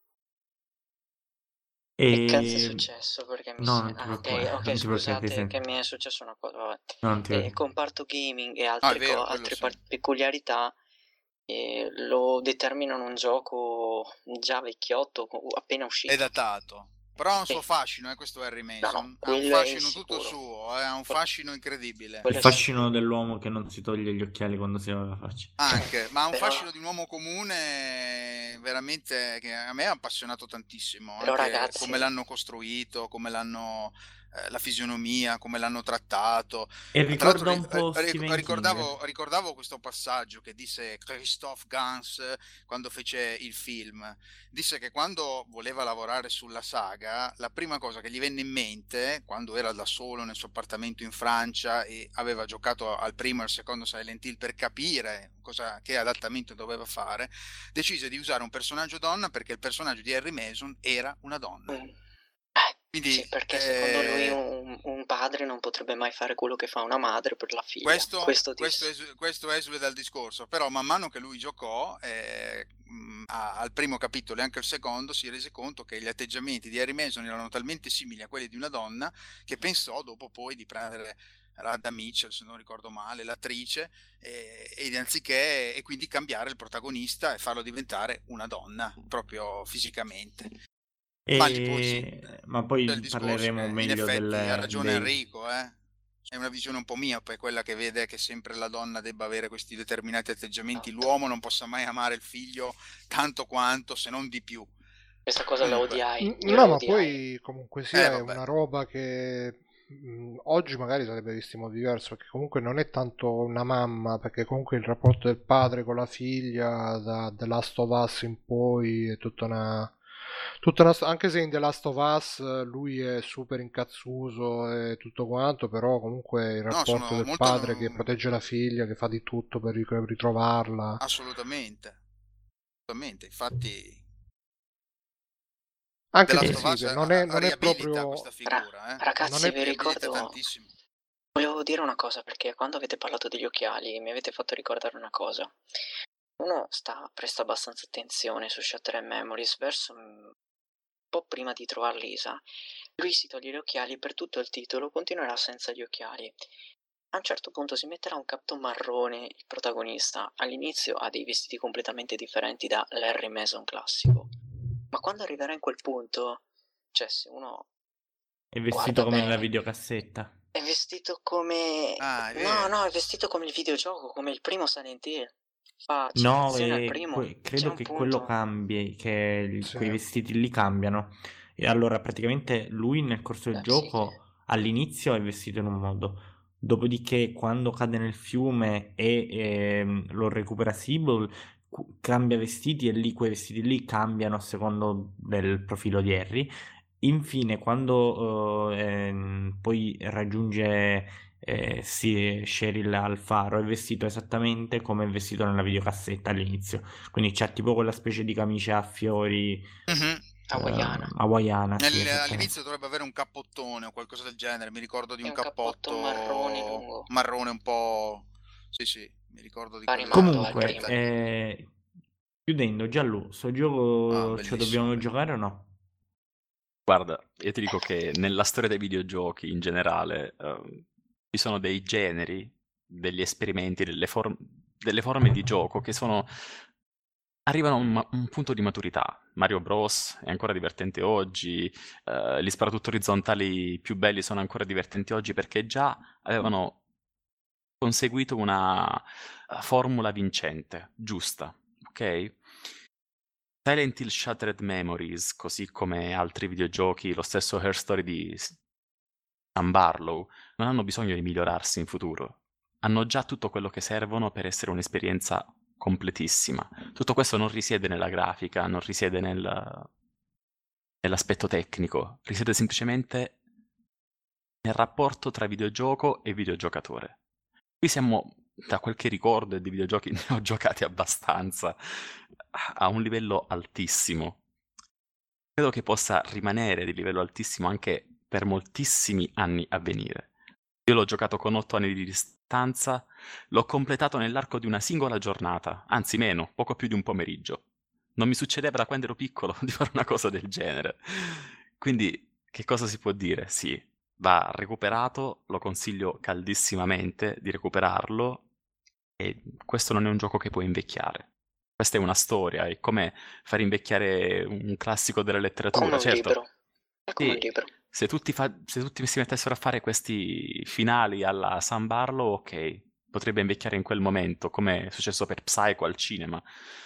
Che cazzo è E... successo? Perché mi No, si... non ti Ah, ok, preoccupare, ok, non ti preoccupare, ti scusate sento. che mi è successa una cosa. Vabbè. No, non ti Eh, il preoccupare. comparto gaming e Ah, è altre, co- vero, quello altre sì. par- peculiarità eh, lo determinano un gioco già vecchiotto, co- appena È uscito. datato. Però ha un suo Sì. fascino, eh, questo Harry No, no, Mason. Ha un quello è fascino tutto sicuro. suo, eh, ha un fascino incredibile. Il Quello è fascino sicuro. dell'uomo che non si toglie gli occhiali quando si lava la faccia. Anche, ma ha un Però, fascino di un uomo comune veramente che a me ha appassionato tantissimo, però anche ragazzi, come l'hanno costruito, come l'hanno eh, la fisionomia, come l'hanno trattato. E Tra l'altro ricorda ri- un po' eh, ric- Stephen ricordavo, King. ricordavo questo passaggio che disse Christophe Gans eh, quando fece il film. Disse che quando voleva lavorare sulla saga, la prima cosa che gli venne in mente, quando era da solo nel suo appartamento in Francia e aveva giocato al primo e al secondo Silent Hill per capire cosa, che adattamento doveva fare, decise di usare un personaggio donna perché il personaggio di Harry Mason era una donna. mm, eh, Quindi sì, perché secondo lui eh, un, un padre non potrebbe mai fare quello che fa una madre per la figlia. questo, Questo questo, disse. es- questo esule dal discorso, però man mano che lui giocò eh, mh, a- al primo capitolo e anche al secondo si rese conto che gli atteggiamenti di Harry Mason erano talmente simili a quelli di una donna che pensò dopo poi di prendere Radha Mitchell, se non ricordo male, l'attrice, e, ed anziché e quindi cambiare il protagonista e farlo diventare una donna proprio fisicamente. Ma lì poi sì, E... ma c'è poi il discorso parleremo che in meglio effetti ha del, ragione dei... Enrico, eh. È una visione un po' miope quella che vede che sempre la donna debba avere questi determinati atteggiamenti, Esatto. l'uomo non possa mai amare il figlio tanto quanto, se non di più. Questa cosa la Comunque, odiai. N- Io No, la ma odiai. poi comunque sia eh è vabbè, una roba che mh, oggi magari sarebbe visto in modo diverso, perché comunque non è tanto una mamma, perché comunque il rapporto del padre con la figlia da The Last of Us in poi è tutta una... Tutta una sto- anche se in The Last of Us eh, lui è super incazzuso e tutto quanto, però comunque il no, rapporto sono del molto padre che protegge la figlia, che fa di tutto per ric- ritrovarla. assolutamente, assolutamente. Infatti The Anche se Last E... of sì, Us che a- non è, a- non è riabilita questa proprio... Ra- figura, eh. non ragazzi, è... vi Riabilita ricordo. tantissimo. Volevo dire una cosa perché quando avete parlato degli occhiali mi avete fatto ricordare una cosa. Uno sta, presta abbastanza attenzione su Shattered Memories verso un po' prima di trovare Lisa. Lui si toglie gli occhiali per tutto il titolo, continuerà senza gli occhiali. A un certo punto si metterà un capto marrone, il protagonista. All'inizio ha dei vestiti completamente differenti da Larry Mason classico. Ma quando arriverà in quel punto, cioè se uno è vestito guarda come nella bene, videocassetta. è vestito come... Ah, è No, vero. no, è vestito come il videogioco, come il primo Silent Hill. Fa No, citazione al e primo. que- C'è credo un che quello punto... cambi, che il- Sì. quei vestiti lì cambiano. E allora praticamente lui nel corso del Beh, sì. gioco all'inizio è vestito in un modo, dopodiché quando cade nel fiume e ehm, lo recupera Sybil, cu- cambia vestiti e lì quei vestiti lì cambiano a secondo del profilo di Harry. Infine, quando eh, ehm, poi raggiunge eh, sì, Cheryl al faro, è vestito esattamente come è vestito nella videocassetta all'inizio. Quindi c'ha tipo quella specie di camicia a fiori Mhm. Hawaiana. eh, hawaiana, sì, Nel- esattamente. all'inizio dovrebbe avere un cappottone o qualcosa del genere. Mi ricordo di È un un cappotto marrone cappotto lungo. marrone un po'. Sì, sì, mi ricordo di Pari quella manto al Comunque, primo. lì. eh, chiudendo, Giallo, sto Ah, gioco ce lo bellissimo. dobbiamo bello. giocare o no? Guarda, io ti dico che nella storia dei videogiochi in generale ehm, ci sono dei generi, degli esperimenti, delle, form- delle forme di gioco che sono arrivano a un, ma- un punto di maturità. Mario Bros. È ancora divertente oggi, eh, gli sparatutto orizzontali più belli sono ancora divertenti oggi perché già avevano conseguito una eh, formula vincente, giusta, ok? Silent Hill Shattered Memories, così come altri videogiochi, lo stesso Her Story di Sam Barlow, non hanno bisogno di migliorarsi in futuro. Hanno già tutto quello che servono per essere un'esperienza completissima. Tutto questo non risiede nella grafica, non risiede nel, nell'aspetto tecnico, risiede semplicemente nel rapporto tra videogioco e videogiocatore. Qui siamo, da quel che ricordo e di videogiochi ne ho giocati abbastanza, a un livello altissimo. Credo che possa rimanere di livello altissimo anche per moltissimi anni a venire. Io l'ho giocato con otto anni di distanza, l'ho completato nell'arco di una singola giornata, anzi meno, poco più di un pomeriggio. Non mi succedeva da quando ero piccolo di fare una cosa del genere. Quindi, che cosa si può dire? Sì, va recuperato, lo consiglio caldissimamente di recuperarlo, e questo non è un gioco che può invecchiare. Questa è una storia, è come far invecchiare un classico della letteratura, Come un certo. libro. È come Sì, un libro. se tutti, fa- se tutti si mettessero a fare questi finali alla Sam Barlow, ok, potrebbe invecchiare in quel momento, come è successo per Psycho al cinema.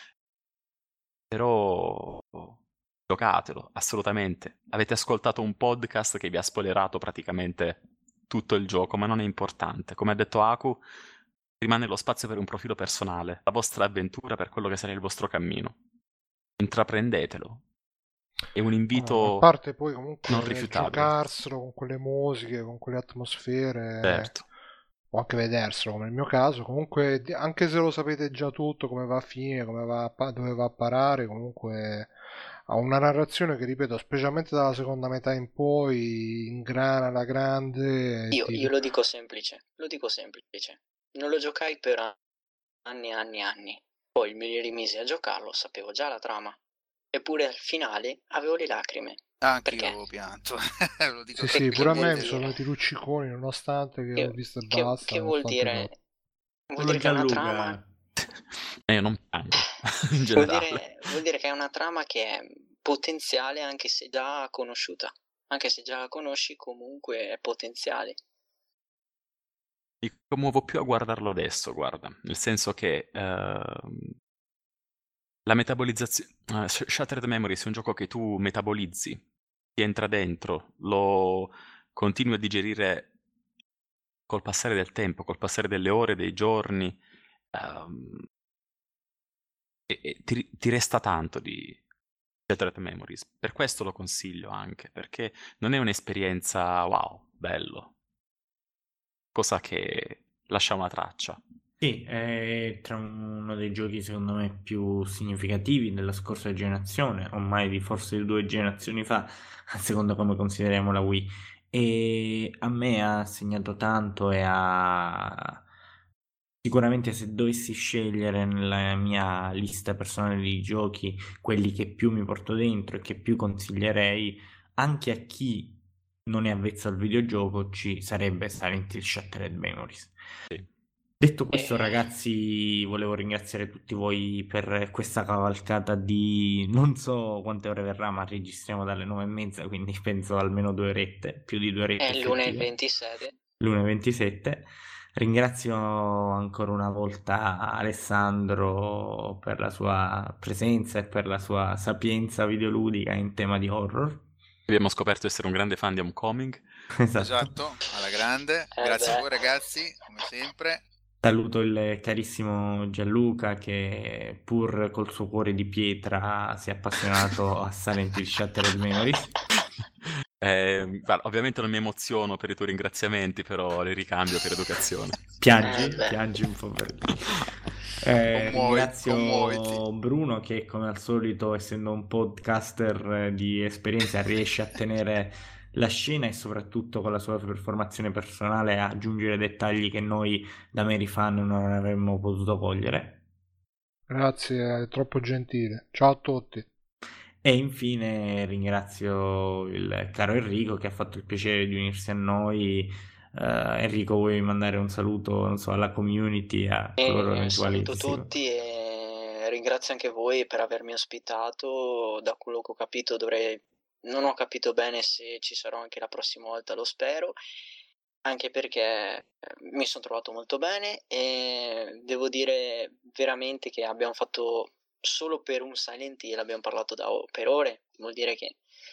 Però giocatelo, assolutamente. Avete ascoltato un podcast che vi ha spoilerato praticamente tutto il gioco, ma non è importante. Come ha detto Aku, rimane lo spazio per un profilo personale, la vostra avventura per quello che sarà il vostro cammino. Intraprendetelo. È un No, a invito parte poi comunque non rifiutabile. giocarselo con quelle musiche, con quelle atmosfere, Certo. o anche vederselo come nel mio caso, comunque di- anche se lo sapete già tutto, come va a finire, come va a pa- dove va a parare, comunque ha una narrazione che, ripeto, specialmente dalla seconda metà in poi, ingrana alla grande. Io, ti- io lo dico semplice, lo dico semplice. Non lo giocai per anni e anni e anni. Poi mi rimisi a giocarlo, sapevo già la trama. Eppure al finale avevo le lacrime. Anche io Perché? avevo pianto, lo dico Sì, sì, che pure a me vuol mi sono dire? venuti i lucciconi, nonostante che l'ho Che, visto e che- basta, che mi ha vuol fatto dire? gioco. Vuol Solo dire che è una trama, Gianluca. E io non piango, in vuol generale. dire, vuol dire che è una trama che è potenziale anche se già conosciuta. Anche se già la conosci, comunque è potenziale. Mi commuovo più a guardarlo adesso, guarda, nel senso che ehm, la metabolizzazione... eh, Sh- Shattered Memories è un gioco che tu metabolizzi, ti entra dentro, lo continui a digerire col passare del tempo, col passare delle ore, dei giorni, ehm, e, e ti, ti resta tanto di Shattered Memories. Per questo lo consiglio anche, perché non è un'esperienza wow, bello, cosa che lascia una traccia. Sì, è tra uno dei giochi secondo me più significativi della scorsa generazione, ormai di forse due generazioni fa, a seconda come consideriamo la Wii. E a me ha segnato tanto e ha... Sicuramente se dovessi scegliere nella mia lista personale di giochi quelli che più mi porto dentro e che più consiglierei anche a chi non è avvezzo al videogioco, ci sarebbe Silent Hill Shattered Memories. Sì. Detto questo, Eh. ragazzi, volevo ringraziare tutti voi per questa cavalcata di non so quante ore verrà, ma registriamo dalle nove e mezza, quindi penso almeno due orette, più di due orette È l'una e effettive. ventisette. l'una e ventisette. Ringrazio ancora una volta Alessandro per la sua presenza e per la sua sapienza videoludica in tema di horror. Abbiamo scoperto di essere un grande fan di Homecoming. Esatto. Esatto, alla grande. Eh Grazie a beh. voi ragazzi, come sempre. Saluto il carissimo Gianluca che pur col suo cuore di pietra si è appassionato a Silent Hill Shattered Memories. Eh, guarda, ovviamente non mi emoziono per i tuoi ringraziamenti, però li ricambio per educazione. Piangi, Eh, beh. piangi un po' per... Eh, Commuovi- ringrazio commuoviti. Bruno che come al solito, essendo un podcaster eh, di esperienza, riesce a tenere la scena e soprattutto con la sua formazione personale a aggiungere dettagli che noi da meri fan non avremmo potuto cogliere. Grazie, è troppo gentile. Ciao a tutti. E infine ringrazio il caro Enrico che ha fatto il piacere di unirsi a noi. Eh, Enrico, vuoi mandare un saluto, non so, alla community, a coloro E eventuali saluto che seguono? tutti e ringrazio anche voi per avermi ospitato. Da quello che ho capito dovrei... Non ho capito bene se ci sarò anche la prossima volta, lo spero, anche perché eh, mi sono trovato molto bene e devo dire veramente che abbiamo fatto solo per un Silent Hill abbiamo parlato da o- per ore, vuol dire che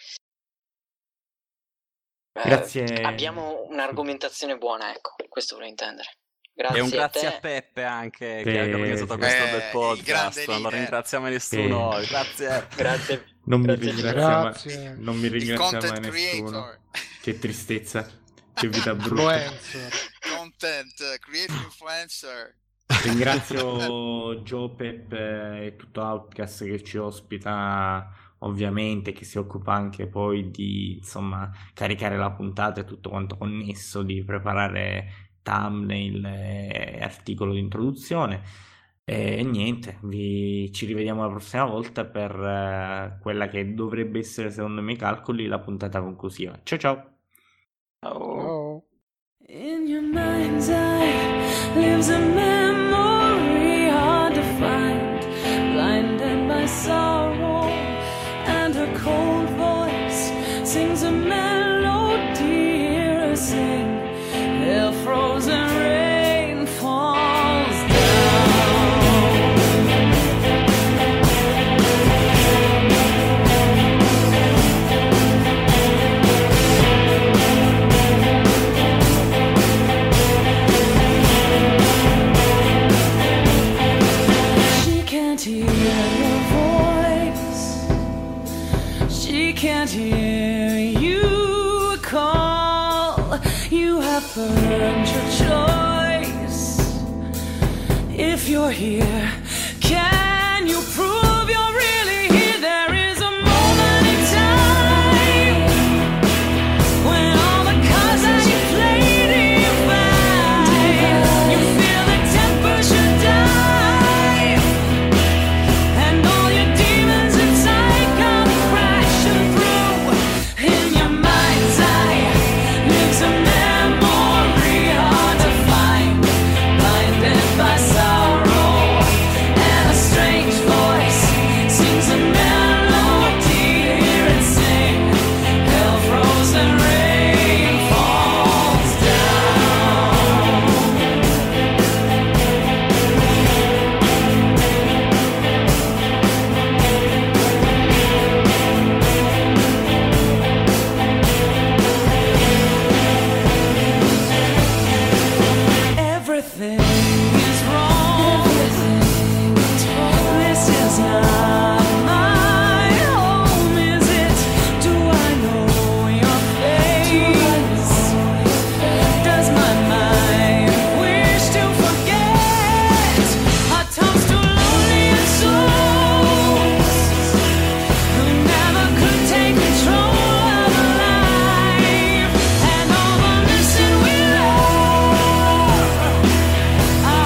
eh, Grazie. abbiamo un'argomentazione buona, ecco, questo volevo intendere. Grazie E un a grazie te. a Peppe anche Sì, che ha organizzato sì. questo Eh, bel il podcast. grande Non lo leader. ringraziamo nessuno. Sì. Grazie. Grazie. Non mi Grazie. ringrazia mai, Grazie. non mi Il ringrazia mai content nessuno. creator. Che tristezza, che vita brutta. Influencer. Content uh, creator influencer. Ringrazio Joe, Peppe e tutto Outcast che ci ospita, ovviamente, che si occupa anche poi di, insomma, caricare la puntata e tutto quanto connesso, di preparare thumbnail e articolo di introduzione. E niente, vi, ci rivediamo la prossima volta per eh, quella che dovrebbe essere, secondo i miei calcoli, la puntata conclusiva. Ciao ciao! Ciao. Ciao. In your mind's eye lives a memory hard to find, blinded by sorrow, and her cold voice sings a melody. Hear her sing, the frozen rain falls down. She can't hear your voice. She can't hear you call. You have earned your choice. If you're here, can you prove you're really here? There is a moment in time when all the cards that you played divide. You feel the temper should die, and all your demons inside come crashing through. In your mind's eye lives a memory hard to find, blinded by sorrow, and a strange voice sings a melody. Hear it sing, hell frozen rain falls down. Everything is wrong. This is not my home, is it? Do I know your face? Does my mind wish to forget? Our tongues too lonely and souls who never could take control of life, and all the missing we love. Our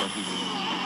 Shinobi.